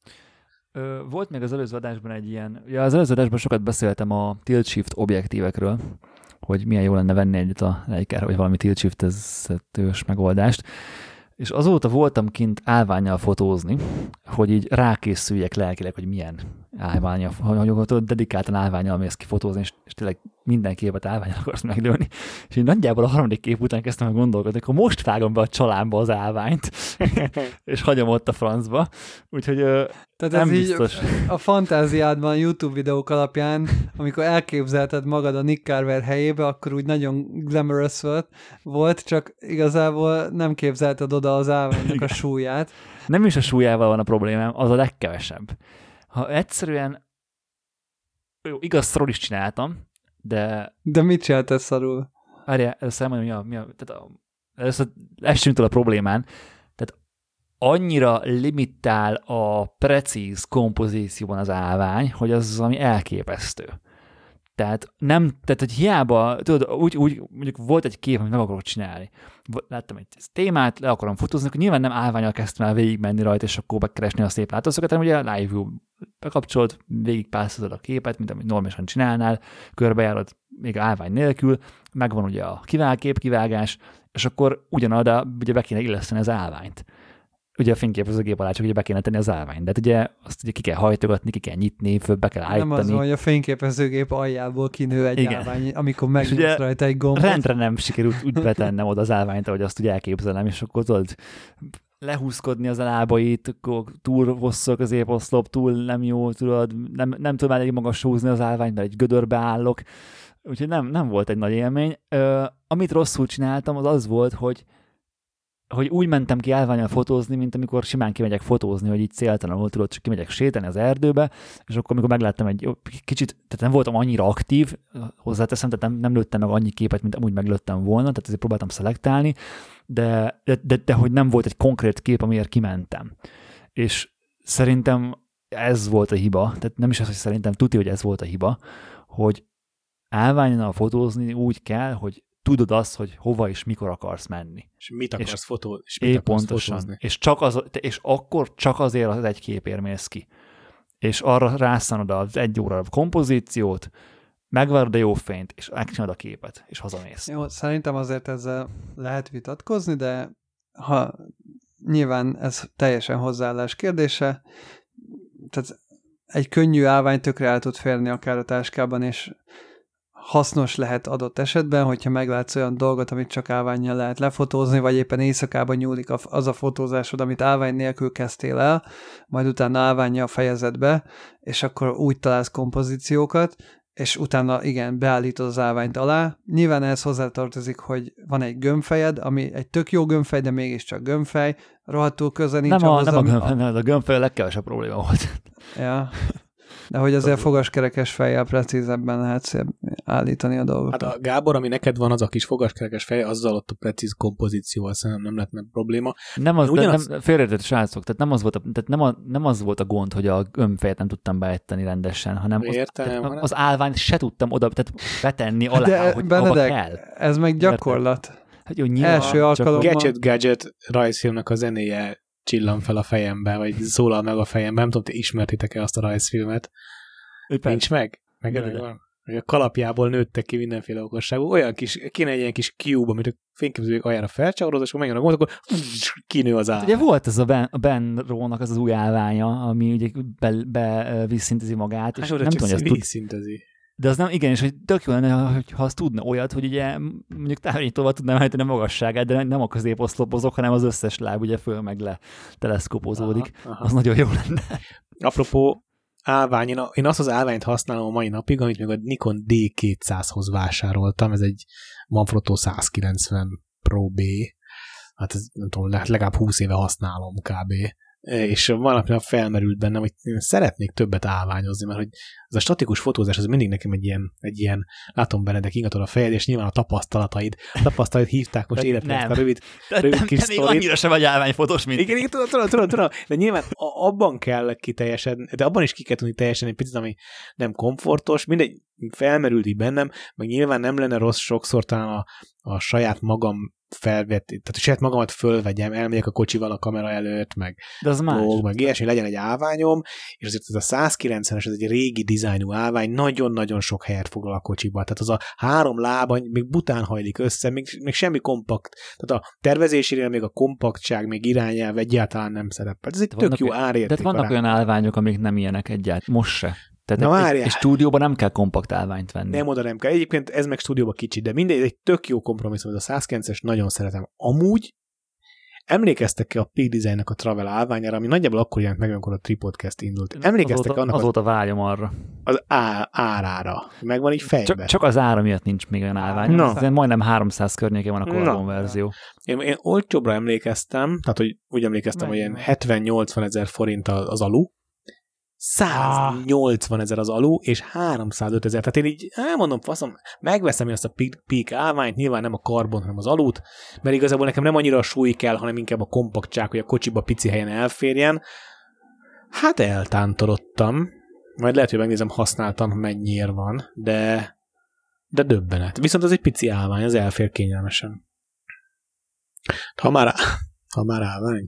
Ö, volt még az előző adásban egy ilyen, ja, az előző adásban sokat beszéltem a tilt shift objektívekről, hogy milyen jó lenne venni egyet a Leica-ra, vagy valami tilt shift-es megoldást. És azóta voltam kint állvánnyal fotózni, hogy így rákészüljek lelkileg, hogy milyen állvánnyal, hogy dedikáltan állvánnyal mész ki fotózni, és, és tényleg minden képet állvánnyal akarsz meglőni. És így nagyjából a harmadik kép után kezdtem meg gondolkodni, akkor most vágom be a csalámba az állványt, és hagyom ott a francba. Úgyhogy tehát nem ez biztos. Így a fantáziádban YouTube videók alapján, amikor elképzelted magad a Nick Carver helyébe, akkor úgy nagyon glamorous volt, volt, csak igazából nem képzelted oda az állványnak a súlyát. Nem is a súlyával van a problémám, az a legkevesebb. Ha egyszerűen, jó, igaz, szarul is csináltam, de... De mit csináltál szarul? Várjál, először mondom, mi a... Mi a tehát a először essünk a problémán. Tehát annyira limitál a precíz kompozícióban az állvány, hogy az az, ami elképesztő. Tehát nem, tehát hogy hiába, tudod, úgy, úgy mondjuk volt egy kép, amit meg akarok csinálni. Láttam egy témát, le akarom fotózni, akkor nyilván nem állvánnyal kezdtem el végigmenni rajta, és akkor bekeresni a szép látószöget, hanem ugye a Live View bekapcsolt, végigpászolod a képet, mint amit normálisan csinálnál, körbejárod még állvány nélkül, megvan ugye a kivág, képkivágás, és akkor ugyanoda ugye be kéne illeszteni az állványt. Ugye a fényképezőgép alá csak ugye be kéne tenni az állványt, de hát ugye azt ugye ki kell hajtogatni, ki kell nyitni, föl be kell állítani. Nem az van, hogy a fényképezőgép aljából kinő egy igen. állvány, amikor megnyitsz rajta egy gombot. Rendre nem sikerült úgy betennem oda az állványt, ahogy azt ugye elképzelem, és akkor tudod lehúzkodni az lábait, akkor túl hosszú a középoszlop, túl nem jó, tudod, nem, nem tudom elég magas húzni az állványt, mert egy gödörbe állok, úgyhogy nem, nem volt egy nagy élmény. Ö, amit rosszul csináltam, az az volt, hogy hogy úgy mentem ki állvánnyal fotózni, mint amikor simán kimegyek fotózni, hogy így céltalanul tudod, csak kimegyek sétálni az erdőbe, és akkor, amikor megláttam egy kicsit, tehát nem voltam annyira aktív, hozzáteszem, tehát nem, nem lőttem meg annyi képet, mint amúgy meglőttem volna, tehát azért próbáltam szelektálni, de, de, de, de hogy nem volt egy konkrét kép, amiért kimentem. És szerintem ez volt a hiba, tehát nem is az, hogy szerintem tuti, hogy ez volt a hiba, hogy állványnal fotózni úgy kell, hogy tudod azt, hogy hova és mikor akarsz menni. És mit akarsz, és fotó, és mit é, akarsz pontosan. fotózni. És, csak az, és akkor csak azért az egy képért mész ki. És arra rászánod az egy óra kompozíciót, megvárod a jó fényt, és megcsinálod a képet, és hazamész. Jó, szerintem azért ezzel lehet vitatkozni, de ha nyilván ez teljesen hozzáállás kérdése, tehát egy könnyű állvány tökre el tud férni akár a táskában, és hasznos lehet adott esetben, hogyha meglátsz olyan dolgot, amit csak állvánnyal lehet lefotózni, vagy éppen éjszakában nyúlik az a fotózásod, amit állvány nélkül kezdtél el, majd utána állvánnyal fejezed be, és akkor úgy találsz kompozíciókat, és utána igen, beállítod az állványt alá. Nyilván ehhez hozzátartozik, hogy van egy gömbfejed, ami egy tök jó gömbfej, de mégiscsak gömbfej, rohadtul közel nincs nem a, ahhoz, nem a, ami... gömb, nem, a gömbfej a legkevesebb probléma volt. Ja. De hogy azért fogaskerekes fejjel precízebben lehetsz állítani a dolgokat. Hát a Gábor, ami neked van, az a kis fogaskerekes fej, azzal ott a precíz kompozícióval szerintem nem lehetne probléma. Nem az, Ugyanaz... nem, félreértett srácok, tehát, nem az, volt a, tehát nem, a, nem az volt a gond, hogy a gömbfejet nem tudtam beállítani rendesen, hanem az, Értem, tehát hanem... az állványt se tudtam oda, tehát betenni alá, De hogy Benedek, abba kell. ez meg gyakorlat. Hát jó, nyilván, Első alkalommal. Gadget Gadget rajzfilmnek a zenéje csillan fel a fejembe, vagy szólal meg a fejembe. Nem tudom, ti ismertitek-e azt a rajzfilmet? Nincs meg? Meg de, meg de. van. A kalapjából nőttek ki mindenféle okosságú. Olyan kis, kéne egy ilyen kis cube, amit a fényképzőjük aljára felcsavaroz, és akkor megjön a gond, akkor kinő az áll. Ugye volt ez a Ben, a Ben Ro-nak az, az új állványa, ami ugye be, be visszintezi magát, és hát, nem tudom, hogy ezt tud... visszintezi. De az nem, igen, és hogy tök jó lenne, ha azt tudna olyat, hogy ugye mondjuk távirányítóval tudnám állítani a magasságát, de nem a középoszlopozok, hanem az összes láb ugye föl meg le teleszkopozódik. Aha, aha. Az nagyon jó lenne. Apropó állvány, én, a, én azt az állványt használom a mai napig, amit még a Nikon D kétszázhoz vásároltam, ez egy Manfrotto százkilencven Pro B, hát ez nem tudom, legalább húsz éve használom kb. És valamilyen felmerült bennem, hogy szeretnék többet állványozni, mert hogy ez a statikus fotózás, az mindig nekem egy ilyen, egy ilyen látom Benedek, ingatod a fejed, és nyilván a tapasztalataid. A tapasztalataid hívták most életre ezt a rövid, rövid nem, kis nem, sztorit. még annyira sem vagy állványfotós, mint... Igen, igen, tudom, tudom, tudom, tudom, de nyilván abban kell kiteljesedni, de abban is ki kell tudni teljesen egy picit, ami nem komfortos, mindegy, felmerült így bennem, meg nyilván nem lenne rossz sokszor talán a, a saját magam felvett, tehát a saját magamat fölvegyem, elmegyek a kocsival a kamera előtt, meg de az más. Dolg, meg ilyesmi, legyen egy állványom, és azért ez a százkilencvenes, ez egy régi dizájnú állvány, nagyon-nagyon sok helyet foglal a kocsiba. Tehát az a három lába még bután hajlik össze, még, még semmi kompakt. Tehát a tervezésére még a kompaktság, még irányelv egyáltalán nem szerepel. Ez egy de tök jó olyan, árérték. De vannak olyan állványok, amik nem ilyenek egyáltalán. Most se. Tehát egy, egy stúdióban nem kell kompakt állványt venni. Nem, oda nem kell. Egyébként ez meg stúdióban kicsi, de mindegy, egy tök jó kompromisszum, ez a százkilences, nagyon szeretem. Amúgy emlékeztek-e a Peak Design-nek a Travel állványára, ami nagyjából akkor jelent meg, amikor a Tripodcast indult. Emlékeztek azóta, annak azóta vágyom arra. Az á, árára. Megvan így fejben. Csak, csak az ára miatt nincs még olyan állvány. No. Majdnem háromszáz környékén van a Carbon no. verzió. Én, én olcsóbbra emlékeztem, tehát hogy úgy emlékeztem, meg hogy ilyen hetven-nyolcvan ezer forint az alu, száznyolcvan ezer az alu, és háromszázöt ezer. Tehát én így elmondom, faszom, megveszem én azt a Peak állványt, nyilván nem a karbon, hanem az alut, mert igazából nekem nem annyira a súly kell, hanem inkább a kompaktság, hogy a kocsiba pici helyen elférjen. Hát eltántorodtam. Majd lehet, hogy megnézem, használtan mennyiért van, de, de döbbenet. Viszont az egy pici állvány, az elfér kényelmesen. Ha már, ha már állvány.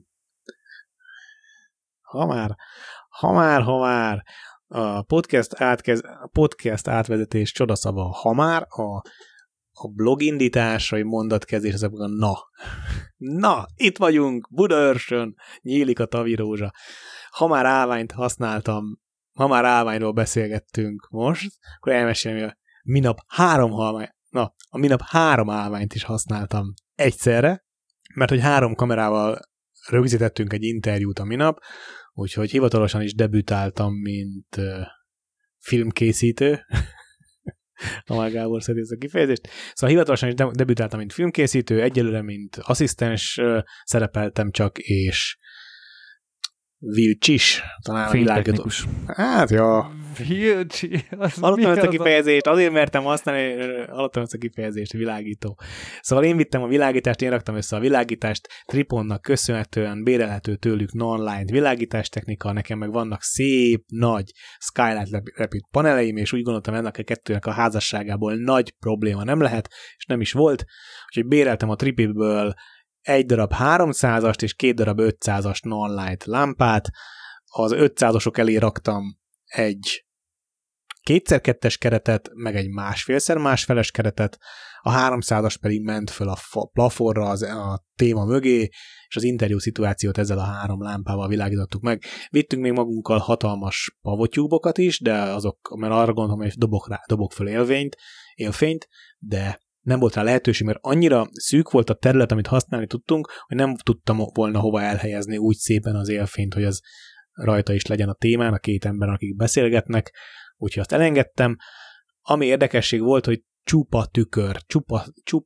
Ha már Ha már, ha már a podcast, átkez, a podcast átvezetés csodaszava, ha már a, a blogindítás, vagy mondatkezdés, az a na. Na, itt vagyunk, Budaörsön, nyílik a tavirózsa. Ha már állványt használtam, ha már állványról beszélgettünk most, akkor elmesélem, hogy a minap három állvány, na, a minap három állványt is használtam egyszerre, mert hogy három kamerával rögzítettünk egy interjút a minap, úgyhogy hivatalosan is debütáltam, mint uh, filmkészítő. Amár Gábor szerint ezt a kifejezést. Szóval hivatalosan is de- debütáltam, mint filmkészítő, egyelőre, mint asszisztens uh, szerepeltem csak, és Vilcsis, talán a világító. Hát, jó. Vilcsi, hallottam ezt a kifejezést, azért mertem használni, hallottam ezt a kifejezést, világító. Szóval én vittem a világítást, én raktam össze a világítást, Triponnak köszönhetően bérelhető tőlük non-line világítás technika, nekem meg vannak szép, nagy Skylight Rapid paneleim, és úgy gondoltam, ennek a kettőnek a házasságából nagy probléma nem lehet, és nem is volt, úgyhogy béreltem a Tripiből egy darab háromszázast és két darab ötszázas non-light lámpát. Az ötszázasok elé raktam egy kétszer kettes keretet, meg egy másfélszer másfeles keretet, a háromszázas pedig ment föl a plafonra az, a téma mögé, és az interjú szituációt ezzel a három lámpával világítottuk meg. Vittünk még magunkkal hatalmas pavotyúbokat is, de azok, mert arra gondolom, hogy dobok, rá, dobok föl élvényt, élfényt, de nem volt rá lehetőség, mert annyira szűk volt a terület, amit használni tudtunk, hogy nem tudtam volna hova elhelyezni úgy szépen az élfényt, hogy az rajta is legyen a témán, a két ember, akik beszélgetnek, úgyhogy azt elengedtem. Ami érdekesség volt, hogy csupa tükör, csupa, csupa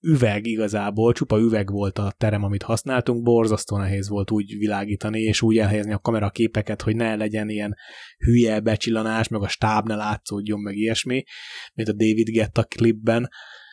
üveg igazából, csupa üveg volt a terem, amit használtunk, borzasztó nehéz volt úgy világítani, és úgy elhelyezni a kameraképeket, hogy ne legyen ilyen hülye becsillanás, meg a stáb ne látszódjon, meg ilyesmi, mint a David Guetta klipben,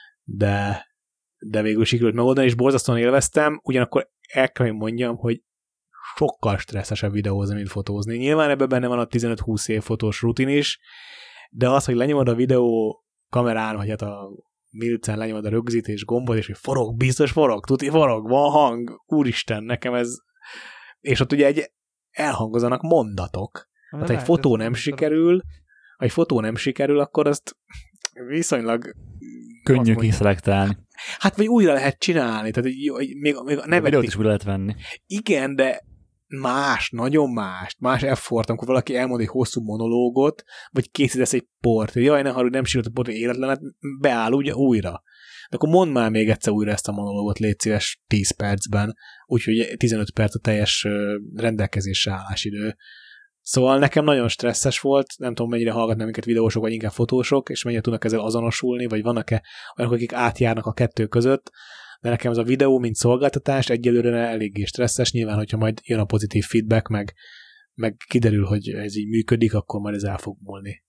de, de végül sikerült megoldani, és borzasztóan élveztem, ugyanakkor el kell, hogy mondjam, hogy sokkal stresszesebb videózni, mint fotózni. Nyilván ebben benne van a tizenöt-húsz év fotós rutin is, de az, hogy lenyomod a videó kamerán, vagy hát a milcen lenyomod a rögzítés gombot, és hogy forog, biztos forog, tuti forog, van hang, úristen, nekem ez... És ott ugye egy elhangozanak mondatok. Tehát ha egy fotó nem sikerül, ha egy fotó nem sikerül, akkor azt viszonylag... Könnyű kiszelektálni. Hát, vagy újra lehet csinálni, tehát még, még a nevetik... A videót is újra lehet venni. Igen, de más, nagyon más, más effort, amikor valaki elmond egy hosszú monológot, vagy készítesz egy port, hogy jaj, ne haragudj, nem sírott a port, hogy életlenet, beáll ugye újra. De akkor mondd már még egyszer újra ezt a monológot, légy szíves tíz percben, úgyhogy tizenöt perc a teljes rendelkezésre állásidő. Szóval nekem nagyon stresszes volt, nem tudom, mennyire hallgatnak minket videósok, vagy inkább fotósok, és mennyire tudnak ezzel azonosulni, vagy vannak-e olyanok, akik átjárnak a kettő között, de nekem ez a videó, mint szolgáltatás egyelőre eléggé stresszes, nyilván, hogyha majd jön a pozitív feedback, meg, meg kiderül, hogy ez így működik, akkor majd ez el fog múlni.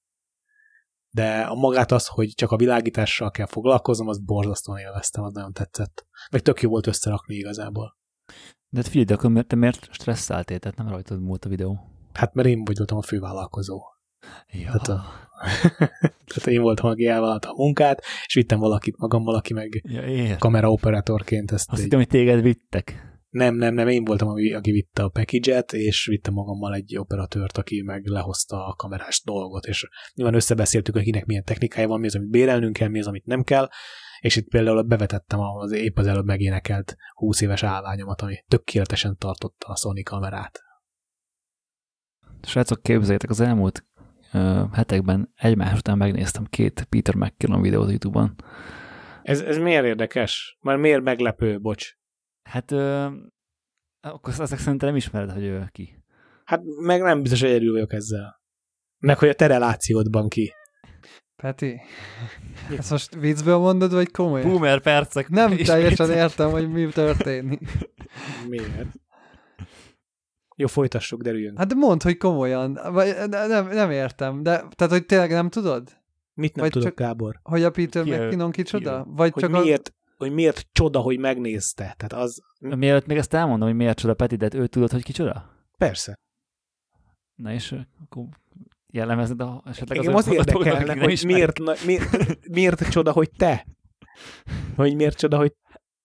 De a magát az, hogy csak a világítással kell foglalkoznom, azt borzasztóan élveztem, az nagyon tetszett. Meg tök jó volt összerakni igazából. De hát figyelj, de akkor te miért stresszáltél? Tehát nem rajtad múlt a videó? Hát mert én voltam a fővállalkozó. Ja. Tehát, a... Tehát én voltam, aki elvállalta a munkát, és vittem valakit magammal, aki meg ja, kameraoperatorként ezt... Azt így... hittem, hogy téged vittek. Nem, nem, nem, én voltam, aki vitte a package-et, és vittem magammal egy operatőrt, aki meg lehozta a kamerás dolgot, és nyilván összebeszéltük, hogy kinek milyen technikája van, mi az, amit bérelnünk kell, mi az, amit nem kell, és itt például bevetettem az épp az előbb megénekelt húsz éves állványomat, ami tökéletesen tartotta a Sony kamerát. Srácok, képzeljétek, az elmúlt uh, hetekben egymás után megnéztem két Peter McKinnon videót YouTube-on. Ez, ez miért érdekes? Már miért meglepő, bocs? Hát uh, akkor ezek szerintem nem ismered, hogy ő ki. Hát meg nem biztos, hogy egyedül vagyok ezzel. Meg, hogy a te relációdban ki. Peti, ezt most viccből mondod, vagy komolyan? Boomer percek. Nem teljesen értem, hogy mi történik. Miért? Jó, folytassuk, derüljünk. Hát mondd, hogy komolyan. Vagy, nem, nem értem, de tehát, hogy tényleg nem tudod? Mit nem vagy tudok, csak, Gábor? hogy a Peter Ki McKinnon kicsoda? Ki Vagy hogy, csak miért, a... hogy miért csoda, hogy megnézte? Tehát az... Mielőtt még ezt elmondom, hogy miért csoda Peti, de ő tudod, hogy kicsoda? Persze. Na és akkor jellemezed a, esetleg Engem az érdekelnek, hogy miért, na, miért, miért csoda, hogy te? Hogy miért csoda, hogy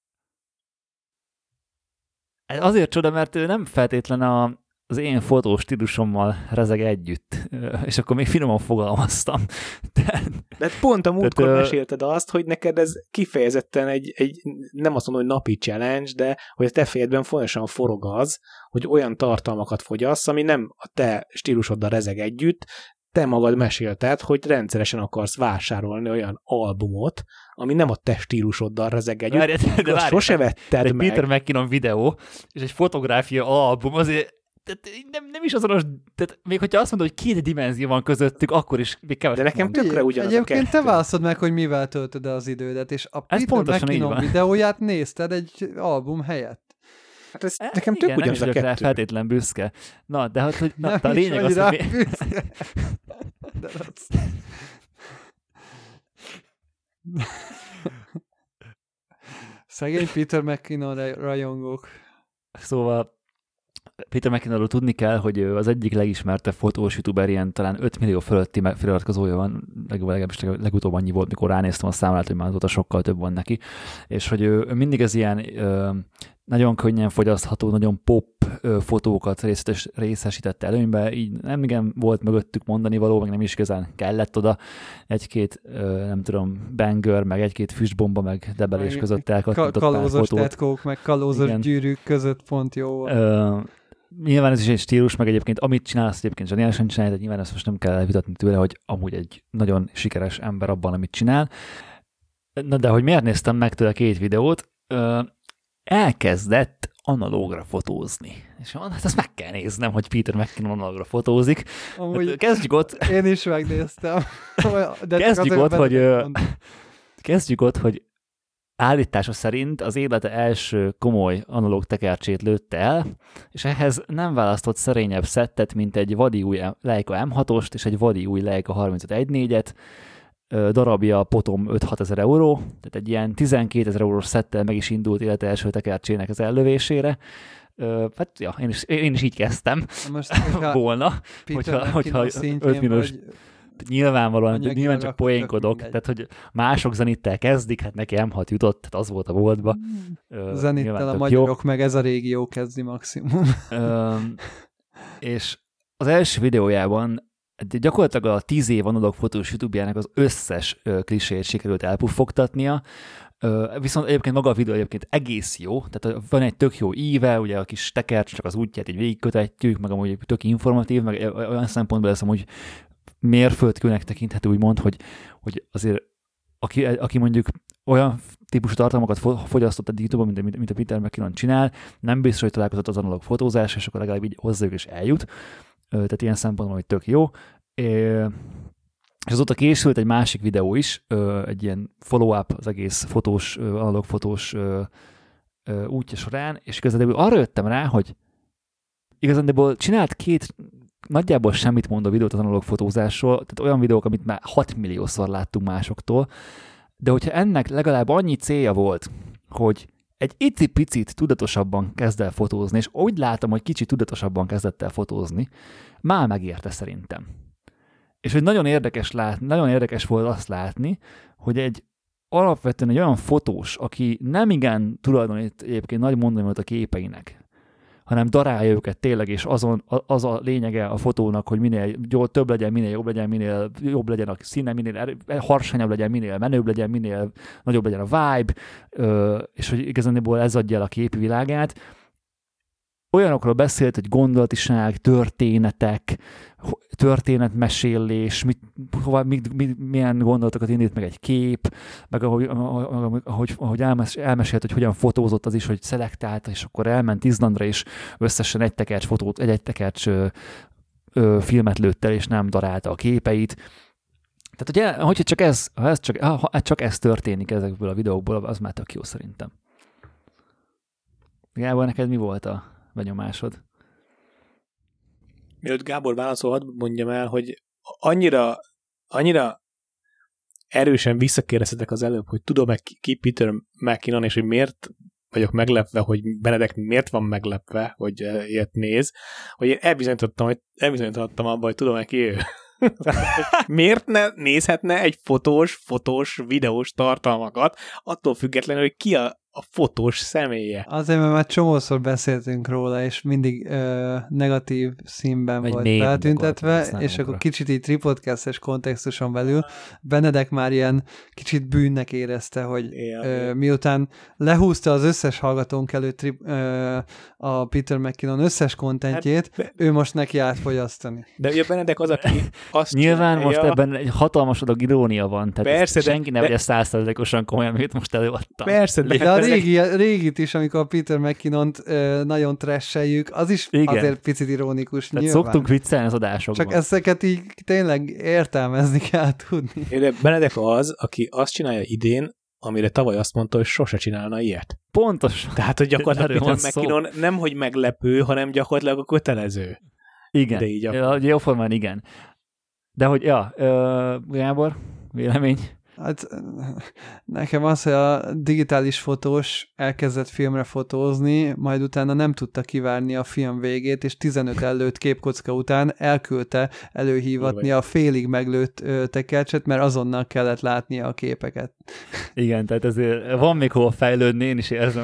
azért csoda, mert ő nem feltétlen a, az én fotós stílusommal rezeg együtt, és akkor még finoman fogalmaztam. De, De pont a múltkor tehát, mesélted azt, hogy neked ez kifejezetten egy, egy, nem azt mondom, hogy napi challenge, de hogy a te fejedben folyamatosan forog az, hogy olyan tartalmakat fogyasz, ami nem a te stílusoddal rezeg együtt, te magad mesélted, hogy rendszeresen akarsz vásárolni olyan albumot, ami nem a te stílusoddal rezeg együtt. Várját, de várját, sose vetted egy meg. Peter McKinnon videó, és egy fotográfia album, azért tehát nem, nem is azonos, tehát még hogyha azt mondod, hogy két dimenzió van közöttük, akkor is még kevesebb. De nekem tökre ugyanaz Egyébként a kettő. te választod meg, hogy mivel töltöd az idődet, és a Ez Peter McKinnon videóját nézted egy album helyett. Hát ez E, nekem igen, tök ugyanaz nem a is rá kettő. feltétlen büszke. Na, de, hát, hogy, na, Nem de a lényeg az, hogy... Mi... De az... Szegény Peter McKinnon rajongók. Szóval Peter McKinnonról tudni kell, hogy ő az egyik legismertebb fotós youtuber, ilyen talán öt millió fölötti feliratkozója van, legalábbis legutóbb annyi volt, mikor ránéztem a számlát, hogy már azóta sokkal több van neki, és hogy ő mindig ez ilyen ö, nagyon könnyen fogyasztható, nagyon pop ö, fotókat részes, részesítette előnybe, így nem igen volt mögöttük mondani való, meg nem is igazán kellett oda egy-két, ö, nem tudom, banger, meg egy-két füstbomba, meg debelés meg között elkattintott ka- pár fotót. Kalózos tetkók, meg kalózos igen. gyűrűk között pont jó. Ö, Nyilván ez is egy stílus, meg egyébként amit csinálsz, egyébként zseniálisan csinálja, de nyilván ezt most nem kell elvitatni tőle, hogy amúgy egy nagyon sikeres ember abban, amit csinál. Na de hogy miért néztem meg tőle két videót, ö, elkezdett analógra fotózni. És hát ezt meg kell néznem, hogy Peter McKinnon analógra fotózik. Amúgy kezdjük ott. Én is megnéztem. De kezdjük ott, hogy, kezdjük ott, hogy állítása szerint az élete első komoly analóg tekercsét lőtte el, és ehhez nem választott szerényebb szettet, mint egy vadi új Leica em hatost és egy vadi új Leica harmincöt egy négyet, darabja potom öt-hat ezer euró, tehát egy ilyen tizenkétezer eurós szettel meg is indult élete első tekercsének az ellövésére. Hát ja, én is, én is így kezdtem most, volna, hogyha, hogyha öt milliós... Nyilvánvalóan, nyilván csak poénkodok, tehát hogy mások zenittel kezdik, hát neki em hat jutott, tehát az volt a boltba. Mm. Zenittel a magyarok, jó. Meg ez a régió kezdi maximum. Ö, és az első videójában gyakorlatilag a tíz év analóg fotós YouTube-jának az összes klisét sikerült elpuffogtatnia, viszont egyébként maga a videó egyébként egész jó, tehát van egy tök jó íve, ugye a kis tekercs, csak az útját így végigkötetjük, meg amúgy tök informatív, meg olyan szempontból lesz amúgy mérföldkőnek tekinthető, úgymond, hogy, hogy azért aki, aki mondjuk olyan típusú tartalmakat fogyasztott eddig YouTube-ban, mint, mint a Peter McKinnon csinál, nem biztos, hogy találkozott az analóg fotózás, és akkor legalább így hozzájuk is eljut. Tehát ilyen szempontból, hogy tök jó. És azóta készült egy másik videó is, egy ilyen follow-up az egész fotós, analóg fotós útja során, és igazából arra jöttem rá, hogy igazából csinált két nagyjából semmit mondó videót az analóg fotózásról, tehát olyan videók, amit már hat milliószor láttunk másoktól, de hogyha ennek legalább annyi célja volt, hogy egy icipicit tudatosabban kezd el fotózni, és úgy látom, hogy kicsit tudatosabban kezdett el fotózni, már megérte szerintem. És hogy nagyon érdekes, lát, nagyon érdekes volt azt látni, hogy egy alapvetően egy olyan fotós, aki nem igen tulajdonít egyébként nagy mondani volt a képeinek, hanem darálja őket tényleg, és azon, az a lényege a fotónak, hogy minél több legyen, minél jobb legyen, minél jobb legyen a színe, minél harsányabb legyen, minél menőbb legyen, minél nagyobb legyen a vibe, és hogy igazából ez adja el a képi világát. Olyanokról beszélt, hogy gondolatiság, történetek, történetmesélés, mit, hova, mit, mit, milyen gondolatokat indít meg egy kép, meg ahogy, ahogy, ahogy elmes, elmesélt, hogy hogyan fotózott az is, hogy szelektálta, és akkor elment Izlandra, és összesen egy tekercs fotót, egy, egy tekercs ö, ö, filmet lőtt el, és nem darálta a képeit. Tehát, ugye, hogyha csak ez, ha ez csak, ha csak ez történik ezekből a videókból, az már tök jó szerintem. Gábor, neked mi volt a benyomásod? Mielőtt Gábor válaszolhat, mondjam el, hogy annyira, annyira erősen visszakérdeztetek az előbb, hogy tudom-e ki Peter McKinnon, és hogy miért vagyok meglepve, hogy Benedek miért van meglepve, hogy ilyet néz, hogy én elbizonyítottam, hogy elbizonyítottam abban, hogy tudom-e ki ő. Miért ne nézhetne egy fotós, fotós, videós tartalmakat, attól függetlenül, hogy ki a, a fotós személye. Azért, mert már csomószor beszéltünk róla, és mindig ö, negatív színben Vagy volt feltüntetve, és akkor kicsit így tripodcast-es kontextuson belül Benedek már ilyen kicsit bűnnek érezte, hogy yeah, ö, yeah. miután lehúzta az összes hallgatónk előtt tri- ö, a Peter McKinnon összes kontentjét, hát, ő most neki átfogyasztani. De ugye Benedek az, aki azt nyilván csinálja. Most ebben egy hatalmas adag irónia van, tehát persze, senki ne vegye százszerzelékosan komolyan, amit most előadtam. Persze, de, de a régi, régit is, amikor a Peter McKinnont ö, nagyon trasheljük, az is igen. Azért picit ironikus. Tehát nyilván. Szoktunk viccelni az adásokban. Csak ezeket így tényleg értelmezni kell tudni. De Benedek az, aki azt csinálja idén, amire tavaly azt mondta, hogy sose csinálna ilyet. Pontos. Tehát, hogy gyakorlatilag Peter McKinnon nem, hogy meglepő, hanem gyakorlatilag a kötelező. Igen. De így ja, jóformán igen. De hogy, ja, Gábor, vélemény? Hát nekem az, hogy a digitális fotós elkezdett filmre fotózni, majd utána nem tudta kivárni a film végét, és tizenöt ellőtt képkocka után elküldte előhívatni a félig meglőtt tekercset, mert azonnal kellett látnia a képeket. Igen, tehát ezért van még hol fejlődni, én is érzem,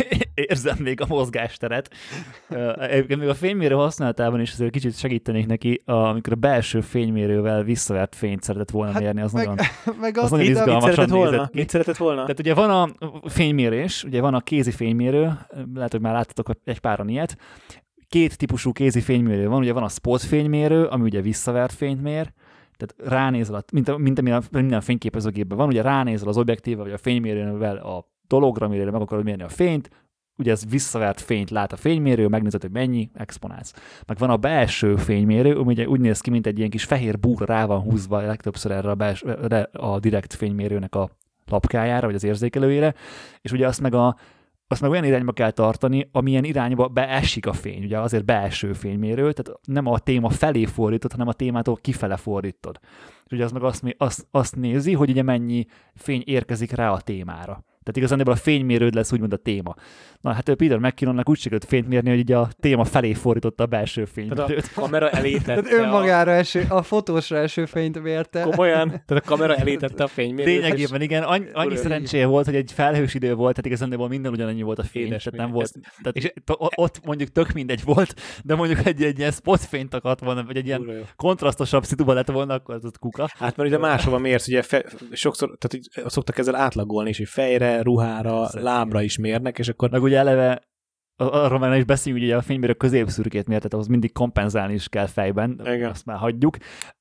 érzem még a mozgásteret. Egyébként még a fénymérő használatában is azért kicsit segítenék neki, amikor a belső fénymérővel visszavert fényt szeretett volna hát mérni, az meg, nagyon... Meg az nagyon izgalmasan nézett ki. Mit szeretett volna? Tehát ugye van a fénymérés, ugye van a kézi fénymérő, lehet, hogy már láttatok egy páran ilyet. Két típusú kézi fénymérő van, ugye van a spot fénymérő, ami ugye visszavert fényt mér, tehát ránézel, mint, mint ami a, minden fényképezőgépben van, ugye ránézel az objektívvel, vagy a fénymérővel a dologra, amire meg akarod mérni a fényt, ugye ez visszavert fényt lát a fénymérő, megnézed, hogy mennyi, exponálsz. Meg van a belső fénymérő, ami ugye úgy néz ki, mint egy ilyen kis fehér búra rá van húzva legtöbbször erre a, belső, a direkt fénymérőnek a lapkájára, vagy az érzékelőjére, és ugye azt meg, a, azt meg olyan irányba kell tartani, amilyen irányba beesik a fény, ugye azért beeső fénymérő, tehát nem a téma felé fordítod, hanem a témától kifele fordítod. És ugye az meg azt, azt, azt nézi, hogy ugye mennyi fény érkezik rá a témára. Tehát igazán a fénymérőd lesz úgymond a téma. Na hát Peter McKinnonnak úgy sikerült fényt mérni, hogy ugye a téma felé fordította a belső fénymérőt. Tehát a kamera elétette. Tehát önmagára eső, a fotósra eső fényt mérte. Komolyan? Tehát a kamera elétette a fénymérőt. Lényegében igen, annyi, annyi szerencséje volt, hogy egy felhős idő volt, tehát igazán minden ugyanannyi volt a fény, Édes tehát nem volt. Tehát és ott mondjuk tök mindegy volt, de mondjuk egy, egy ilyen spotfényt akart volna, vagy egy ilyen Ura, kontrasztosabb szituba lett volna, akkor az ott kuka. Hát mert ugye máshova mérsz, ugye fe, sokszor, tehát szoktak ezzel átlagolni, és hogy fejre, ruhára, Szerint. lábra is mérnek, és akkor... Meg ugye eleve, arról már is beszéljünk, hogy a fénymérő középszürkét mér, tehát ahhoz mindig kompenzálni is kell fejben, igen. Azt már hagyjuk.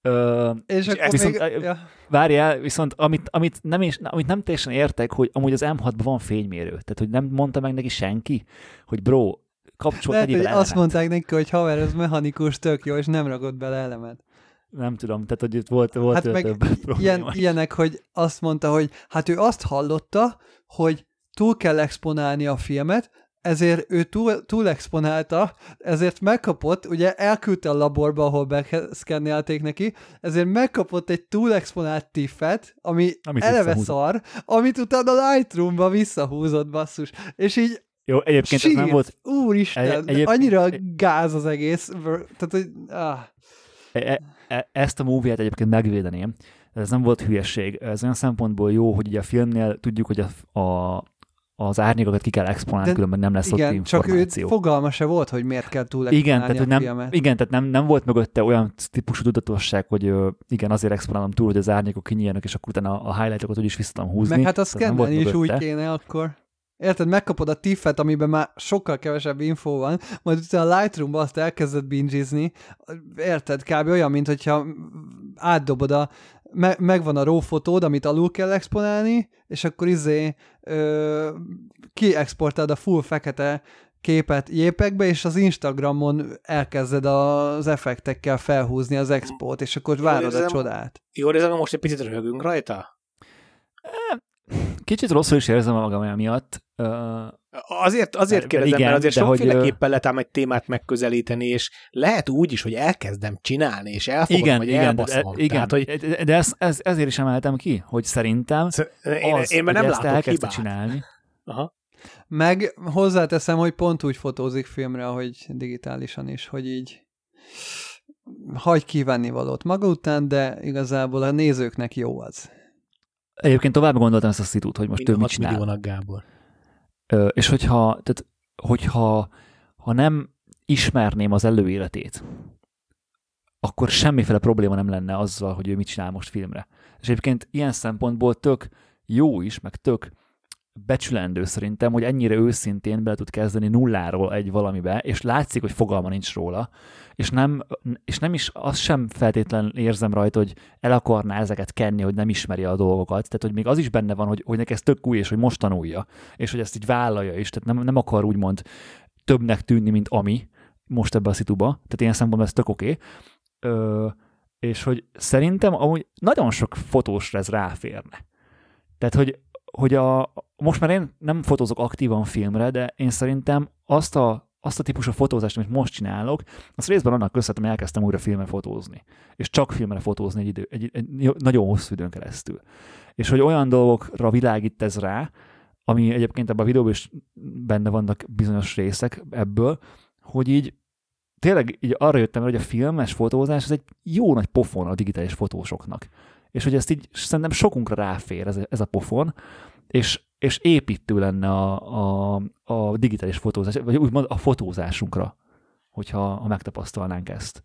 Ö, és, és akkor viszont, még... Ja. Várjál, viszont amit, amit, nem is, amit nem teljesen értek, hogy amúgy az em hatban van fénymérő, tehát hogy nem mondta meg neki senki, hogy bro, kapcsolt egyéb elemet. Azt mondták neki, hogy haver, ez mechanikus, tök jó, és nem rakott bele elemet. Nem tudom, tehát hogy itt volt, volt hát meg több probléma. Ilyen, ilyenek, hogy azt mondta, hogy hát ő azt hallotta, hogy túl kell exponálni a filmet, ezért ő túl, túl exponálta, ezért megkapott, ugye elküldte a laborba, ahol beszkennelték neki, ezért megkapott egy túl exponált tiffet, ami amit eleve szar, amit utána a Lightroom-ba visszahúzott, basszus. És így jó, egyébként sírt, ez nem volt... Úristen, egy, egyéb... annyira gáz az egész. Tehát, hogy... Ah. E, e, ezt a movie-et egyébként megvédeném. Ez nem volt hülyeség. Ez olyan szempontból jó, hogy ugye a filmnél tudjuk, hogy a, a, az árnyékokat ki kell exponálni, különben nem lesz igen, ott információ. Csak ő fogalma se volt, hogy miért kell túl igen, exponálni tehát, a nem, filmet. Igen, tehát nem, nem volt mögötte olyan típusú tudatosság, hogy igen, azért exponálom túl, hogy az árnyékok kinyíljanak, és akkor utána a highlightokat úgy is vissza tudom húzni. Meg hát a szkennelni is úgy kéne akkor. Érted, megkapod a tiffet, amiben már sokkal kevesebb infó van, majd utána a Lightroom-ba azt elkezded bingizni, érted, kb. Olyan, mint hogyha átdobod a, me, megvan a raw fotód, amit alul kell exponálni, és akkor izé ö, kiexportálod a full fekete képet jépekbe, és az Instagramon elkezded az effektekkel felhúzni az export, és akkor várod a csodát. Jó, de most egy picit röhögünk rajta? Kicsit rosszul is érzem magam emiatt. Uh, azért azért kérdezem, igen, mert azért sokféleképpen hogy... lehet ám egy témát megközelíteni, és lehet úgy is, hogy elkezdem csinálni, és elfogom, igen, vagy igen, elbaszom. Igen, Tehát, hogy... de ez, ez, ezért is emeltem ki, hogy szerintem én, az, én, én nem ezt látok hibát. Csinálni. Aha. Meg hozzáteszem, hogy pont úgy fotózik filmre, ahogy digitálisan is, hogy így hagy kívánni valót maga után, de igazából a nézőknek jó az. Egyébként tovább gondoltam ezt a szitút, hogy most ő mit csinál. Milliónak, Gábor. Ö, és hogyha, tehát, hogyha ha nem ismerném az előéletét, akkor semmiféle probléma nem lenne azzal, hogy ő mit csinál most filmre. És egyébként ilyen szempontból tök jó is, meg tök becsülendő szerintem, hogy ennyire őszintén bele tud kezdeni nulláról egy valamibe, és látszik, hogy fogalma nincs róla, és nem, és nem is azt sem feltétlenül érzem rajta, hogy el akarná ezeket kenni, hogy nem ismeri a dolgokat, tehát hogy még az is benne van, hogy, hogy neki ez tök új, és hogy most tanulja, és hogy ezt így vállalja is, tehát nem, nem akar úgymond többnek tűnni, mint ami most ebbe a szituba, tehát ilyen szempontból ez tök oké, okay. És hogy szerintem amúgy nagyon sok fotósra ez ráférne. Tehát, hogy hogy a, most már én nem fotózok aktívan filmre, de én szerintem azt a, azt a típusú fotózást, amit most csinálok, azt részben annak köszönhetem, hogy elkezdtem újra filmre fotózni. És csak filmre fotózni egy, idő, egy, egy nagyon hosszú időn keresztül. És hogy olyan dolgokra világít ez rá, ami egyébként ebben a videóban is benne vannak bizonyos részek ebből, hogy így tényleg így arra jöttem, hogy a filmes fotózás az egy jó nagy pofon a digitális fotósoknak. És hogy ezt így szerintem sokunkra ráfér ez a, ez a pofon, és, és építő lenne a, a, a digitális fotózás, vagy úgymond a fotózásunkra, hogyha ha megtapasztalnánk ezt.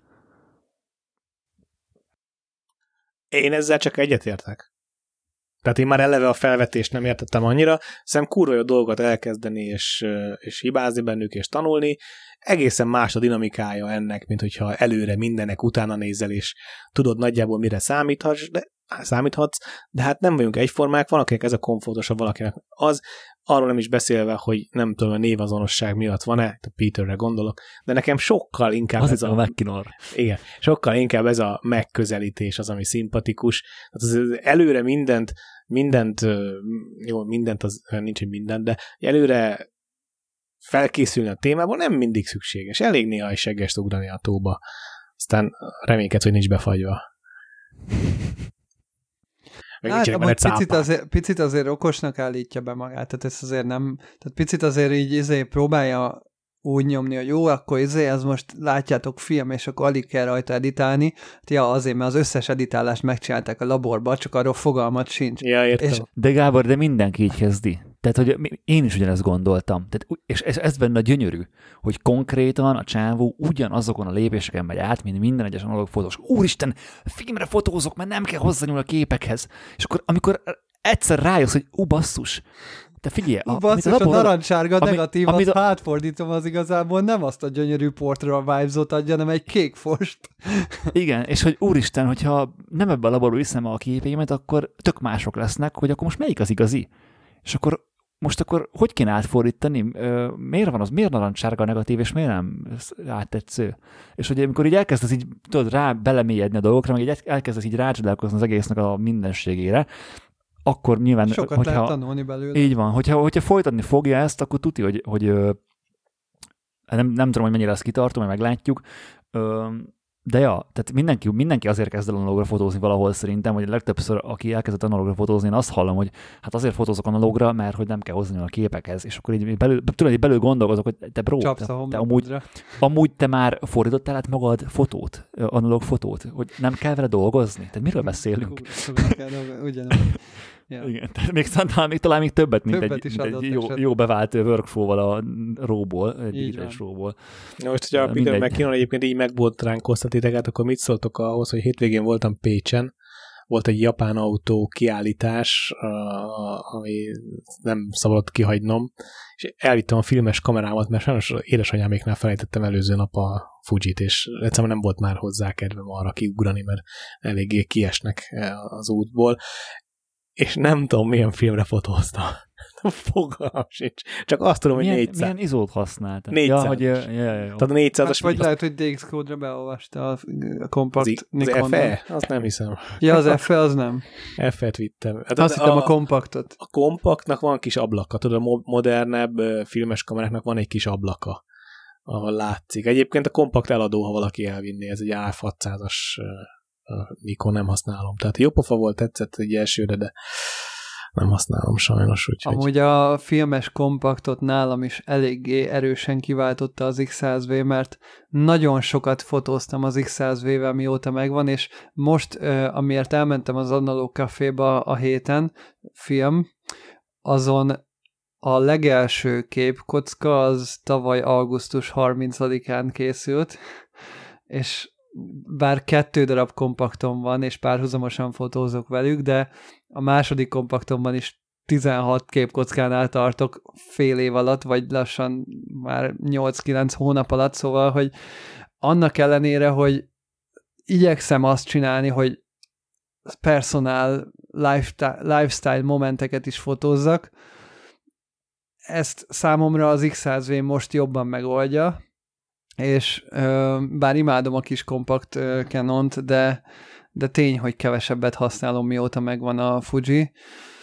Én ezzel csak egyetértek. Tehát én már eleve a felvetést nem értettem annyira, szerintem kurva jó dolgokat elkezdeni, és, és hibázni bennük, és tanulni. Egészen más a dinamikája ennek, mint hogyha előre mindenek utána nézel, és tudod nagyjából mire számíthatsz, de, számíthatsz, de hát nem vagyunk egyformák, van, akinek ez a komfortosabb, valakinek az, arról nem is beszélve, hogy nem tudom, a névazonosság miatt van-e, a Peterre gondolok, de nekem sokkal inkább az ez a... a McKinnon. Igen, sokkal inkább ez a megközelítés az, ami szimpatikus. Hát az előre mindent mindent, jó, mindent az, nincs, hogy mindent, de előre felkészülni a témából nem mindig szükséges. Elég néha egy seggest ugrani a tóba. Aztán reménykedsz, hogy nincs befagyva. Meg hát, amúgy picit azért, picit azért okosnak állítja be magát, tehát ez azért nem, tehát picit azért így izé próbálja úgy nyomni, hogy jó, akkor izé, ez most látjátok film, és akkor alig kell rajta editálni. Hát ja, azért, mert az összes editálást megcsinálták a laborba, csak arról fogalmat sincs. Ja, értem. És... De Gábor, de mindenki így kezdi. Tehát, hogy én is ugyanezt gondoltam. Tehát, és ez, ez benne a gyönyörű, hogy konkrétan a csávó ugyanazokon a lépéseken megy át, mint minden egyes analóg fotós. Úristen, filmre fotózok, mert nem kell hozzányúlni a képekhez. És akkor, amikor egyszer rájössz, hogy ú, basszus, te figyelj, a, basszus, a, a narancsárga ami, negatív, amit azt a... hátfordítom, az igazából nem azt a gyönyörű portra a vibes-ot adja, hanem egy kék fost. Igen, és hogy úristen, hogyha nem ebben a laborban viszem a képeimet, akkor tök mások lesznek, hogy akkor most melyik az igazi? És akkor most akkor hogy kéne átfordítani? Miért van az? Miért narancsárga a negatív, és miért nem áttetsző? És hogy amikor így elkezdesz így, tudod, rá belemélyedni a dolgokra, meg így elkezdesz így rácsodálkozni az egésznek a mindenségére, akkor nyilván... Sokat hogyha, lehet tanulni belőle. Így van. Hogyha, hogyha folytatni fogja ezt, akkor tuti, hogy, hogy nem, nem tudom, hogy mennyire lesz kitartó, majd meglátjuk, de ja, tehát mindenki, mindenki azért kezd el analogra fotózni valahol szerintem, hogy legtöbbször, aki elkezdett analogra fotózni, én azt hallom, hogy hát azért fotózok analogra, mert hogy nem kell hozni a képekhez, és akkor így belül, tudod, így belül gondolkozok, hogy te bro, te, te amúgy, amúgy te már fordítottál át magad fotót, analóg fotót, hogy nem kell vele dolgozni? Tehát miről beszélünk? Ugyanúgy. Ja. Igen, tehát még, talán, még, talán még többet, mint többet egy, mint egy jó, jó bevált workflow-val a róból, egy digitális róból. Na most, hogyha a Peter McKinnon egyébként így megbotránkoztat titeket, akkor mit szóltok ahhoz, hogy hétvégén voltam Pécsen, volt egy japán autó kiállítás, ami nem szabadott kihagynom, és elvittem a filmes kamerámat, mert sajnos édesanyáméknál felejtettem előző nap a Fujit, és egyszerűen nem volt már hozzá kedvem arra kiugrani, mert eléggé kiesnek az útból. És nem tudom, milyen filmre fotóztam. Fogalmam sincs. Csak azt tudom, hogy milyen, négyszáz. Milyen izót használtál? négyszáz. Ja, hogy, ja, ja, ja. Tehát a négyszázas... Hát, vagy lehet, hogy dé iksz Code-ra beolvasta a, a kompakt az, Nikon. Az ef e? Azt nem hiszem. Ja, az ef e az nem. ef e-t vittem. Hát azt hittem a, a kompaktot. A kompaktnak van kis ablaka. Tudod, a modernebb filmes kameráknak van egy kis ablaka, ahol látszik. Egyébként a kompakt eladó, ha valaki elvinné. Ez egy á ef hatszázas Nikon, nem használom. Tehát jó pofa volt, tetszett egy elsőre, de nem használom sajnos. Úgyhogy... Amúgy a filmes kompaktot nálam is eléggé erősen kiváltotta az iksz száz vé, mert nagyon sokat fotóztam az iksz száz vé-vel, mióta megvan, és most, amiért elmentem az Analóg Caféba a héten, film, azon a legelső képkocka az tavaly augusztus harmincadikán készült, és bár kettő darab kompaktom van, és párhuzamosan fotózok velük, de a második kompaktomban is tizenhat képkockánál tartok fél év alatt, vagy lassan már nyolc-kilenc hónap alatt, szóval, hogy annak ellenére, hogy igyekszem azt csinálni, hogy personal lifestyle momenteket is fotózzak, ezt számomra az iksz száz vé most jobban megoldja, és ö, bár imádom a kis kompakt ö, Canont, de, de tény, hogy kevesebbet használom, mióta megvan a Fuji.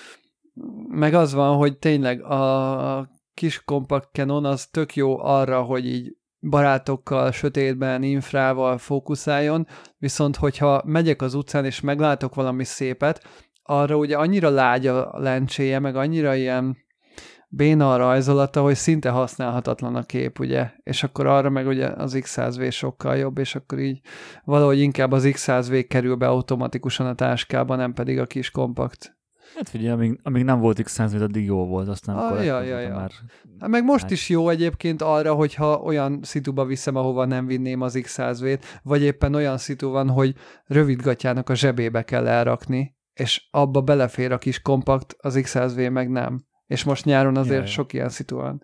Meg az van, hogy tényleg a kis kompakt Canon az tök jó arra, hogy így barátokkal, sötétben, infrával fókuszáljon, viszont hogyha megyek az utcán és meglátok valami szépet, arra ugye annyira lágy a lencséje, meg annyira ilyen béna a rajzolata, hogy szinte használhatatlan a kép, ugye, és akkor arra meg ugye az iksz száz vé sokkal jobb, és akkor így valahogy inkább az iksz száz vé kerül be automatikusan a táskába, nem pedig a kis kompakt. Hát figyelj, amíg, amíg nem volt iksz száz vé, addig jó volt, aztán ah, akkor ja, ja, ja. már... Hát meg most hát... is jó egyébként arra, hogyha olyan szituba viszem, ahova nem vinném az iksz száz vét, vagy éppen olyan szitu van, hogy rövidgatjának a zsebébe kell elrakni, és abba belefér a kis kompakt, az iksz száz vé meg nem. És most nyáron azért yeah. sok ilyen szitu van.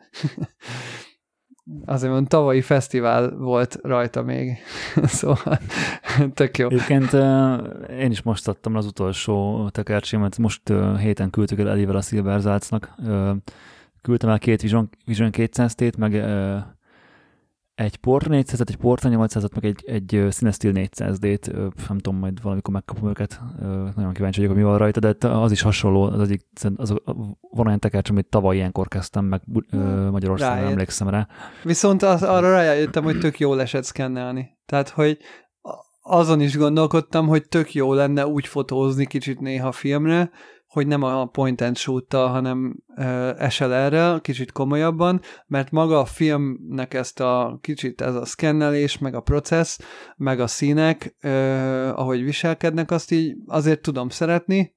Azért mondom, tavalyi fesztivál volt rajta még. Szóval tök jó. Egyébként én is most adtam az utolsó tekercsémet, most héten küldtük el Elivel a Silverzácnak. Küldtem el két Vision, Vision kétszáz tét, meg egy Portra négyszázat, egy Portra nyolcszázat, meg egy, egy Cinestill négyszáz dét, nem tudom, majd valamikor megkapom őket, nagyon kíváncsi vagyok, mi van rajta, de az is hasonló, az egyik, az, van olyan tekercs, amit tavaly ilyenkor kezdtem, meg Magyarországon rájött. Emlékszem rá. Viszont az, arra rájöttem, hogy tök jól esett szkennelni. Tehát, hogy azon is gondolkodtam, hogy tök jó lenne úgy fotózni kicsit néha filmre, hogy nem a point and shoot-tal, hanem es el er-rel, kicsit komolyabban, mert maga a filmnek ezt a kicsit ez a szkennelés, meg a processz, meg a színek, eh, ahogy viselkednek, azt így azért tudom szeretni.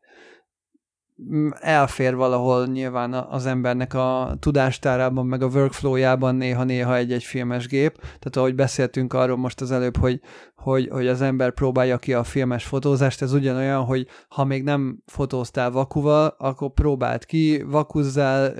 Elfér valahol nyilván az embernek a tudástárában, meg a workflow-jában néha-néha egy-egy filmes gép. Tehát ahogy beszéltünk arról most az előbb, hogy, hogy, hogy az ember próbálja ki a filmes fotózást, ez ugyanolyan, hogy ha még nem fotóztál vakuval, akkor próbáld ki, vakuzzál,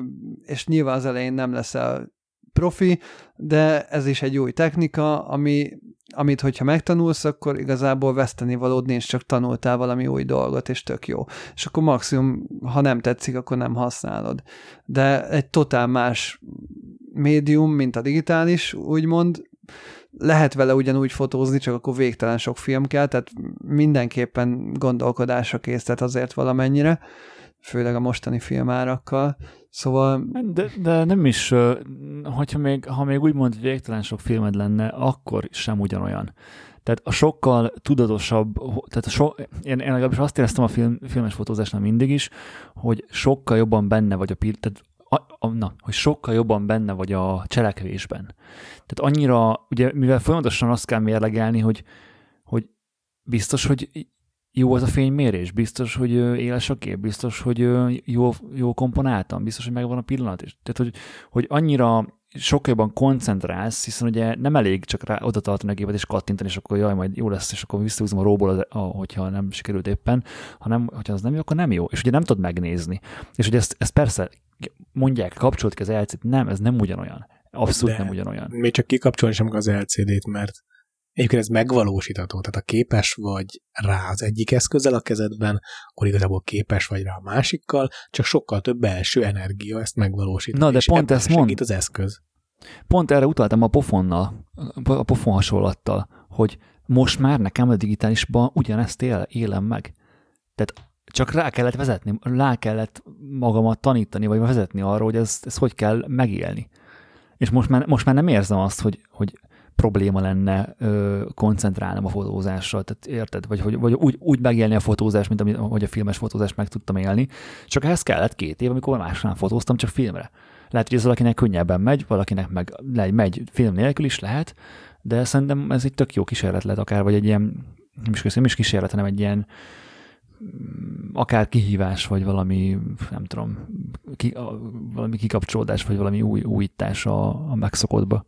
és nyilván az elején nem leszel profi, de ez is egy új technika, ami, amit hogyha megtanulsz, akkor igazából veszteni valód nincs, csak tanultál valami új dolgot, és tök jó. És akkor maximum, ha nem tetszik, akkor nem használod. De egy totál más médium, mint a digitális, úgymond, lehet vele ugyanúgy fotózni, csak akkor végtelen sok film kell, tehát mindenképpen gondolkodásra kész, tehát azért valamennyire, főleg a mostani filmárakkal. Szóval... De, de nem is, hogyha még, ha még úgymond végtelen sok filmed lenne, akkor sem ugyanolyan. Tehát a sokkal tudatosabb, tehát a so, én, én legalábbis azt éreztem a film, filmes fotózásnál mindig is, hogy sokkal jobban benne vagy a, tehát a, a, na, hogy sokkal jobban benne vagy a cselekvésben. Tehát annyira, ugye mivel folyamatosan azt kell mérlegelni, hogy, hogy biztos, hogy jó az a fénymérés, biztos, hogy éles a kép, biztos, hogy jó, jó komponáltam, biztos, hogy megvan a pillanat is. Tehát, hogy, hogy annyira sokkal jobban koncentrálsz, hiszen ugye nem elég csak rá oda tartani a gépet és kattintani, és akkor jaj, majd jó lesz, és akkor visszahúzom a róból, az, hogyha nem sikerült éppen, hanem hogyha az nem jó, akkor nem jó. És ugye nem tudod megnézni. És ugye ezt, ezt persze mondják, kapcsolt ki az el cé dét, nem, ez nem ugyanolyan. Abszolút de nem ugyanolyan. Még csak kikapcsolni sem az el cé dét, mert egyébként ez megvalósítható, tehát ha képes vagy rá az egyik eszközzel a kezedben, akkor igazából képes vagy rá a másikkal, csak sokkal több belső energia ezt megvalósítani. Na, de pont ezt mond. Az eszköz. Pont erre utaltam a pofonnal, a pofon hasonlattal, hogy most már nekem a digitálisban ugyanezt él, élem meg. Tehát csak rá kellett vezetni, rá kellett magamat tanítani, vagy vezetni arra, hogy ezt, ezt hogy kell megélni. És most már, most már nem érzem azt, hogy, hogy probléma lenne ö, koncentrálnom a fotózásra, tehát érted? Vagy, vagy, vagy úgy, úgy megélni a fotózást, mint ahogy a filmes fotózást meg tudtam élni. Csak ehhez kellett két év, amikor másnál fotóztam, csak filmre. Lehet, hogy ez valakinek könnyebben megy, valakinek meg megy film nélkül is lehet, de szerintem ez egy tök jó kísérlet lehet akár, vagy egy ilyen, nem is, nem is kísérlet, hanem egy ilyen akár kihívás, vagy valami, nem tudom, ki, valami kikapcsolódás, vagy valami új, újítás a, a megszokottba.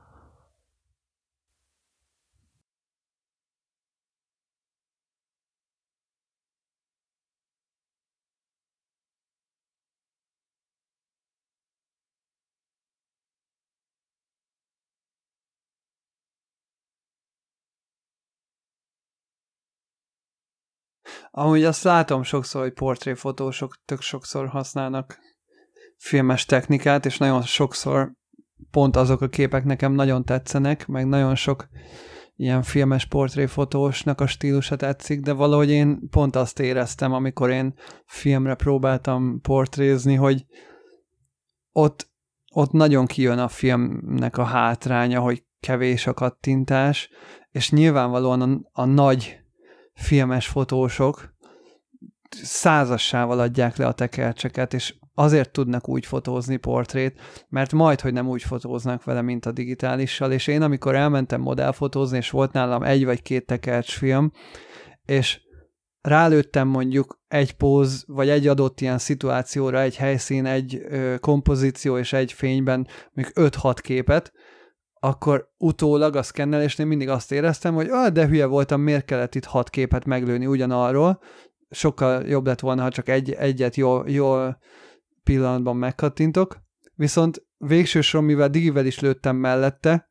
Amúgy azt látom sokszor, hogy portréfotósok tök sokszor használnak filmes technikát, és nagyon sokszor pont azok a képek nekem nagyon tetszenek, meg nagyon sok ilyen filmes portréfotósnak a stílusa tetszik, de valahogy én pont azt éreztem, amikor én filmre próbáltam portrézni, hogy ott, ott nagyon kijön a filmnek a hátránya, hogy kevés a kattintás, és nyilvánvalóan a, a nagy filmes fotósok százassával adják le a tekercseket, és azért tudnak úgy fotózni portrét, mert majd, hogy nem úgy fotóznak vele, mint a digitálissal, és én amikor elmentem modellfotózni, és volt nálam egy vagy két tekercs film, és rálőttem mondjuk egy póz, vagy egy adott ilyen szituációra, egy helyszín, egy ö, kompozíció és egy fényben még öt-hat képet, akkor utólag a szkennelésnél mindig azt éreztem, hogy ah, de hülye voltam, miért kellett itt hat képet meglőni ugyanarról, sokkal jobb lett volna, ha csak egy, egyet jól, jól pillanatban megkattintok, viszont végső soron, mivel digivel is lőttem mellette,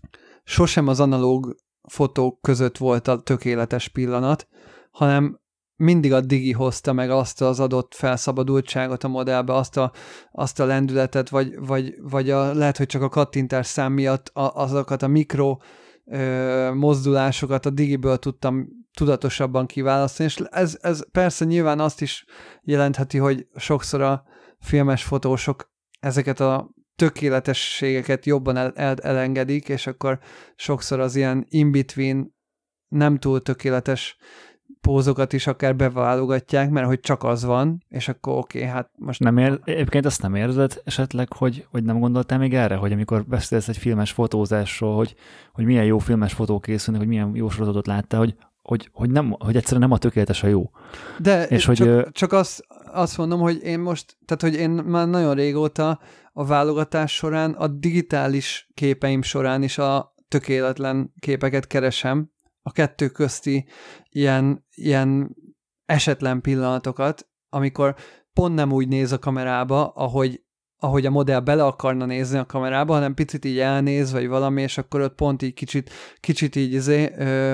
sosem az analóg fotók között volt a tökéletes pillanat, hanem mindig a digi hozta meg azt az adott felszabadultságot a modellbe, azt a, azt a lendületet, vagy, vagy, vagy a, lehet, hogy csak a kattintás szám miatt a, azokat a mikro ö, mozdulásokat a digiből tudtam tudatosabban kiválasztani, és ez, ez persze nyilván azt is jelentheti, hogy sokszor a filmes fotósok ezeket a tökéletességeket jobban el, el, elengedik, és akkor sokszor az ilyen in-between nem túl tökéletes pózokat is akár beválogatják, mert hogy csak az van, és akkor oké, okay, hát most... Nem ér, egyébként azt nem érzed esetleg, hogy, hogy nem gondoltál még erre, hogy amikor beszélsz egy filmes fotózásról, hogy, hogy milyen jó filmes fotó készülnek, hogy milyen jó sorozatot láttál, hogy, hogy, hogy, nem, hogy egyszerűen nem a tökéletes a jó. De és csak, hogy, csak azt, azt mondom, hogy én most, tehát hogy én már nagyon régóta a válogatás során, a digitális képeim során is a tökéletlen képeket keresem, a kettő közti ilyen, ilyen esetlen pillanatokat, amikor pont nem úgy néz a kamerába, ahogy, ahogy a modell bele akarna nézni a kamerába, hanem picit így elnéz, vagy valami, és akkor ott pont így kicsit, kicsit így izé,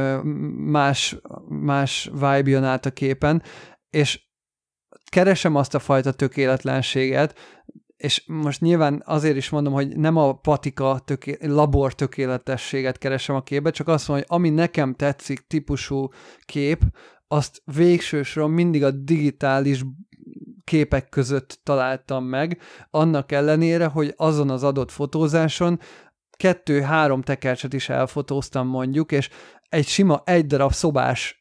más, más vibe jön át a képen, és keresem azt a fajta tökéletlenséget, és most nyilván azért is mondom, hogy nem a patika töké- labor tökéletességet keresem a képbe, csak azt mondom, hogy ami nekem tetszik típusú kép, azt végsősoron mindig a digitális képek között találtam meg, annak ellenére, hogy azon az adott fotózáson kettő-három tekercset is elfotóztam mondjuk, és egy sima egy darab szobás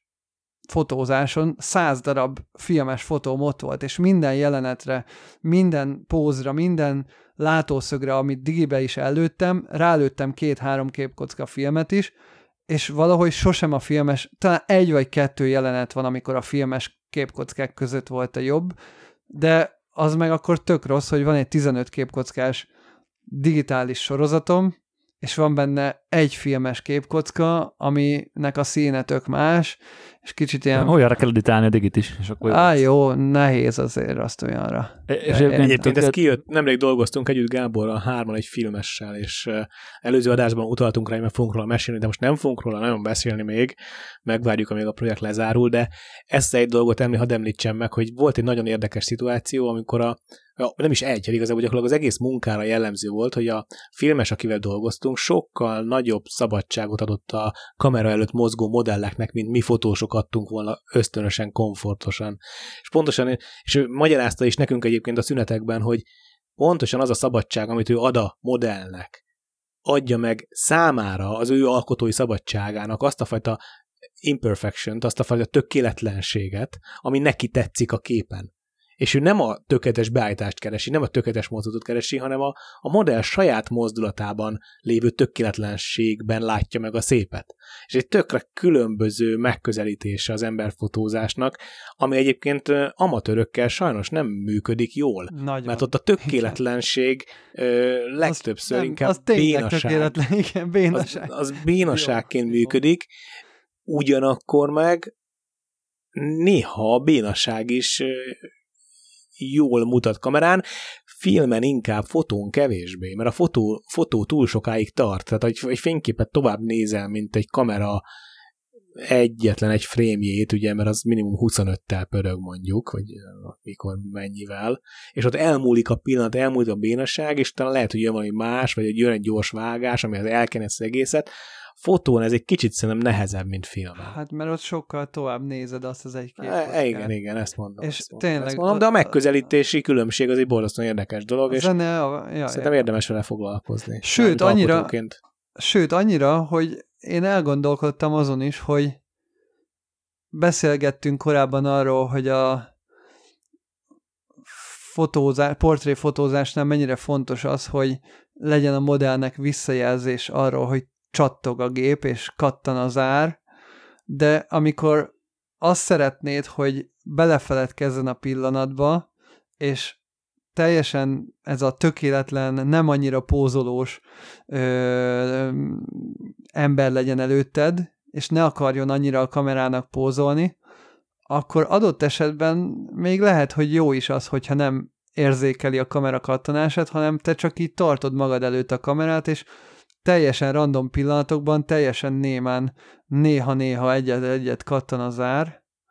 fotózáson száz darab filmes fotóm ott volt, és minden jelenetre, minden pózra, minden látószögre, amit digibe is előttem, rálőttem két-három képkocka filmet is, és valahogy sosem a filmes, talán egy vagy kettő jelenet van, amikor a filmes képkockák között volt a jobb, de az meg akkor tök rossz, hogy van egy tizenöt képkockás digitális sorozatom, és van benne egy filmes képkocka, aminek a színe tök más, és kicsit ilyen... Olyanra kell editálni a digit is. És akkor Á, jó, nehéz azért azt olyanra. És egyébként, egyébként ez kijött, nemrég dolgoztunk együtt Gáborral hárman egy filmessel, és előző adásban utaltunk rá, hogy meg fogunk róla mesélni, de most nem fogunk róla nagyon beszélni még, megvárjuk, amíg a projekt lezárul, de ezt egy dolgot emlí, hadd említsem meg, hogy volt egy nagyon érdekes szituáció, amikor a nem is egy, igazából gyakorlatilag az egész munkára jellemző volt, hogy a filmes, akivel dolgoztunk, sokkal nagyobb szabadságot adott a kamera előtt mozgó modelleknek, mint mi fotósok adtunk volna ösztönösen, komfortosan. És pontosan, és ő magyarázta is nekünk egyébként a szünetekben, hogy pontosan az a szabadság, amit ő ad a modellnek, adja meg számára az ő alkotói szabadságának azt a fajta imperfection-t, azt a fajta tökéletlenséget, ami neki tetszik a képen. És ő nem a tökéletes beállítást keresi, nem a tökéletes mozdulatot keresi, hanem a, a modell saját mozdulatában lévő tökéletlenségben látja meg a szépet. És egy tökre különböző megközelítése az emberfotózásnak, ami egyébként amatőrökkel sajnos nem működik jól. Nagyon. Mert ott a tökéletlenség ö, legtöbbször az, inkább az bénaság. Tökéletlen, igen, bénaság. Az, az bénaságként működik, ugyanakkor meg néha a bénaság is jól mutat kamerán, filmen inkább, fotón kevésbé, mert a fotó, fotó túl sokáig tart, tehát egy, egy fényképet tovább nézel, mint egy kamera egyetlen egy frémjét, ugye, mert az minimum huszonöttel pörög mondjuk, vagy mikor mennyivel, és ott elmúlik a pillanat, elmúlik a bénaság, és talán lehet, hogy jön valami más, vagy hogy jön egy gyors vágás, amihez elkenesz egészet. Fotón ez egy kicsit szerintem nehezebb, mint filmen. Hát mert ott sokkal tovább nézed azt az egy két e, Igen, igen, ezt mondom. És ezt mondom, tényleg... ezt mondom, de a megközelítési különbség az egy borzasztóan érdekes dolog, és zene, a, ja, szerintem ja. érdemes vele foglalkozni. Sőt, annyira, sőt, annyira, hogy én elgondolkodtam azon is, hogy beszélgettünk korábban arról, hogy a fotózás, portréfotózásnál mennyire fontos az, hogy legyen a modellnek visszajelzés arról, hogy csattog a gép, és kattan az ár, de amikor azt szeretnéd, hogy belefeledkezzen a pillanatba, és teljesen ez a tökéletlen, nem annyira pózolós ö, ember legyen előtted, és ne akarjon annyira a kamerának pózolni, akkor adott esetben még lehet, hogy jó is az, hogyha nem érzékeli a kamera kattanását, hanem te csak így tartod magad előtt a kamerát, és teljesen random pillanatokban, teljesen némán néha-néha egyet-egyet kattan az ár,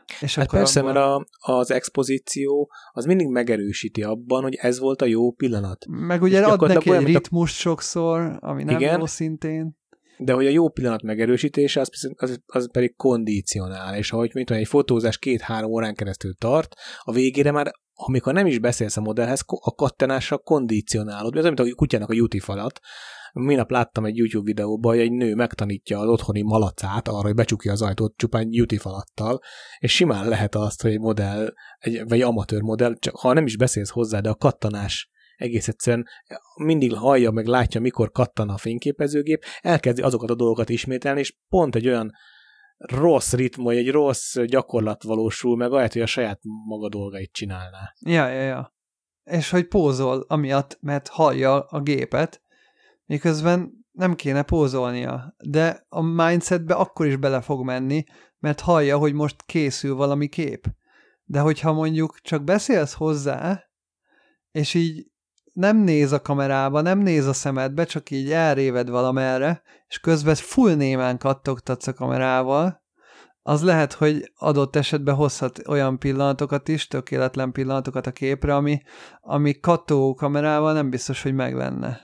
És Hát akkor persze, abban... mert a, az expozíció az mindig megerősíti abban, hogy ez volt a jó pillanat. Meg ugye ad neki egy ritmust a... sokszor, ami nem igen, jó szintén. De hogy a jó pillanat megerősítése, az, az, az pedig kondicionál, és ahogy mint egy fotózás két-három órán keresztül tart, a végére már, amikor nem is beszélsz a modellhez, a kattanással kondicionálod. Ez olyan, mint a kutyának a jutifalatt. Minap láttam egy YouTube videóban, hogy egy nő megtanítja az otthoni malacát arra, hogy becsukja az ajtót csupán jutifalattal, és simán lehet azt, hogy egy modell, egy, vagy egy amatőr modell, csak ha nem is beszélsz hozzá, de a kattanás egész egyszerűen mindig hallja, meg látja, mikor kattan a fényképezőgép, elkezdi azokat a dolgokat ismételni, és pont egy olyan rossz ritm, vagy egy rossz gyakorlat valósul meg, ahelyett, hogy a saját maga dolgait csinálná. Ja, ja, ja. És hogy pózol amiatt, mert hallja a gépet, miközben nem kéne pózolnia, de a mindsetbe akkor is bele fog menni, mert hallja, hogy most készül valami kép. De hogyha mondjuk csak beszélsz hozzá, és így nem néz a kamerába, nem néz a szemedbe, csak így elréved valamerre, és közben full némán kattogtatsz a kamerával, az lehet, hogy adott esetben hozhat olyan pillanatokat is, tökéletlen pillanatokat a képre, ami, ami kattogó kamerával nem biztos, hogy meg lenne.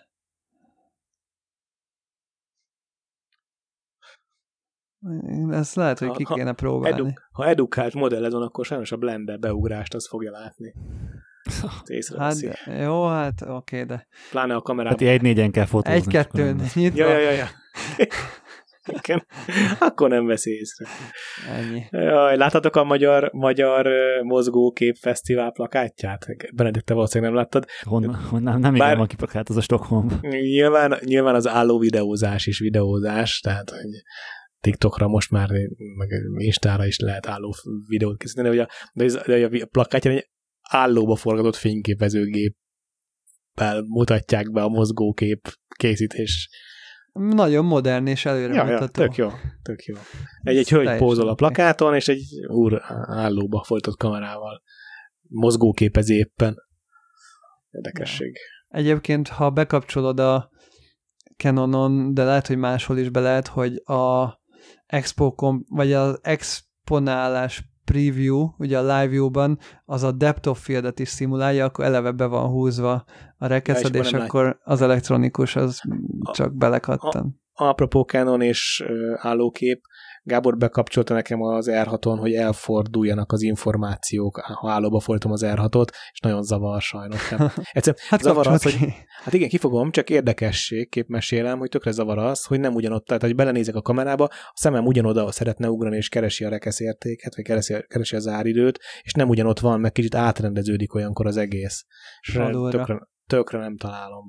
Ezt lehet, hogy ki ha, kéne próbálni. Edu, ha edukált modellezon, akkor sajnos a Blender beugrást azt fogja látni. Hát, jó, hát oké, okay, de... Pláne a kamerában. Hát egy négyen kell fotózni. Egy-kettőn nyitva. Ja, ja, ja, ja. Igen. Akkor nem vesz észre. Ennyi. Jaj, láthatok a magyar, magyar mozgókép fesztivál plakátját? Benedikt, te valószínűleg nem láttad. Honnan? Honnan? Nem igen van kiplakát, az a Stockholm. Nyilván, nyilván az álló videózás is videózás, tehát hogy TikTokra most már, meg Instára is lehet álló videót készíteni, de, de, de, de a plakátján egy állóba forgatott fényképezőgéppel mutatják be a mozgókép készítés. Nagyon modern és előremutató. Ja, ja, tök jó, tök jó. Egy, egy hölgy pózol a plakáton, és egy úr állóba folytott kamerával mozgóképezi éppen. Érdekesség. Ja. Egyébként, ha bekapcsolod a Canonon, de lehet, hogy máshol is be lehet, hogy a Expo, vagy az exponálás preview, ugye a live view-ban az a depth of field-et is szimulálja, akkor eleve be van húzva a rekeszed, ja, és, és akkor lát... az elektronikus az a, csak belekattan. Apropó Canon és uh, állókép, Gábor bekapcsolta nekem az er haton, hogy elforduljanak az információk, ha állóba folytom az er hatot, és nagyon zavar sajnos. Egyszerűen hát zavar az, hogy, hát igen, kifogom, csak érdekességképp mesélem, hogy tökre zavar az, hogy nem ugyanott, tehát hogy belenézek a kamerába, a szemem ugyanoda szeretne ugrani, és keresi a rekeszértéket, vagy keresi, keresi az áridőt, és nem ugyanott van, meg kicsit átrendeződik olyankor az egész. És tökre, tökre nem találom.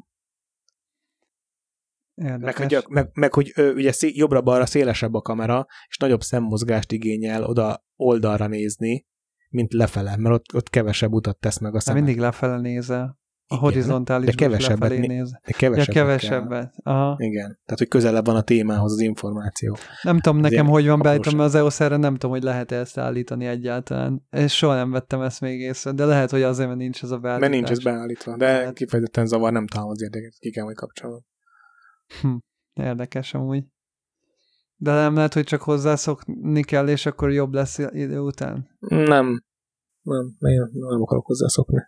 Meg hogy, meg, meg, hogy ö, ugye szé, jobbra-balra szélesebb a kamera, és nagyobb szemmozgást igényel oda oldalra nézni, mint lefele, mert ott, ott kevesebb utat tesz meg a szemed. Mindig lefele nézel. A horizontális lefelé néz. De kevesebbet. Ja, kevesebbet. Aha. Igen. Tehát, hogy közelebb van a témához az információ. Nem tudom nekem, Ezért hogy van beállítom, mert az e o es erre nem tudom, hogy lehet ezt állítani egyáltalán. És soha nem vettem ezt még észre, de lehet, hogy azért, mert nincs ez a beállítás. Mert nincs ez beállítva, de hát... kifejezetten zavar, nem találom az érdeket, ki kell majd kapcsolni. Hm, érdekes amúgy. De nem lehet, hogy csak hozzászokni kell, és akkor jobb lesz idő után? Nem. Nem, nem, nem akarok hozzászokni.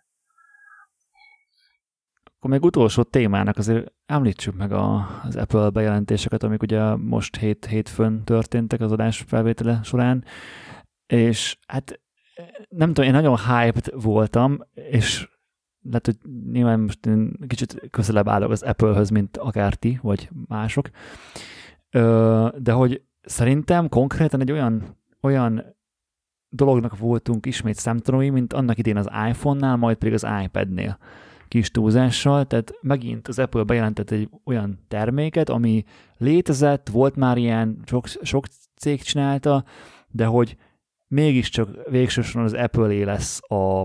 Akkor még utolsó témának azért említsük meg a, az Apple bejelentéseket, amik ugye most hét, hétfőn történtek az adás felvétele során, és hát nem tudom, én nagyon hyped voltam, és lehet, hogy nyilván most én kicsit közelebb állok az Apple-höz, mint akár ti, vagy mások, de hogy szerintem konkrétan egy olyan, olyan dolognak voltunk ismét szemtanúi, mint annak idén az iPhone-nál, majd pedig az iPad-nél kis túlzással, tehát megint az Apple bejelentett egy olyan terméket, ami létezett, volt már ilyen, sok, sok cég csinálta, de hogy mégiscsak végsősorban az Apple-é lesz a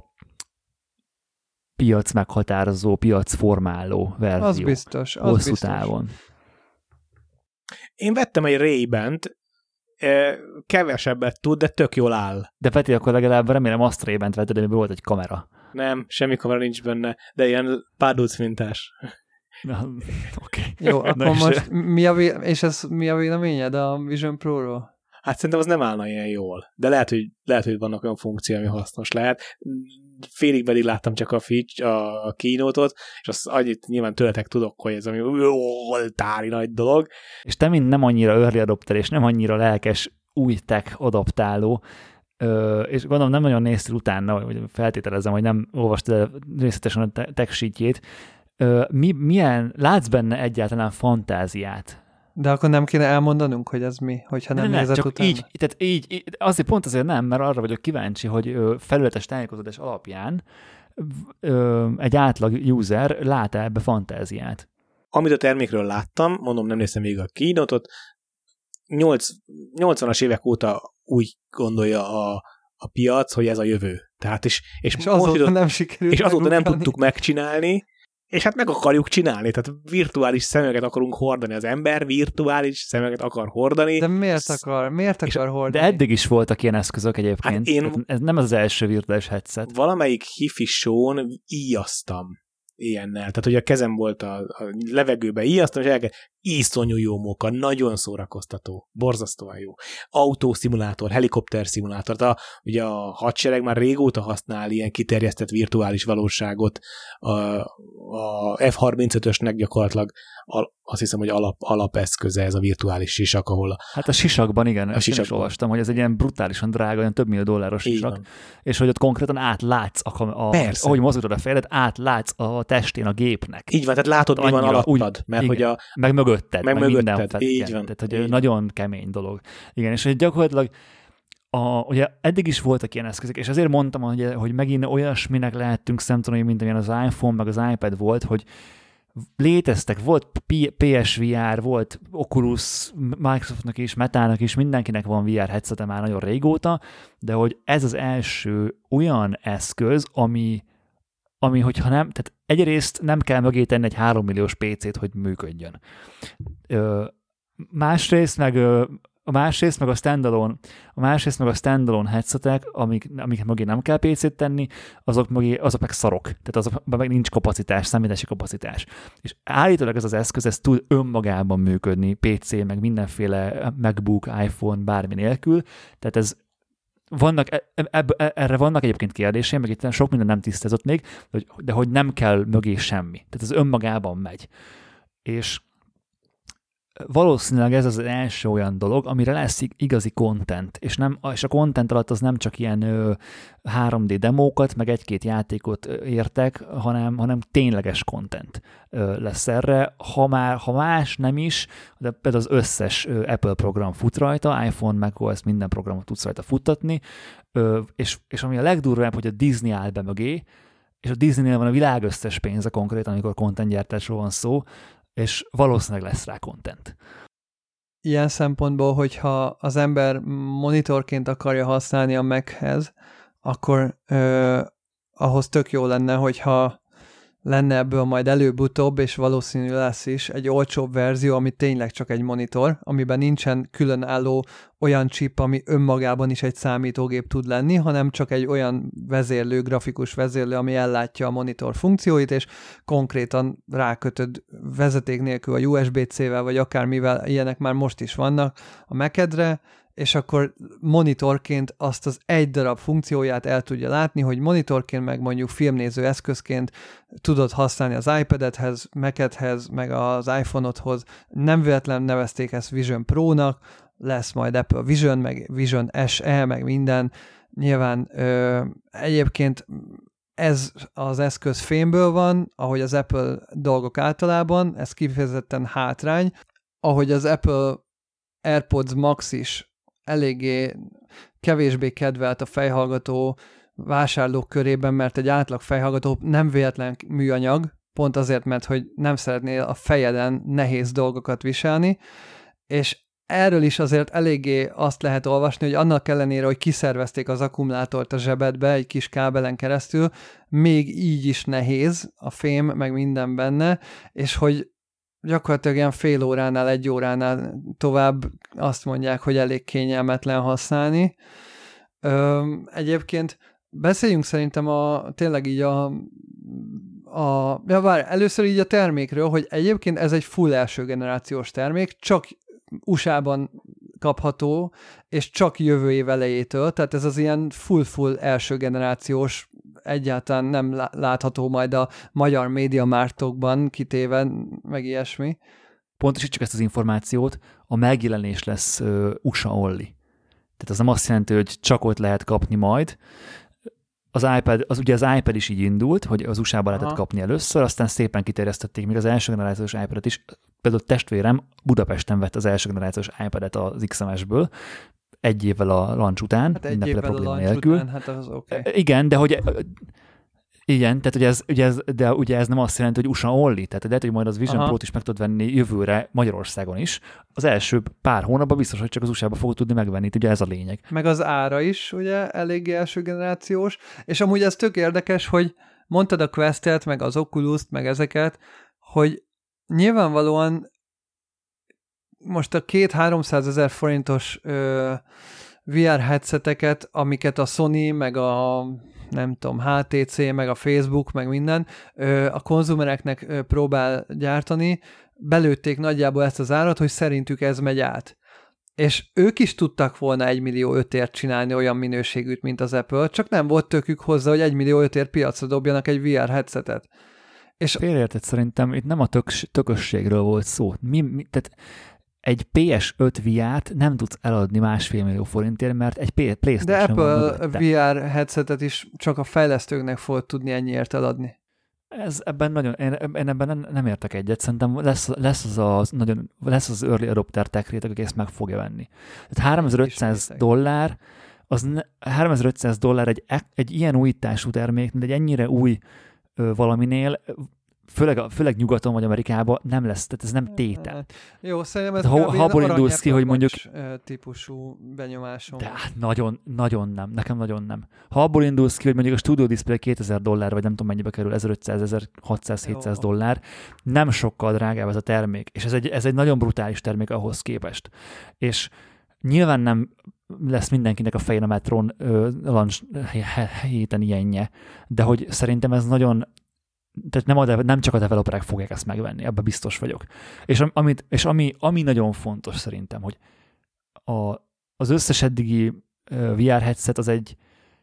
piac meghatározó, piac formáló verzió. Az biztos, az hosszú biztos. távon. Én vettem egy Ray-Bant, kevesebbet tud, de tök jól áll. De Peti, akkor legalább remélem azt Ray-Bant vetted, amiben volt egy kamera. Nem, semmi kamera nincs benne, de ilyen pádóc mintás. Oké. Okay. Jó, akkor most mi a vé- és ez mi a véleményed a Vision Pro-ról? Hát szerintem az nem állna ilyen jól. De lehet, hogy, lehet, hogy vannak olyan funkció, ami hasznos lehet. Félig pedig láttam csak a, feature, a keynote-ot, és azt annyit nyilván tőletek tudok, hogy ez ami oltári nagy dolog. És te mind nem annyira early adopter, és nem annyira lelkes új tech adaptáló, Ö, és gondolom nem nagyon néztél utána, vagy feltételezem, hogy nem olvastad részletesen a tech sheetjét. Ö, mi, milyen, látsz benne egyáltalán fantáziát? De akkor nem kéne elmondanunk, hogy ez mi, hogyha nem ne, nézett csak utána? így, tehát így, így, azért pont azért nem, mert arra vagyok kíváncsi, hogy ö, felületes tájékozódás alapján ö, egy átlag user lát-e ebbe fantáziát? Amit a termékről láttam, mondom, nem néztem végig a keynote-ot, nyolcvanas évek óta úgy gondolja a, a piac, hogy ez a jövő. Tehát és, és, és azóta most, nem sikerült és azóta nem megugrani. tudtuk megcsinálni, és hát meg akarjuk csinálni. Tehát virtuális szemüveget akarunk hordani. Az ember virtuális szemüveget akar hordani. De miért akar? Miért akar hordani? De eddig is voltak ilyen eszközök egyébként. Hát én, ez nem az első virtuális headset. Valamelyik hifi show-n íjaztam ilyennel. Tehát, hogy a kezem volt a, a levegőbe íjaztam, és elkezd, iszonyú jó móka, nagyon szórakoztató, borzasztóan jó. Autószimulátor, helikopterszimulátor. A, ugye a hadsereg már régóta használ ilyen kiterjesztett virtuális valóságot. A, a ef harmincötösnek gyakorlatilag a, azt hiszem, hogy alap, alapeszköze ez a virtuális sisak, ahol a... Hát a sisakban, igen, a sisakban. Is olvastam, hogy ez egy ilyen brutálisan drága, olyan több millió dolláros sisak, és hogy ott konkrétan átlátsz, a, a, ahogy mozgatod a fejedet, átlátsz a testén a gépnek. Így van, tehát látod, mi van alattad, úgy, mert igen, hogy a... meg mögötted, meg, meg mögötted, minden így igen, van. Tehát, hogy így. Nagyon kemény dolog. Igen, és hogy gyakorlatilag a, ugye eddig is voltak ilyen eszközök, és azért mondtam, hogy, hogy megint olyasminek lehettünk szemtanúi, mint amilyen az iPhone, meg az iPad volt, hogy léteztek, volt pé es vé er, volt Oculus, Microsoftnak is, Metának is, mindenkinek van vé er headsete már nagyon régóta, de hogy ez az első olyan eszköz, ami, ami hogyha nem, tehát egyrészt nem kell mögé tenni egy három milliós pé cét, hogy működjön. Ö, másrészt meg a másrészt meg a standalone, a másrészt meg a standalone headsetek, amik, amik mögé nem kell pé cét tenni, azok mögé, azok meg szarok. Tehát azokban meg nincs kapacitás, számítási kapacitás. És állítólag ez az eszköz, ez tud önmagában működni, pé cé, meg mindenféle MacBook, iPhone, bármi nélkül. Tehát ez vannak, eb, erre vannak egyébként kérdéseim, meg itt sok minden nem tisztázott még, de hogy nem kell mögé semmi. Tehát ez önmagában megy. És valószínűleg ez az első olyan dolog, amire lesz igazi content, és, nem, és a content alatt az nem csak ilyen ö, három dé demókat, meg egy-két játékot értek, hanem, hanem tényleges content ö, lesz erre. Ha, már, ha más nem is, de például az összes ö, Apple program fut rajta, iPhone, macOS, minden programot tudsz rajta futtatni, ö, és, és ami a legdurvább, hogy a Disney áll be mögé, és a Disneynél van a világ összes pénze konkrétan, amikor contentgyártásról van szó, és valószínűleg lesz rá content. Ilyen szempontból, hogyha az ember monitorként akarja használni a Machez, akkor ö, ahhoz tök jó lenne, hogyha lenne ebből majd előbb-utóbb, és valószínű lesz is egy olcsóbb verzió, ami tényleg csak egy monitor, amiben nincsen különálló olyan chip, ami önmagában is egy számítógép tud lenni, hanem csak egy olyan vezérlő, grafikus vezérlő, ami ellátja a monitor funkcióit, és konkrétan rákötöd vezeték nélkül, vagy u es bé cével, vagy akármivel, ilyenek már most is vannak a Macedre, és akkor monitorként azt az egy darab funkcióját el tudja látni, hogy monitorként, meg mondjuk filmnéző eszközként tudod használni az iPad-edhez, Mac-edhez, meg az iPhone-odhoz. Nem véletlen nevezték ezt Vision Pro-nak, lesz majd Apple Vision, meg Vision es e, meg minden. Nyilván ö, egyébként ez az eszköz fémből van, ahogy az Apple dolgok általában, ez kifejezetten hátrány, ahogy az Apple AirPods Max is eléggé kevésbé kedvelt a fejhallgató vásárlók körében, mert egy átlag fejhallgató nem véletlen műanyag, pont azért, mert hogy nem szeretnél a fejeden nehéz dolgokat viselni, és erről is azért eléggé azt lehet olvasni, hogy annak ellenére, hogy kiszervezték az akkumulátort a zsebedbe egy kis kábelen keresztül, még így is nehéz a fém, meg minden benne, és hogy gyakorlatilag ilyen fél óránál, egy óránál tovább azt mondják, hogy elég kényelmetlen használni. Ö, egyébként beszéljünk szerintem a, tényleg így a, a ja, várj, először így a termékről, hogy egyébként ez egy full első generációs termék, csak u es á-ban kapható, és csak jövő év elejétől, tehát ez az ilyen full-full első generációs, egyáltalán nem látható majd a magyar médiamártokban kitéve, meg ilyesmi. Pontosítsuk ezt az információt, a megjelenés lesz uh, u es á only. Tehát az nem azt jelenti, hogy csak ott lehet kapni majd. Az iPad, az ugye az iPad is így indult, hogy az u es á-ban lehetett kapni először, aztán szépen kiterjesztették még az első generációs iPad-et is. Például testvérem Budapesten vett az első generációs iPad-et az iksz em es-ből, egy évvel a launch után, hát mindenféle probléma a nélkül. Után, hát az okay. Igen, de hogy igen, tehát ugye ez, ugye ez, de ugye ez nem azt jelenti, hogy u es á only, tehát lehet, hogy majd az Vision Aha. Pro-t is meg tudod venni jövőre Magyarországon is. Az első pár hónapban biztos, hogy csak az u es á-ba fogod tudni megvenni, ugye ez a lényeg. Meg az ára is, ugye, eléggé első generációs, és amúgy ez tök érdekes, hogy mondtad a Quest-et, meg az Oculus-t, meg ezeket, hogy nyilvánvalóan most a két-háromszázezer forintos ö, vé er headseteket, amiket a Sony, meg a nem tudom, há té cé, meg a Facebook, meg minden, ö, a konzumereknek ö, próbál gyártani, belőtték nagyjából ezt az árat, hogy szerintük ez megy át. És ők is tudtak volna egy millió ötért csinálni olyan minőségűt, mint az Apple, csak nem volt tökük hozzá, hogy egy millió ötért piacra dobjanak egy vé er headsetet. És félreértett szerintem, itt nem a tök, tökösségről volt szó. Mi, mi, tehát egy pé es öt vé er-t nem tudsz eladni másfél millió forintért, mert egy PlayStation De Apple vé er headsetet is csak a fejlesztőknek fog tudni ennyiért eladni. Ez ebben nagyon, én, én ebben nem, nem értek egyet, szerintem lesz, lesz, az, az, nagyon, lesz az early adopter tech réteg, aki ezt meg fogja venni. Tehát háromezer-ötszáz dollár, az ne, háromezer-ötszáz dollár egy, egy ilyen újítású termék, mint egy ennyire új ö, valaminél, Főleg, főleg nyugaton vagy Amerikában nem lesz, tehát ez nem tétel. Jó, szerintem ez ha, ha abból indulsz ki, hogy mondjuk típusú benyomásom. De hát nagyon, nagyon nem, nekem nagyon nem. Ha abból indulsz ki, hogy mondjuk a Studio Display kétezer dollár, vagy nem tudom mennyibe kerül, ezerötszáz, ezerhatszáz, hétszáz dollár, nem sokkal drágább ez a termék, és ez egy, ez egy nagyon brutális termék ahhoz képest. És nyilván nem lesz mindenkinek a fején a Metron launch héten ilyenje, de hogy szerintem ez nagyon tehát nem, a, nem csak a developerek fogják ezt megvenni, ebben biztos vagyok. És, amit, és ami, ami nagyon fontos szerintem, hogy a, az összes eddigi uh, vé er headset az egy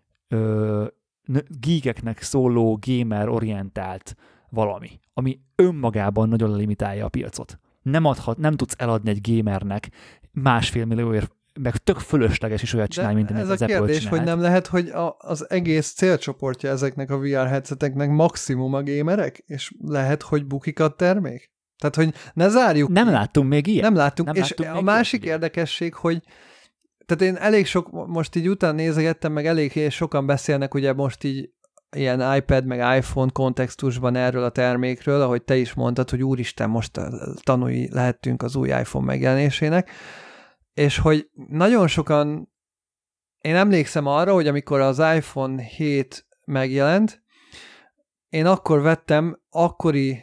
uh, geekeknek szóló, gamer-orientált valami, ami önmagában nagyon limitálja a piacot. Nem, adhat, nem tudsz eladni egy gamernek másfél millióért, meg tök fölösleges is olyat csinálni, mint amit az Apple csinált. Ez a kérdés, hogy nem lehet, hogy a, az egész célcsoportja ezeknek a vé er headseteknek maximum a gamerek, és lehet, hogy bukik a termék? Tehát, hogy ne zárjuk Nem ki. láttunk még ilyet. Nem láttunk, nem és láttunk a másik ilyet. Érdekesség, hogy tehát én elég sok, most így utána nézegettem, meg elég sokan beszélnek ugye most így ilyen iPad, meg iPhone kontextusban erről a termékről, ahogy te is mondtad, hogy úristen, most tanulni lehettünk az új iPhone megjelenésének, és hogy nagyon sokan, én emlékszem arra, hogy amikor az iPhone hét megjelent, én akkor vettem akkori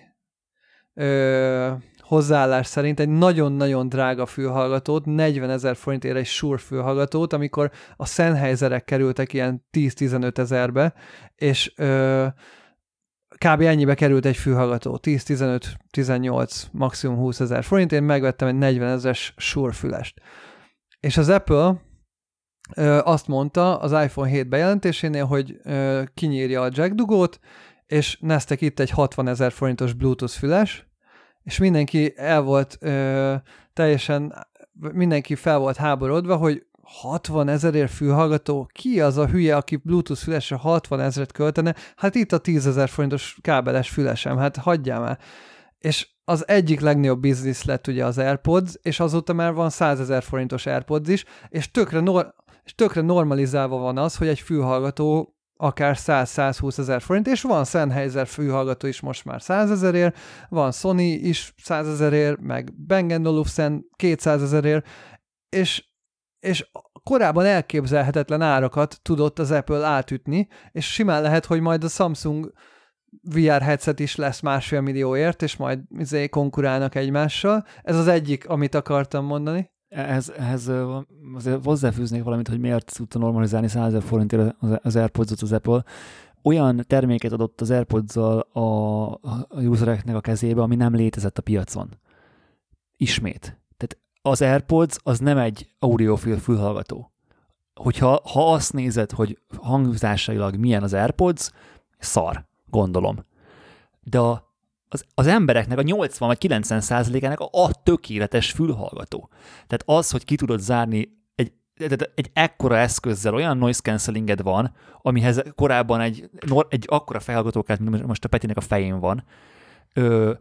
ö, hozzáállás szerint egy nagyon-nagyon drága fülhallgatót, negyvenezer forintért egy Shure fülhallgatót, amikor a Sennheiserek kerültek ilyen tíz-tizenöt ezerbe, és ö, kb. Ennyibe került egy fülhallgató, tíz-tizenöt-tizennyolc, maximum húsz ezer forint, én megvettem egy negyvenezeres Shure fülest. És az Apple ö, azt mondta az iPhone hét bejelentésénél, hogy ö, kinyírja a jack dugót, és neztek itt egy hatvanezer forintos Bluetooth füles, és mindenki el volt ö, teljesen, mindenki fel volt háborodva, hogy hatvanezerért fülhallgató, ki az a hülye, aki Bluetooth fülesre hatvanezret költene? Hát itt a tízezer forintos kábeles fülesem, hát hagyjál már. És az egyik legnagyobb biznisz lett ugye az AirPods, és azóta már van százezer forintos AirPods is, és tökre, nor- és tökre normalizálva van az, hogy egy fülhallgató akár száz-százhúsz ezer forint, és van Sennheiser fülhallgató is most már százezerért, van Sony is százezerért, meg Bang and Olufsen kétszázezerért, és és korábban elképzelhetetlen árakat tudott az Apple átütni, és simán lehet, hogy majd a Samsung vé er headset is lesz másfél millióért, és majd izé konkurálnak egymással. Ez az egyik, amit akartam mondani. Ehhez, ehhez azért hozzáfűznék valamit, hogy miért tudta normalizálni százezer forintért az AirPods-ot az Apple. Olyan terméket adott az AirPods-zal a, a usereknek a kezébe, ami nem létezett a piacon. Ismét. A, az AirPods az nem egy audiofil fülhallgató. Hogyha ha azt nézed, hogy hangzásailag milyen az AirPods, szar, gondolom. De a, az, az embereknek a nyolcvan vagy kilencven százalékának a, a tökéletes fülhallgató. Tehát az, hogy ki tudod zárni egy, egy ekkora eszközzel olyan noise cancellinged van, amihez korábban egy, egy akkora felhallgatókát, mint most a Petinek a fején van, ö,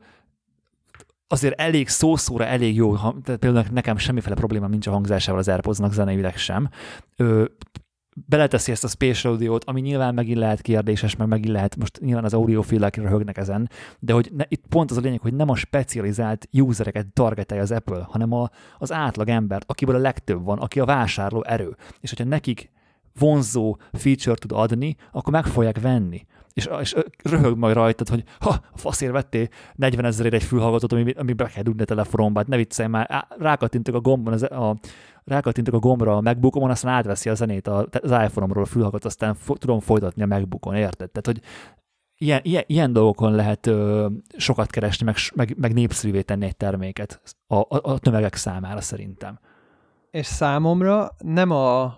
azért elég szószóra, elég jó, tehát például nekem semmiféle problémám nincs a hangzásával az AirPodsnak, zeneileg sem. Ö, beleteszi ezt a spatial audio-t, ami nyilván megint lehet kérdéses, meg megint lehet, most nyilván az audiofilek röhögnek ezen, de hogy ne, itt pont az a lényeg, hogy nem a specializált usereket targetálja az Apple, hanem a, az átlag embert, akiből a legtöbb van, aki a vásárló erő. És hogyha nekik vonzó feature tud adni, akkor meg fogják venni. És, és röhög majd rajtad, hogy ha, a faszért vettél negyven ezerért egy fülhallgatót, ami, ami be kell dugni a telefonomba, hát ne viccelj már, rákattintok a gombon, az, a, rákattintok a gombra a MacBookomon, aztán átveszi a zenét az iPhone-omról a fülhallgatót, aztán fo- tudom folytatni a MacBookon, érted? Tehát, hogy ilyen, ilyen, ilyen dolgokon lehet ö, sokat keresni, meg, meg, meg népszerűvé tenni egy terméket a, a, a tömegek számára szerintem. És számomra nem a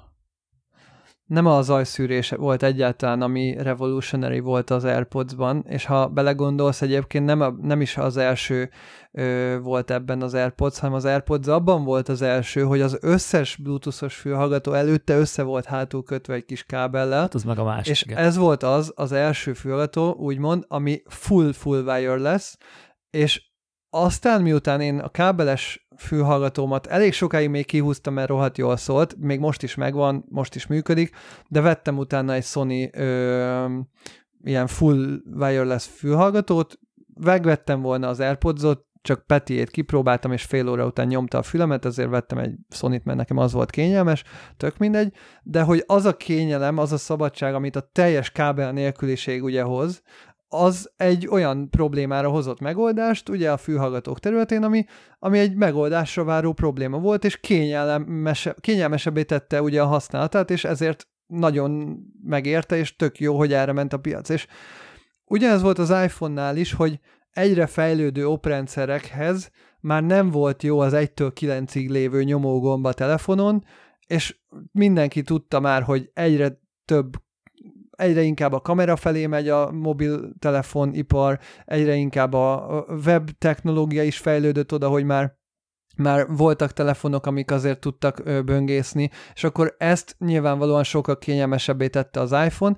nem a zajszűrés volt egyáltalán, ami revolutionary volt az AirPods-ban, és ha belegondolsz, egyébként nem, a, nem is az első ö, volt ebben az AirPods, hanem az AirPods abban volt az első, hogy az összes Bluetooth-os fülhallgató előtte össze volt hátul kötve egy kis kábellel. Hát az meg a másik. És ez volt az, az első fülhallgató, úgymond, ami full-full wireless, és aztán miután én a kábeles fülhallgatómat elég sokáig még kihúztam, mert rohadt jól szólt, még most is megvan, most is működik, de vettem utána egy Sony ö, ilyen full wireless fülhallgatót, megvettem volna az AirPods-ot, csak Petiét kipróbáltam, és fél óra után nyomta a fülemet, ezért vettem egy Sony-t, mert nekem az volt kényelmes, tök mindegy, de hogy az a kényelem, az a szabadság, amit a teljes kábel nélküliség ugye hoz, az egy olyan problémára hozott megoldást, ugye a fülhallgatók területén, ami, ami egy megoldásra váró probléma volt, és kényelmese, kényelmesebbé tette ugye a használatát, és ezért nagyon megérte, és tök jó, hogy erre ment a piac. És ugyanez volt az iPhone-nál is, hogy egyre fejlődő oprendszerekhez már nem volt jó az egytől kilencig lévő nyomógomb a telefonon, és mindenki tudta már, hogy egyre több egyre inkább a kamera felé megy a mobiltelefonipar, egyre inkább a web technológia is fejlődött oda, hogy már, már voltak telefonok, amik azért tudtak böngészni, és akkor ezt nyilvánvalóan sokkal kényelmesebbé tette az iPhone.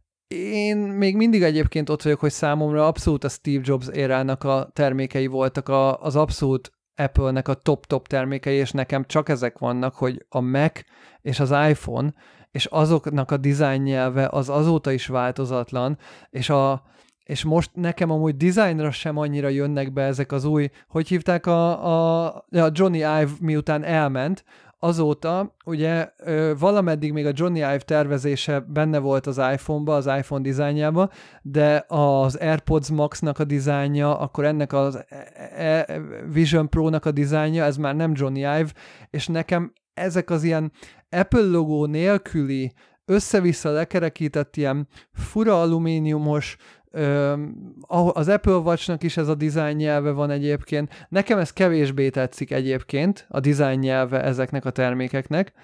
Én még mindig egyébként ott vagyok, hogy számomra abszolút a Steve Jobs érának a termékei voltak a, az abszolút Apple-nek a top-top termékei, és nekem csak ezek vannak, hogy a Mac és az iPhone, és azoknak a design nyelve az azóta is változatlan, és, a, és most nekem amúgy designra sem annyira jönnek be ezek az új, hogy hívták a, a, a Johnny Ive miután elment, azóta ugye valameddig még a Johnny Ive tervezése benne volt az iPhone-ba, az iPhone dizájnjába, de az AirPods Max-nak a dizájnja, akkor ennek az Vision Pro-nak a dizájnja, ez már nem Johnny Ive, és nekem ezek az ilyen Apple logó nélküli, össze-vissza lekerekített ilyen fura alumíniumos, az Apple Watch-nak is ez a design nyelve van egyébként. Nekem ez kevésbé tetszik egyébként, a design nyelve ezeknek a termékeknek.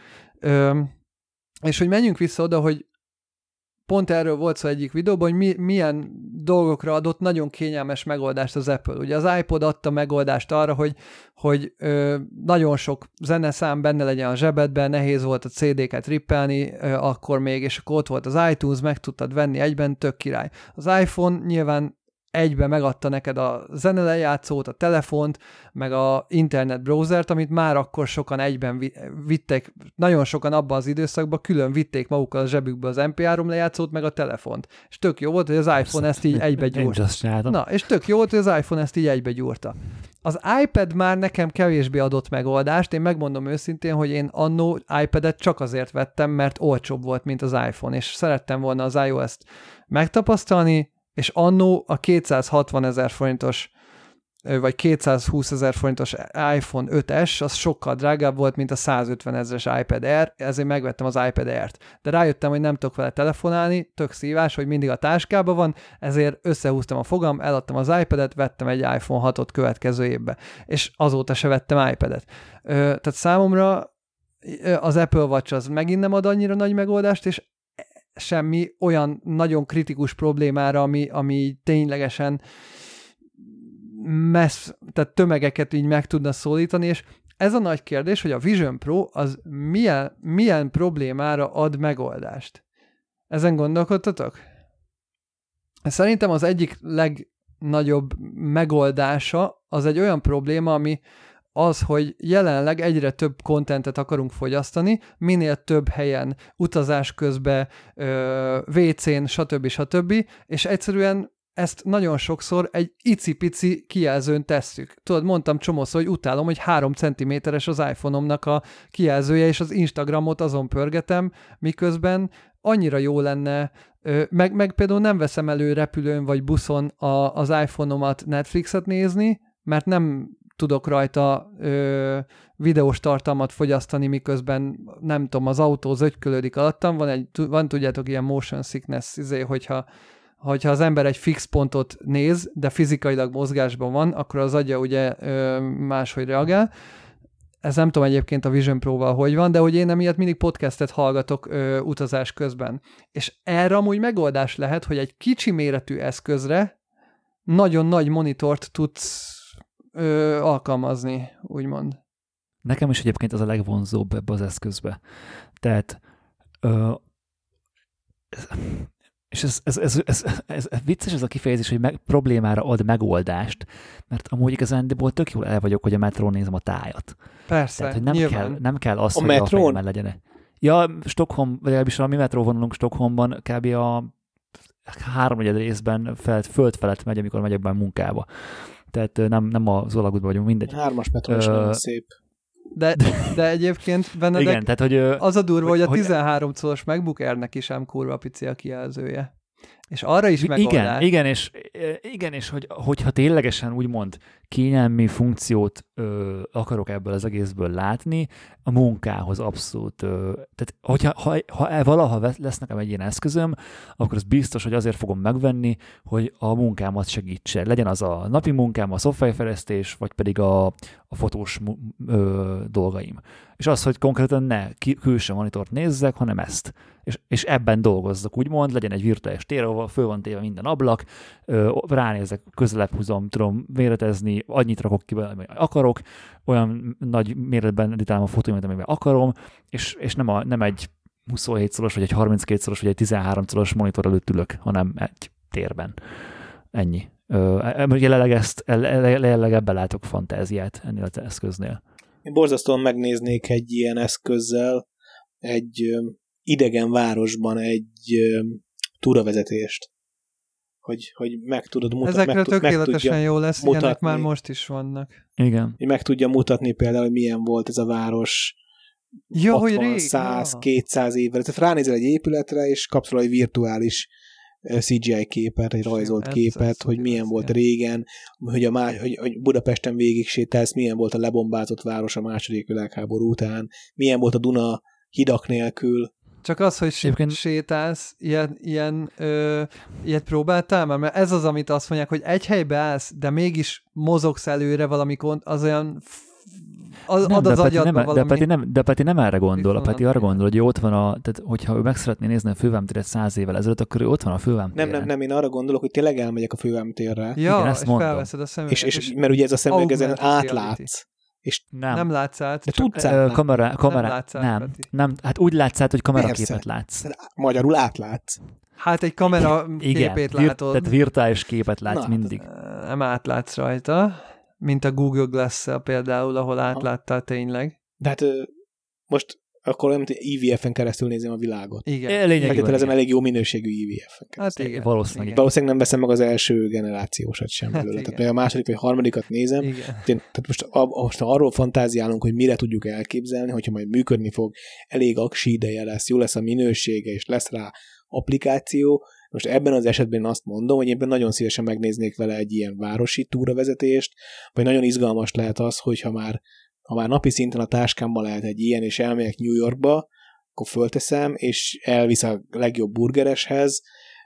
És hogy menjünk vissza oda, hogy pont erről volt szó egyik videóban, hogy mi, milyen dolgokra adott nagyon kényelmes megoldást az Apple. Ugye az iPod adta megoldást arra, hogy, hogy ö, nagyon sok zeneszám benne legyen a zsebedben, nehéz volt a cé dé-ket rippelni ö, akkor még, és akkor ott volt az iTunes, meg tudtad venni egyben, tök király. Az iPhone nyilván egybe megadta neked a zenelejátszót, a telefont, meg a internet browsert, amit már akkor sokan egyben vitték, nagyon sokan abban az időszakban külön vitték magukkal a zsebükbe az em pé három lejátszót, meg a telefont. És tök jó volt, hogy az iPhone ezt így egybe gyúrta. Na, és tök jó volt, hogy az iPhone ezt így egybe gyúrta. Az iPad már nekem kevésbé adott megoldást, én megmondom őszintén, hogy én annó iPadet csak azért vettem, mert olcsóbb volt, mint az iPhone, és szerettem volna az iOS-t megtapasztalni, és annó a kétszázhatvanezer forintos vagy kétszázhúszezer forintos iPhone öt es, az sokkal drágább volt, mint a százötven ezres iPad Air, ezért megvettem az iPad Air-t. De rájöttem, hogy nem tudok vele telefonálni, tök szívás, hogy mindig a táskában van, ezért összehúztam a fogam, eladtam az iPad-et, vettem egy iPhone hatot következő évbe. És azóta se vettem iPad-et. Ö, tehát számomra az Apple Watch az megint nem ad annyira nagy megoldást, és semmi olyan nagyon kritikus problémára, ami, ami ténylegesen messz, tehát tömegeket így meg tudna szólítani, és ez a nagy kérdés, hogy a Vision Pro az milyen, milyen problémára ad megoldást. Ezen gondolkodtatok? Szerintem az egyik legnagyobb megoldása az egy olyan probléma, ami az, hogy jelenleg egyre több kontentet akarunk fogyasztani, minél több helyen, utazás közben, vé cén, stb. stb. És egyszerűen ezt nagyon sokszor egy icipici kijelzőn tesszük. Tudod, mondtam csomószor, hogy utálom, hogy három centiméteres az iPhone-omnak a kijelzője, és az Instagramot azon pörgetem, miközben annyira jó lenne, meg, meg például nem veszem elő repülőn vagy buszon a, az iPhone-omat Netflixet nézni, mert nem tudok rajta ö, videós tartalmat fogyasztani, miközben nem tudom, az autó zögykölődik alattam, van, egy, van tudjátok, ilyen motion sickness, izé, hogyha, hogyha az ember egy fix pontot néz, de fizikailag mozgásban van, akkor az agya ugye ö, máshogy reagál. Ez nem tudom egyébként a Vision Pro-val hogy van, de hogy én emiatt mindig podcastet hallgatok ö, utazás közben. És erre amúgy megoldás lehet, hogy egy kicsi méretű eszközre nagyon nagy monitort tudsz Ö, alkalmazni, úgymond. Nekem is egyébként az a legvonzóbb ebbe az eszközbe. Tehát ö, ez, és ez, ez, ez, ez, ez, ez vicces ez a kifejezés, hogy meg, problémára ad megoldást, mert amúgy igazándiból tök jól el vagyok, hogy a metrón nézem a tájat. Persze, Tehát, hogy nem nyilván. kell, nem kell az, a hogy metrón? a fejemmel legyen. Ja, Stockholm, vagy legalábbis a mi metróvonalunk Stockholmban kb. A háromnegyed részben fel, föld felett megy, amikor megyek be a munkába. Tehát nem, nem az alagútban vagyunk, mindegy. Hármas metró is Ö... nagyon szép. De, de egyébként Benedek, igen, tehát, hogy, az a durva, hogy, hogy a hogy, tizenhárom colos MacBook Air-nek is ám kurva pici a kijelzője. És arra is megoldás. Igen, igen, és, igen, és hogy, hogyha ténylegesen úgymond kényelmi funkciót ö, akarok ebből az egészből látni, a munkához abszolút. Ö, tehát, hogyha ha, ha valaha lesz nekem egy ilyen eszközöm, akkor az biztos, hogy azért fogom megvenni, hogy a munkámat segítse. Legyen az a napi munkám, a szoftverfejlesztés, vagy pedig a, a fotós ö, dolgaim. És az, hogy konkrétan ne külső monitort nézzek, hanem ezt. És, és ebben dolgozzak, úgymond, legyen egy virtuális tér, ahol föl van téve minden ablak, ö, ránézek, közelebb húzom, tudom méretezni, annyit rakok ki, amit akarok, olyan nagy méretben editálom a fotóimat, amiben akarom, és, és nem, a, nem egy huszonhét szoros, vagy egy harminckét szoros, vagy egy tizenhárom szoros monitor előtt ülök, hanem egy térben. Ennyi. Ö, jelenleg, ezt, jelenleg ebben látok fantáziát ennél az eszköznél. Én borzasztóan megnéznék egy ilyen eszközzel egy ö, idegen városban egy ö, túravezetést. Hogy, hogy meg tudod mutatni. Ezekre meg, tökéletesen meg jó lesz, mutatni, ilyenek már most is vannak. Igen. Hogy meg tudja mutatni például, hogy milyen volt ez a város ja, hatvan, száz, kétszáz évvel. Tehát ránézel egy épületre, és kapsz egy virtuális cé gé i képet, egy rajzolt ez képet, az, hogy milyen az, volt ja. régen, hogy, a má, hogy, hogy Budapesten végig sétálsz, milyen volt a lebombázott város a második világháború után, milyen volt a Duna hidak nélkül. Csak az, hogy Egyébként... sétálsz, ilyen, ilyen, ö, ilyet próbáltál már? Mert ez az, amit azt mondják, hogy egy helybe állsz, de mégis mozogsz előre valamikor, az olyan az, nem, ad az de Peti agyadba nem, valami... De Peti, nem, de Peti nem erre gondol, a Peti arra Viszont. gondol, hogy ott van a, tehát hogyha ő meg szeretné nézni a fővámtéret száz évvel ezelőtt, akkor ő ott van a fővámtéren. Nem, nem, nem, én arra gondolok, hogy tényleg elmegyek a fővámtérre. Ja, Igen, ezt és mondom. felveszed a szemüveget. És, és, mert ugye ez a szemüveg ezen augmented átlátsz. És Nem. Nem látsz át. de csak tudsz Ö, átlátni. kamera, kamera, Nem nem, látsz át, nem, Peti. nem, hát úgy látsz át, hogy kameraképet Persze. látsz. Magyarul átlátsz. Hát egy kamera Igen, képét vir- látod. tehát virtuális képet látsz Na, mindig. Nem átlátsz rajta, mint a Google Glass-szel például, ahol átláttál tényleg. De hát ö, most akkor olyan, mint i vé ef-en keresztül nézem a világot. Igen. Lényegében Feltételezem igen. elég jó minőségű i vé ef-en Hát keresztül. igen. Valószínűleg igen. Valószínűleg nem veszem meg az első generációsat sem Hát belőle. igen. Tehát a második vagy harmadikat nézem. Igen. Én, tehát most, a, most arról fantáziálunk, hogy mire tudjuk elképzelni, hogyha majd működni fog, elég aksi ideje lesz, jó lesz a minősége, és lesz rá applikáció, Most ebben az esetben én azt mondom, hogy én nagyon szívesen megnéznék vele egy ilyen városi túravezetést, vagy nagyon izgalmas lehet az, hogyha már, ha már napi szinten a táskámban lehet egy ilyen, és elmegyek New Yorkba, akkor fölteszem, és elvisz a legjobb burgereshez.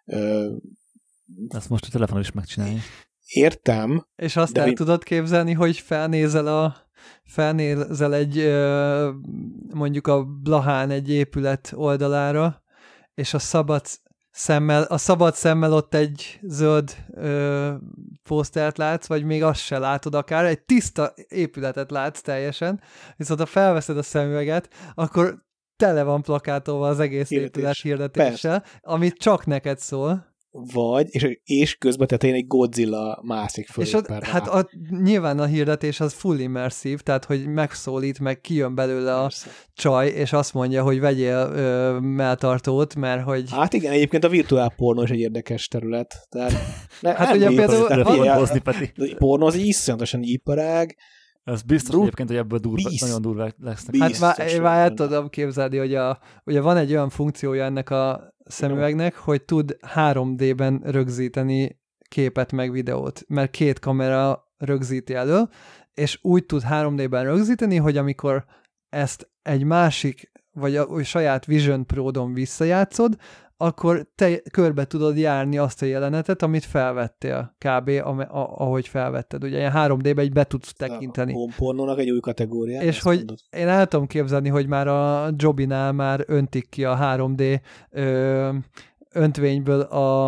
Ezt most a telefonon is megcsinálni. Értem. És azt el mi... tudod képzelni, hogy felnézel a felnézel egy mondjuk a Blahán egy épület oldalára, és a szabad szemmel, a szabad szemmel ott egy zöld ö, posztert látsz, vagy még azt se látod akár, egy tiszta épületet látsz teljesen, viszont ha felveszed a szemüveget, akkor tele van plakátolva az egész Hirdetés. épület hirdetéssel, persze, amit csak neked szól. Vagy, és, és közben tetején egy Godzilla mászik föl. És a, hát a, nyilván a hirdetés az full immersive, tehát hogy megszólít, meg kijön belőle a Persze. csaj, és azt mondja, hogy vegyél ö, melltartót, mert hogy... Hát igen, egyébként a virtuál pornó is egy érdekes terület. Tehát, ne, hát ugye például... A pornó az iszonyatosan iparág. Ez biztos Bru- egyébként, hogy ebből durva, nagyon durvák lesznek. Hát már, már el tudom képzelni, hogy a, ugye van egy olyan funkciója ennek a szemüvegnek, hogy tud három dében rögzíteni képet meg videót, mert két kamera rögzíti elő, és úgy tud három dében rögzíteni, hogy amikor ezt egy másik, vagy a, a saját Vision Pro-don visszajátszod, akkor te körbe tudod járni azt a jelenetet, amit felvettél kb. Ahogy felvetted. Ugye ilyen három dében így be tudsz tekinteni. A homepornónak egy új kategóriát. És hogy mondod. Én el tudom képzelni, hogy már a Jobinál már öntik ki a három dé ö, öntvényből a,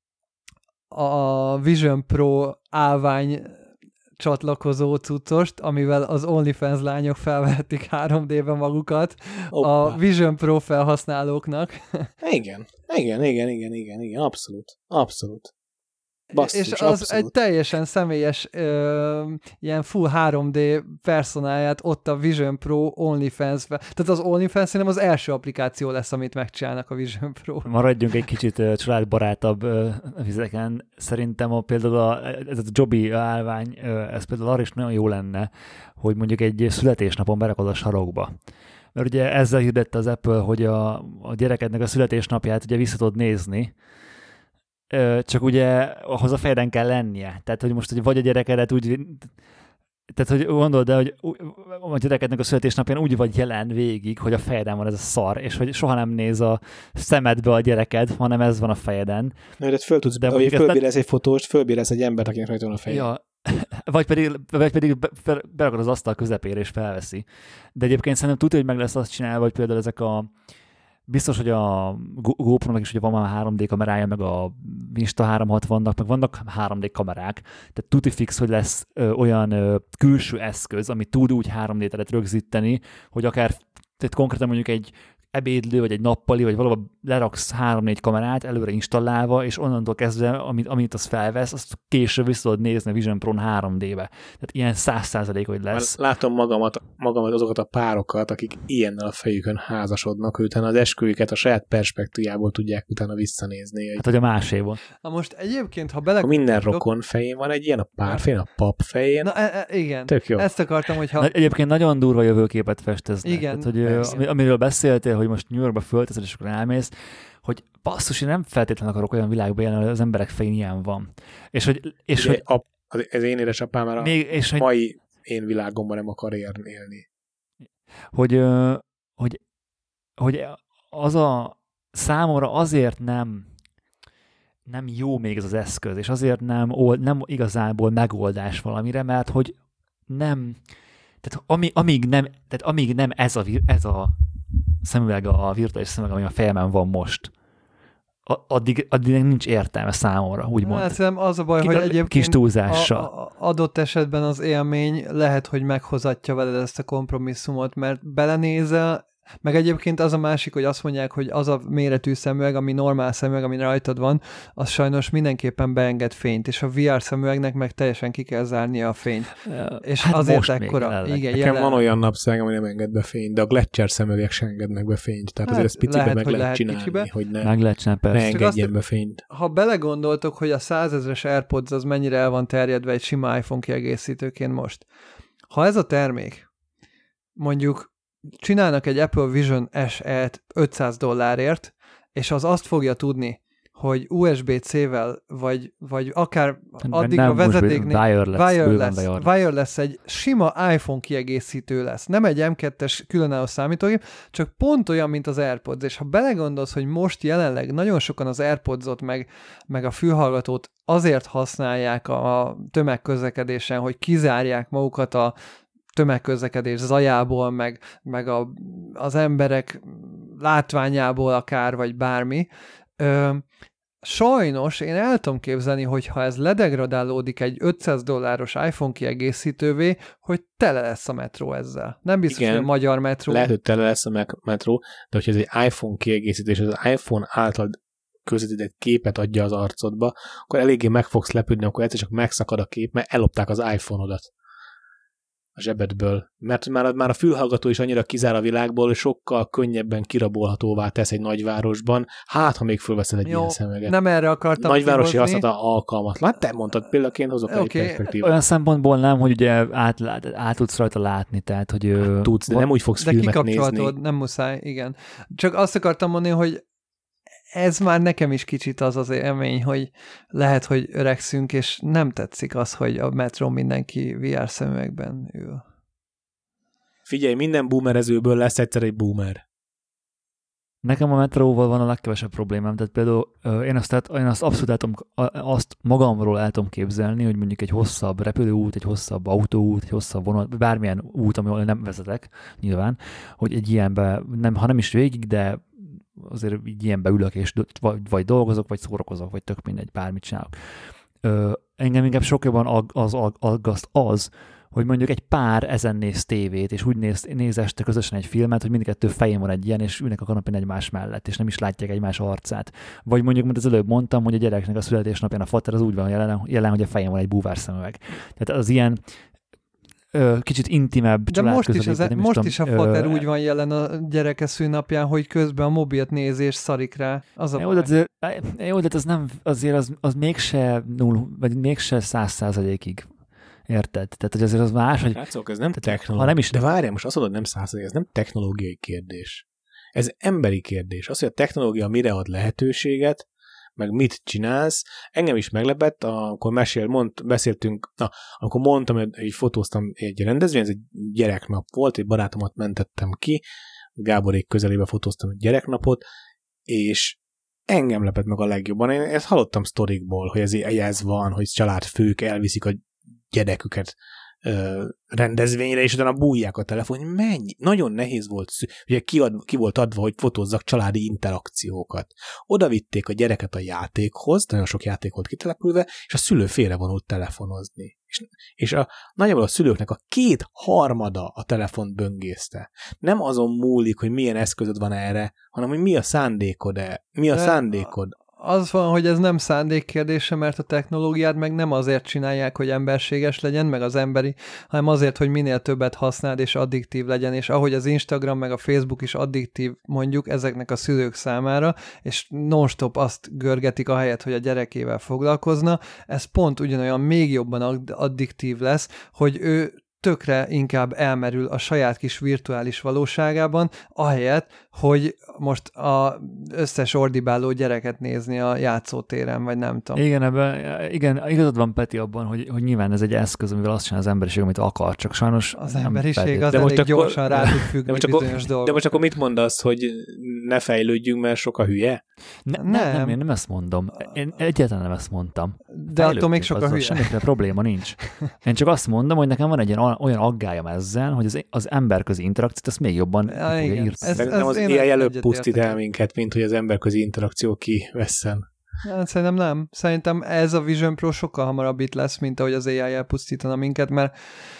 a Vision Pro állvány csatlakozó cuccost, amivel az OnlyFans lányok felvehetik három dében magukat Oppa. a Vision Pro felhasználóknak. Igen, igen, igen, igen, igen, igen, abszolút, abszolút. Basszus, és az abszolút. Egy teljesen személyes ö, ilyen full három dé personáját ott a Vision Pro OnlyFans, tehát az OnlyFans szerintem az első applikáció lesz, amit megcsinálnak a Vision Pro. Maradjunk egy kicsit uh, családbarátabb uh, vizeken. Szerintem a, például a, ez a Joby állvány, uh, ez például arra is nagyon jó lenne, hogy mondjuk egy születésnapon berakod a sarokba. Mert ugye ezzel hirdette az Apple, hogy a, a gyerekednek a születésnapját ugye vissza tudod nézni, csak ugye ahhoz a fejeden kell lennie. Tehát, hogy most hogy vagy a gyerekedet úgy... Tehát, hogy gondold el, hogy a gyerekednek a születésnapján úgy vagy jelen végig, hogy a fejeden van ez a szar, és hogy soha nem néz a szemedbe a gyereked, hanem ez van a fejeden. Na, de föl tudsz, de ahogy fölbérez egy fotóst, fölbérez egy embert, akinek rajta van a fejeden. Ja, vagy pedig, vagy pedig berakod az asztal közepére, és felveszi. De egyébként szerintem tudja, hogy meg lesz azt csinálva, hogy például ezek a biztos, hogy a GoPro-nak is ugye van már három dé kamerája, meg a Insta háromszázhatvannak, meg vannak három dé kamerák, tehát tuti fix, hogy lesz ö, olyan ö, külső eszköz, ami tud úgy három dé-teret rögzíteni, hogy akár tehát konkrétan mondjuk egy ebédlő, vagy egy nappali, vagy valahol leraksz három-négy kamerát előre installálva, és onnantól kezdve, amit, amit az felvesz, azt később vissza tudod nézni a Vision Pro-n három dé-be. Tehát ilyen száz százalék, hogy lesz. Már látom magamat, magamat azokat a párokat, akik ilyennel a fejükön házasodnak, hogy utána az esküvüket a saját perspektívából tudják utána visszanézni. Hát, hogy a máséból. Na most egyébként, ha bele... Minden rokon fején van egy ilyen, a pár fején, a pap fején. Na, e- e- igen. Tök jó. Ezt akartam, hogyha... Na, egyébként nagyon durva jövőképet festeznek. Igen. Tehát, hogy, amiről beszéltél, hogy most New Yorkba fölteszed, és akkor elmész, hogy basszus, én nem feltétlenül akarok olyan világba élni, hogy az emberek fején ilyen van. És hogy... És Ugye, hogy a, az én édesapám már a még, és mai hogy, én világomban nem akar élni. Hogy, hogy, hogy az a számomra azért nem nem jó még ez az eszköz, és azért nem, nem igazából megoldás valamire, mert hogy nem, tehát ami, amíg nem, tehát amíg nem ez a, ez a szemüveg, a virtuális szemüveg, ami a fejemben van most, addig, addig nincs értelme számomra, úgymond. Hát szerintem az a baj, hogy egyébként kis túlzással. A, a adott esetben az élmény lehet, hogy meghozatja veled ezt a kompromisszumot, mert belenézel, meg egyébként az a másik, hogy azt mondják, hogy az a méretű szemüveg, ami normál szemüveg, ami rajtad van, az sajnos mindenképpen beenged fényt, és a vé er szemüvegnek meg teljesen ki kell zárnia a fényt. Ja, és hát azért ekkora. Igen, nekem jelen... van olyan napszemüveg, ami nem enged be fényt, de a Gletscher szemüvegek sem engednek be fényt, tehát hát azért ezt picibe lehet, meg lehet, lehet csinálni, kicsibe. Hogy ne, meg lehet csinálni, ne engedjen be fényt. Ha belegondoltok, hogy a százezres AirPods az mennyire el van terjedve egy sima iPhone kiegészítőként most. Ha ez a termék mondjuk csinálnak egy Apple Vision es e-t ötszáz dollárért, és az azt fogja tudni, hogy u es bé cé-vel, vagy, vagy akár addig nem a vezetéknél wireless, wireless, wireless. wireless egy sima iPhone kiegészítő lesz. Nem egy em kettes különálló számítógép, csak pont olyan, mint az AirPods. És ha belegondolsz, hogy most jelenleg nagyon sokan az AirPods-ot meg, meg a fülhallgatót azért használják a tömegközlekedésen, hogy kizárják magukat a tömegközlekedés zajából, meg, meg a, az emberek látványából akár, vagy bármi. Ö, sajnos én el tudom képzelni, hogy ha ez ledegradálódik egy ötszáz dolláros iPhone kiegészítővé, hogy tele lesz a metró ezzel. Nem biztos, igen, hogy a magyar metró. Lehet, hogy tele lesz a metró, de hogyha ez egy iPhone kiegészítés, az iPhone által közvetített képet adja az arcodba, akkor eléggé meg fogsz lepődni, akkor egyszer csak megszakad a kép, mert ellopták az iPhone-odat a zsebedből. Mert már, már a fülhallgató is annyira kizár a világból, hogy sokkal könnyebben kirabolhatóvá tesz egy nagyvárosban, hát ha még fölveszed egy Jó, ilyen szemüveget. Nem erre akartam Nagyvárosi kihozni. használata alkalmatlan. Hát te mondtad, példaként hozok Okay. egy perspektívát. Olyan szempontból nem, hogy ugye át, át tudsz rajta látni, tehát hogy... Hát tudsz, de nem úgy fogsz de filmet nézni. kikapcsolhatod, nem muszáj, igen. Csak azt akartam mondani, hogy ez már nekem is kicsit az az élmény, hogy lehet, hogy öregszünk, és nem tetszik az, hogy a metrón mindenki vé er szemüvegben ül. Figyelj, minden boomerezőből lesz egyszer egy boomer. Nekem a metróval van a legkevesebb problémám, tehát például én azt, tehát, én azt abszolút el tudom, azt magamról el tudom képzelni, hogy mondjuk egy hosszabb repülőút, egy hosszabb autóút, egy hosszabb vonat, bármilyen út, ahol nem vezetek, nyilván, hogy egy ilyenbe, nem, ha nem is végig, de azért így ilyenbe ülök, és vagy, vagy dolgozok, vagy szórakozok, vagy tök mindegy, bármit csinálok. Ö, engem inkább sok jobban ag, az ag, aggaszt az, hogy mondjuk egy pár ezen néz tévét, és úgy néz, néz este közösen egy filmet, hogy mindkettő fején van egy ilyen, és ülnek a kanapén egymás mellett, és nem is látják egymás arcát. Vagy mondjuk, mint az előbb mondtam, hogy a gyereknek a születésnapján a fater az úgy van jelen, jelen hogy a fején van egy búvár szemüveg. Tehát az ilyen ö, kicsit intimebb de most is, az, nem most is, is a tudom, fater ö, úgy van jelen a gyereke szűnapján, hogy közben a mobilt néz és szarik rá. Az a jó, de azért, jó, de az nem, azért az, az mégse null, vagy mégse száz százalékig. Érted? Tehát, hogy azért az más, hogy... Látszok, ez nem technológiai. Ha nem is... De várjál, most azt mondod, nem százalék, ez nem technológiai kérdés. Ez emberi kérdés. Az, hogy a technológia mire ad lehetőséget, meg mit csinálsz. Engem is meglepett, amikor mesél, mond, beszéltünk, na, amikor mondtam, hogy fotóztam egy rendezvény, ez egy gyereknap volt, egy barátomat mentettem ki, Gáborék közelébe fotóztam egy gyereknapot, és engem lepett meg a legjobban. Én ezt hallottam sztorikból, hogy ez, ez van, hogy családfők elviszik a gyereküket ö, rendezvényre, és utána bújják a telefon, hogy mennyi. Nagyon nehéz volt, ugye ki, ad, ki volt adva, hogy fotózzak családi interakciókat. Oda vitték a gyereket a játékhoz, nagyon sok játék volt kitelepülve, és a szülő félrevonult telefonozni. És, és a, nagyjából a szülőknek a két harmada a telefont böngészte. Nem azon múlik, hogy milyen eszközöd van erre, hanem hogy mi a szándékod-e. Mi a De szándékod? Az van, hogy ez nem szándék kérdése, mert a technológiát meg nem azért csinálják, hogy emberséges legyen, meg az emberi, hanem azért, hogy minél többet használd és addiktív legyen, és ahogy az Instagram meg a Facebook is addiktív mondjuk ezeknek a szülők számára, és non-stop azt görgetik ahelyett, hogy a gyerekével foglalkozna, ez pont ugyanolyan még jobban addiktív lesz, hogy ő tökre inkább elmerül a saját kis virtuális valóságában, ahelyett, hogy most az összes ordibáló gyereket nézni a játszótéren, vagy nem tudom. Igen, ebben, igen, igazad van Peti abban, hogy, hogy nyilván ez egy eszköz, amivel azt csinál az emberiség, amit akar, csak sajnos az nem emberiség feltétlenül. az de elég most akkor, gyorsan rá tud függni de most bizonyos akkor, dolgok. De most akkor mit mondasz, hogy ne fejlődjünk, mert sok a hülye? Ne, nem. Nem, nem, én nem ezt mondom. Én egyáltalán nem ezt mondtam. De attól még sok a hülye. Semmiféle probléma nincs. Én csak azt mondom, hogy nekem van egy ilyen olyan aggályom ezzel, hogy az, az emberközi interakciót ezt még jobban Ja, fogja igen. írni. Ez- Ez, nem az én á i előbb egyet pusztít értek. el minket, mint hogy az emberközi interakció kivesszen. Hát szerintem nem. Szerintem ez a Vision Pro sokkal hamarabb itt lesz, mint ahogy az á i elpusztítana minket, mert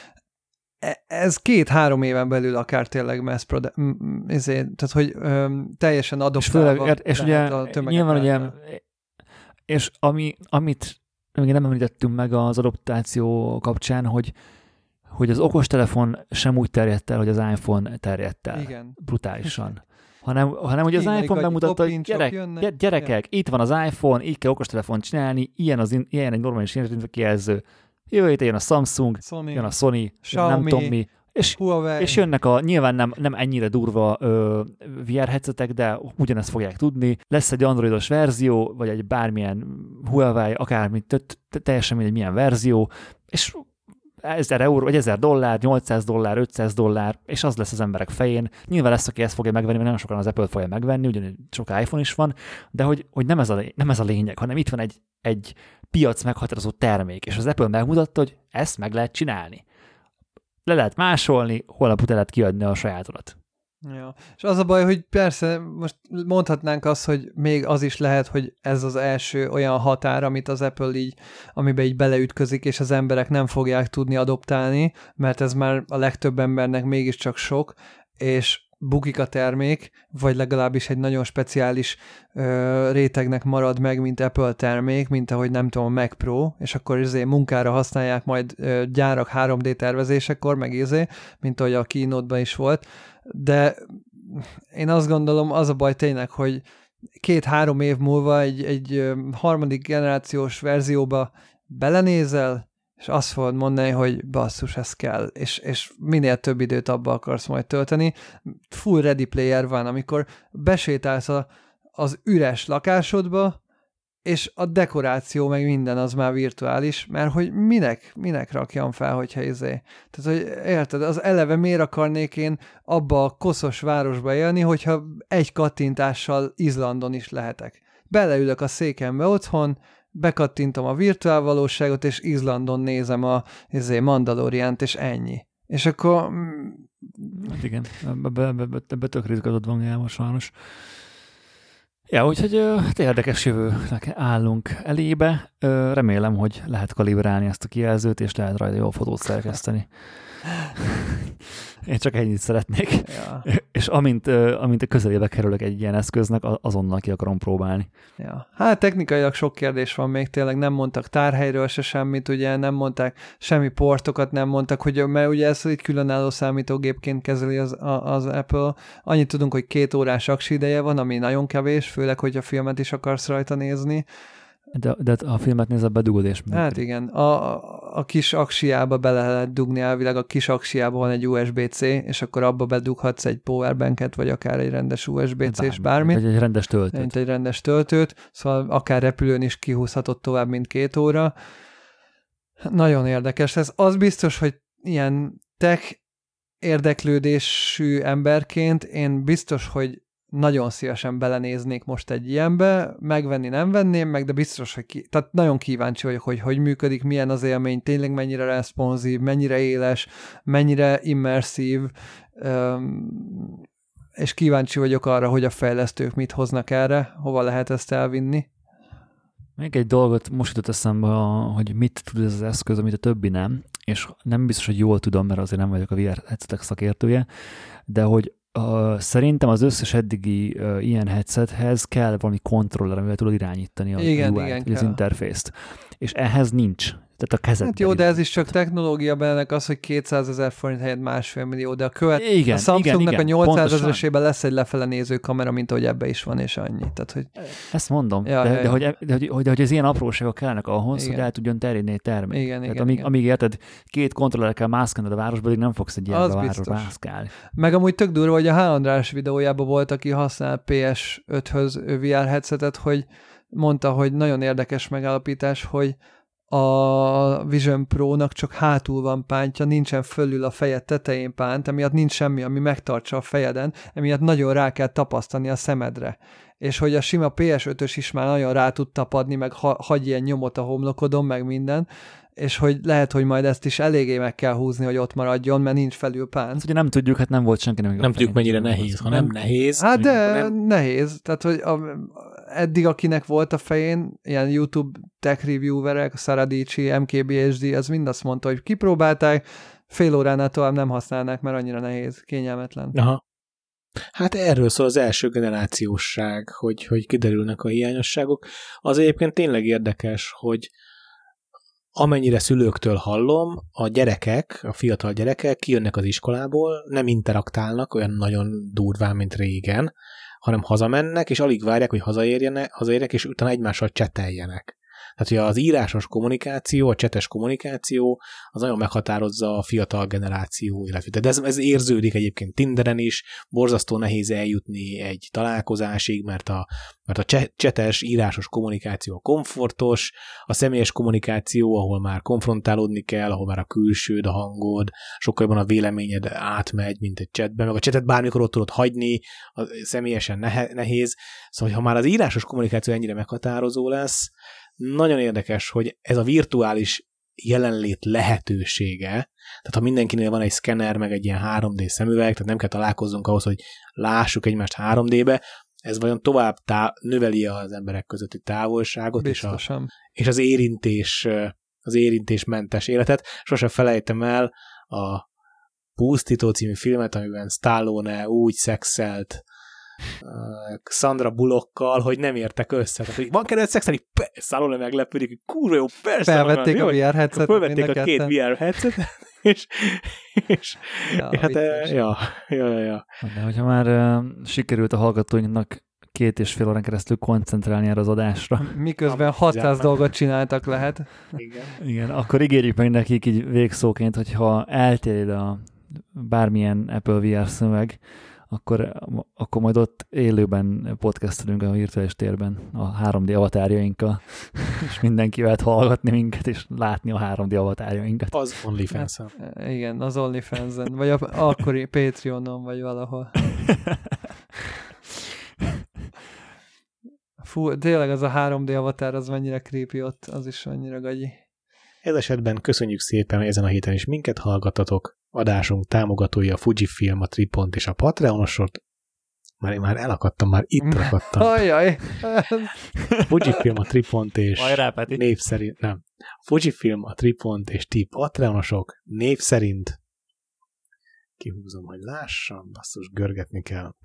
e- ez két-három éven belül akár tényleg mass produ- m- m- ezért, tehát hogy öm, teljesen És adoptálva. főleg, és ugye lehet a tömegek nyilván ugye, által. és ami, amit még nem említettünk meg az adoptáció kapcsán, hogy hogy az okostelefon sem úgy terjedt el, hogy az iPhone terjedt el. Igen. Brutálisan. Hanem, hanem hogy az Kínai iPhone gagy- bemutatta, hogy opincsok gyerek, jönnek. gyere- gyerekek, itt van az iPhone, így kell okostelefont csinálni, ilyen, az in, ilyen egy normális internetkijelző. Jövő héten jön a Samsung, Sony, jön a Sony, jön nem Xiaomi. tudom mi, És, és jönnek a, nyilván nem, nem ennyire durva ö, vé er headsetek, de ugyanezt fogják tudni. Lesz egy androidos verzió, vagy egy bármilyen Huawei, akármi, teljesen mindegy milyen verzió, és ezer euró, vagy ezer dollár, nyolcszáz dollár, ötszáz dollár, és az lesz az emberek fején. Nyilván lesz, aki ezt fogja megvenni, mert nagyon sokan az Apple fogja megvenni, ugyanúgy sok iPhone is van, de hogy, hogy nem, ez a, nem ez a lényeg, hanem itt van egy, egy piac meghatározó termék, és az Apple megmutatta, hogy ezt meg lehet csinálni. Le lehet másolni, holnap után lehet kiadni a sajátodat. Ja. És az a baj, hogy persze most mondhatnánk azt, hogy még az is lehet, hogy ez az első olyan határ, amit az Apple így, amiben így beleütközik, és az emberek nem fogják tudni adoptálni, mert ez már a legtöbb embernek mégiscsak sok, és bukik a termék, vagy legalábbis egy nagyon speciális ö, rétegnek marad meg, mint Apple termék, mint ahogy nem tudom, a Mac Pro, és akkor izé munkára használják majd ö, gyárak három dé tervezésekor, meg izé, mint ahogy a keynote-ban is volt, de én azt gondolom, az a baj tényleg, hogy két-három év múlva egy, egy harmadik generációs verzióba belenézel, és azt fogod mondani, hogy basszus, ez kell, és, és minél több időt abba akarsz majd tölteni. Full ready player van, amikor besétálsz a, az üres lakásodba, és a dekoráció meg minden az már virtuális, mert hogy minek, minek rakjam fel, hogyha izé. Tehát, hogy érted, az eleve miért akarnék én abba a koszos városba élni, hogyha egy kattintással Izlandon is lehetek. Beleülök a székembe otthon, bekattintom a virtuál valóságot, és Izlandon nézem a izé, Mandaloriánt, és ennyi. És akkor... Hát igen, ebbe, ebbe, ebbe tök rizgatott van Gábor, sajnos. Ja, úgyhogy hát érdekes jövőnek állunk elébe. Remélem, hogy lehet kalibrálni ezt a kijelzőt, és lehet rajta jó fotót szerkeszteni. Én csak ennyit szeretnék. Ja. És amint, amint a közelébe kerülök egy ilyen eszköznek, azonnal ki akarom próbálni. Ja. Hát technikailag sok kérdés van még, tényleg nem mondtak tárhelyről se semmit, ugye nem mondták, semmi portokat nem mondtak, hogy, mert ugye ez egy különálló számítógépként kezeli az, az Apple. Annyit tudunk, hogy két órás aksi ideje van, ami nagyon kevés, főleg, hogyha filmet is akarsz rajta nézni. De, de a filmet nézve bedugod és működik. Hát igen, a, a kis aksiába bele lehet dugni, elvileg a kis aksiában van egy u es bé cé, és akkor abba bedughatsz egy powerbanket, vagy akár egy rendes u es bé cé-s bármit. Vagy egy rendes töltőt. Mint egy rendes töltőt, szóval akár repülőn is kihúzhatod tovább, mint két óra. Nagyon érdekes ez. Az biztos, hogy ilyen tech érdeklődésű emberként én biztos, hogy nagyon szívesen belenéznék most egy ilyenbe, megvenni nem venném meg, de biztos, hogy ki, tehát nagyon kíváncsi vagyok, hogy hogy működik, milyen az élmény, tényleg mennyire responsív, mennyire éles, mennyire immerszív, és kíváncsi vagyok arra, hogy a fejlesztők mit hoznak erre, hova lehet ezt elvinni. Még egy dolgot most jutott eszembe, hogy mit tud ez az eszköz, amit a többi nem, és nem biztos, hogy jól tudom, mert azért nem vagyok a vé er headsetek szakértője, de hogy Uh, szerintem az összes eddigi uh, ilyen headsethez kell valami kontroller, amivel tudod irányítani a igen, u i-t, igen, az interfészt. És ehhez nincs. Tehát a kezedben. Hát jó, de ez is csak technológia bennek az, hogy kétszázezer forint helyett másfél millió, de a, követ, igen, a Samsungnak igen, igen, a nyolcszázezresében lesz egy lefele néző kamera, mint ahogy ebbe is van, és annyi. Tehát, hogy... Ezt mondom, ja, de, ja, de, ja. Hogy, de, hogy, de hogy az ilyen apróságok kellenek ahhoz, igen. hogy el tudjon terjedni egy termék. Igen, Tehát igen, amíg, igen. amíg érted, két kontrollerekkel mászkálnod a városba, addig nem fogsz egy ilyen városba mászkálni. Meg amúgy tök durva, hogy a H. András videójában volt, aki használ pé es öthöz vé er headsetet, hogy mondta, hogy nagyon érdekes megállapítás, hogy a Vision Pro-nak csak hátul van pántja, nincsen fölül a fejed tetején pánt, emiatt nincs semmi, ami megtartsa a fejeden, emiatt nagyon rá kell tapasztani a szemedre. És hogy a sima pé es ötös is már nagyon rá tud tapadni, meg ha, hagy ilyen nyomot a homlokodon, meg minden, és hogy lehet, hogy majd ezt is eléggé meg kell húzni, hogy ott maradjon, mert nincs felül pánt. Ezt ugye nem tudjuk, hát nem volt senkinek. Nem tudjuk, mennyire nehéz, ha nem nehéz. Hát de nem... nehéz, tehát hogy a, eddig akinek volt a fején, ilyen YouTube tech reviewerek, Saradici, em ká bé es dé, ez mind azt mondta, hogy kipróbálták, fél óránál tovább nem használnák, mert annyira nehéz, kényelmetlen. Aha. Hát erről szól az első generációsság, hogy, hogy kiderülnek a hiányosságok. Az egyébként tényleg érdekes, hogy amennyire szülőktől hallom, a gyerekek, a fiatal gyerekek kijönnek az iskolából, nem interaktálnak olyan nagyon durván, mint régen, hanem hazamennek, és alig várják, hogy hazaérjenek, hazaérjenek és utána egymással cseteljenek. Tehát, hogy az írásos kommunikáció, a csetes kommunikáció, az nagyon meghatározza a fiatal generáció életét. De ez, ez érződik egyébként Tinderen is, borzasztó nehéz eljutni egy találkozásig, mert a, mert a csetes, írásos kommunikáció komfortos, a személyes kommunikáció, ahol már konfrontálódni kell, ahol már a külsőd, a hangod, sokkal jobban a véleményed átmegy, mint egy chatben, meg a chatet bármikor ott tudod hagyni, személyesen nehéz. Szóval, ha már az írásos kommunikáció ennyire meghatározó lesz, nagyon érdekes, hogy ez a virtuális jelenlét lehetősége, tehát ha mindenkinél van egy szkenner, meg egy ilyen három dé szemüveg, tehát nem kell találkozzunk ahhoz, hogy lássuk egymást három dé-be, ez vajon tovább tá- növeli az emberek közötti távolságot, és, a, és az érintés, az érintésmentes életet. Sose felejtem el a Pusztító című filmet, amiben Stallone úgy szexelt uh, Sandra Bullockkal, hogy nem értek össze. Tehát, hogy van kedved szexelni? Persze, Stallone meglepődik, hogy kurva jó, persze. Felvették a vé er headsetet. Felvették a két vé er headsetet, és, és, ja, és hát, ja, ja, ja, ja. De hogyha már uh, sikerült a hallgatóinknak két és fél órán keresztül koncentrálni erre az adásra. Miközben hatszáz dolgot csináltak lehet. Igen. Igen, akkor ígérjük meg nekik így végszóként, hogyha eltér a bármilyen Apple vé er szemüveg, akkor, akkor majd ott élőben podcastelünk a virtuális térben a három dé avatárjainkkal, és mindenki lehet hallgatni minket, és látni a három dé avatárjainkat. Az OnlyFans-en. Hát, igen, az OnlyFans-en, vagy a akkori Patreonon, vagy valahol. Fú, tényleg az a három dé avatár, az mennyire creepy ott, az is mennyire gagyi. Ez esetben köszönjük szépen, hogy ezen a héten is minket hallgatatok. Adásunk támogatói a Fujifilm, a Tripont és a Patreonosort. Már én már elakadtam, már itt akadtam. Ajjaj! Fujifilm, a Tripont és Vajrá, név szerint, nem. Fujifilm, a Tripont és ti Patreonosok név szerint. Kihúzom, hogy lássam, basszus, görgetni kell.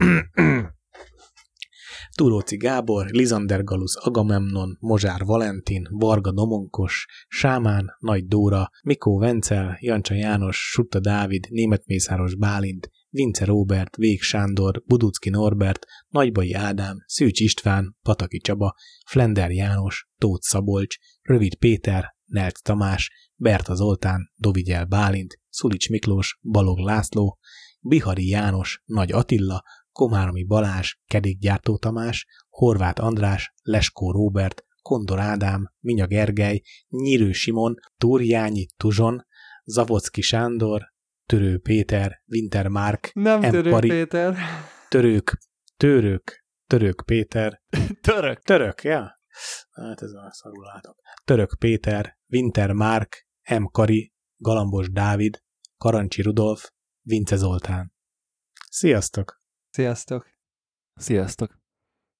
Túróci Gábor, Lizander Galusz, Agamemnon, Mozsár Valentin, Varga Domonkos, Sámán, Nagy Dóra, Mikó Vencel, Jancsa János, Sutta Dávid, Németmészáros Bálint, Vince Róbert, Vég Sándor, Buducki Norbert, Nagybai Ádám, Szűcs István, Pataki Csaba, Flender János, Tóth Szabolcs, Rövid Péter, Nelc Tamás, Berta Zoltán, Dovigyel Bálint, Szulics Miklós, Balog László, Bihari János, Nagy Attila, Komáromi Balázs, Kedékgyártó Tamás, Horváth András, Leskó Róbert, Kondor Ádám, Minya Gergely, Nyírő Simon, Túrjányi Tuzson, Zavocki Sándor, Törő Péter, Winter Márk, Nem M. Törő Pari, Péter. Törők, Törők, Török Péter. Török. Török, ja? Hát ez már szarul látok. Török Péter, Winter Márk, M. Kari, Galambos Dávid, Karancsi Rudolf, Vince Zoltán. Sziasztok! Sziasztok! Sziasztok!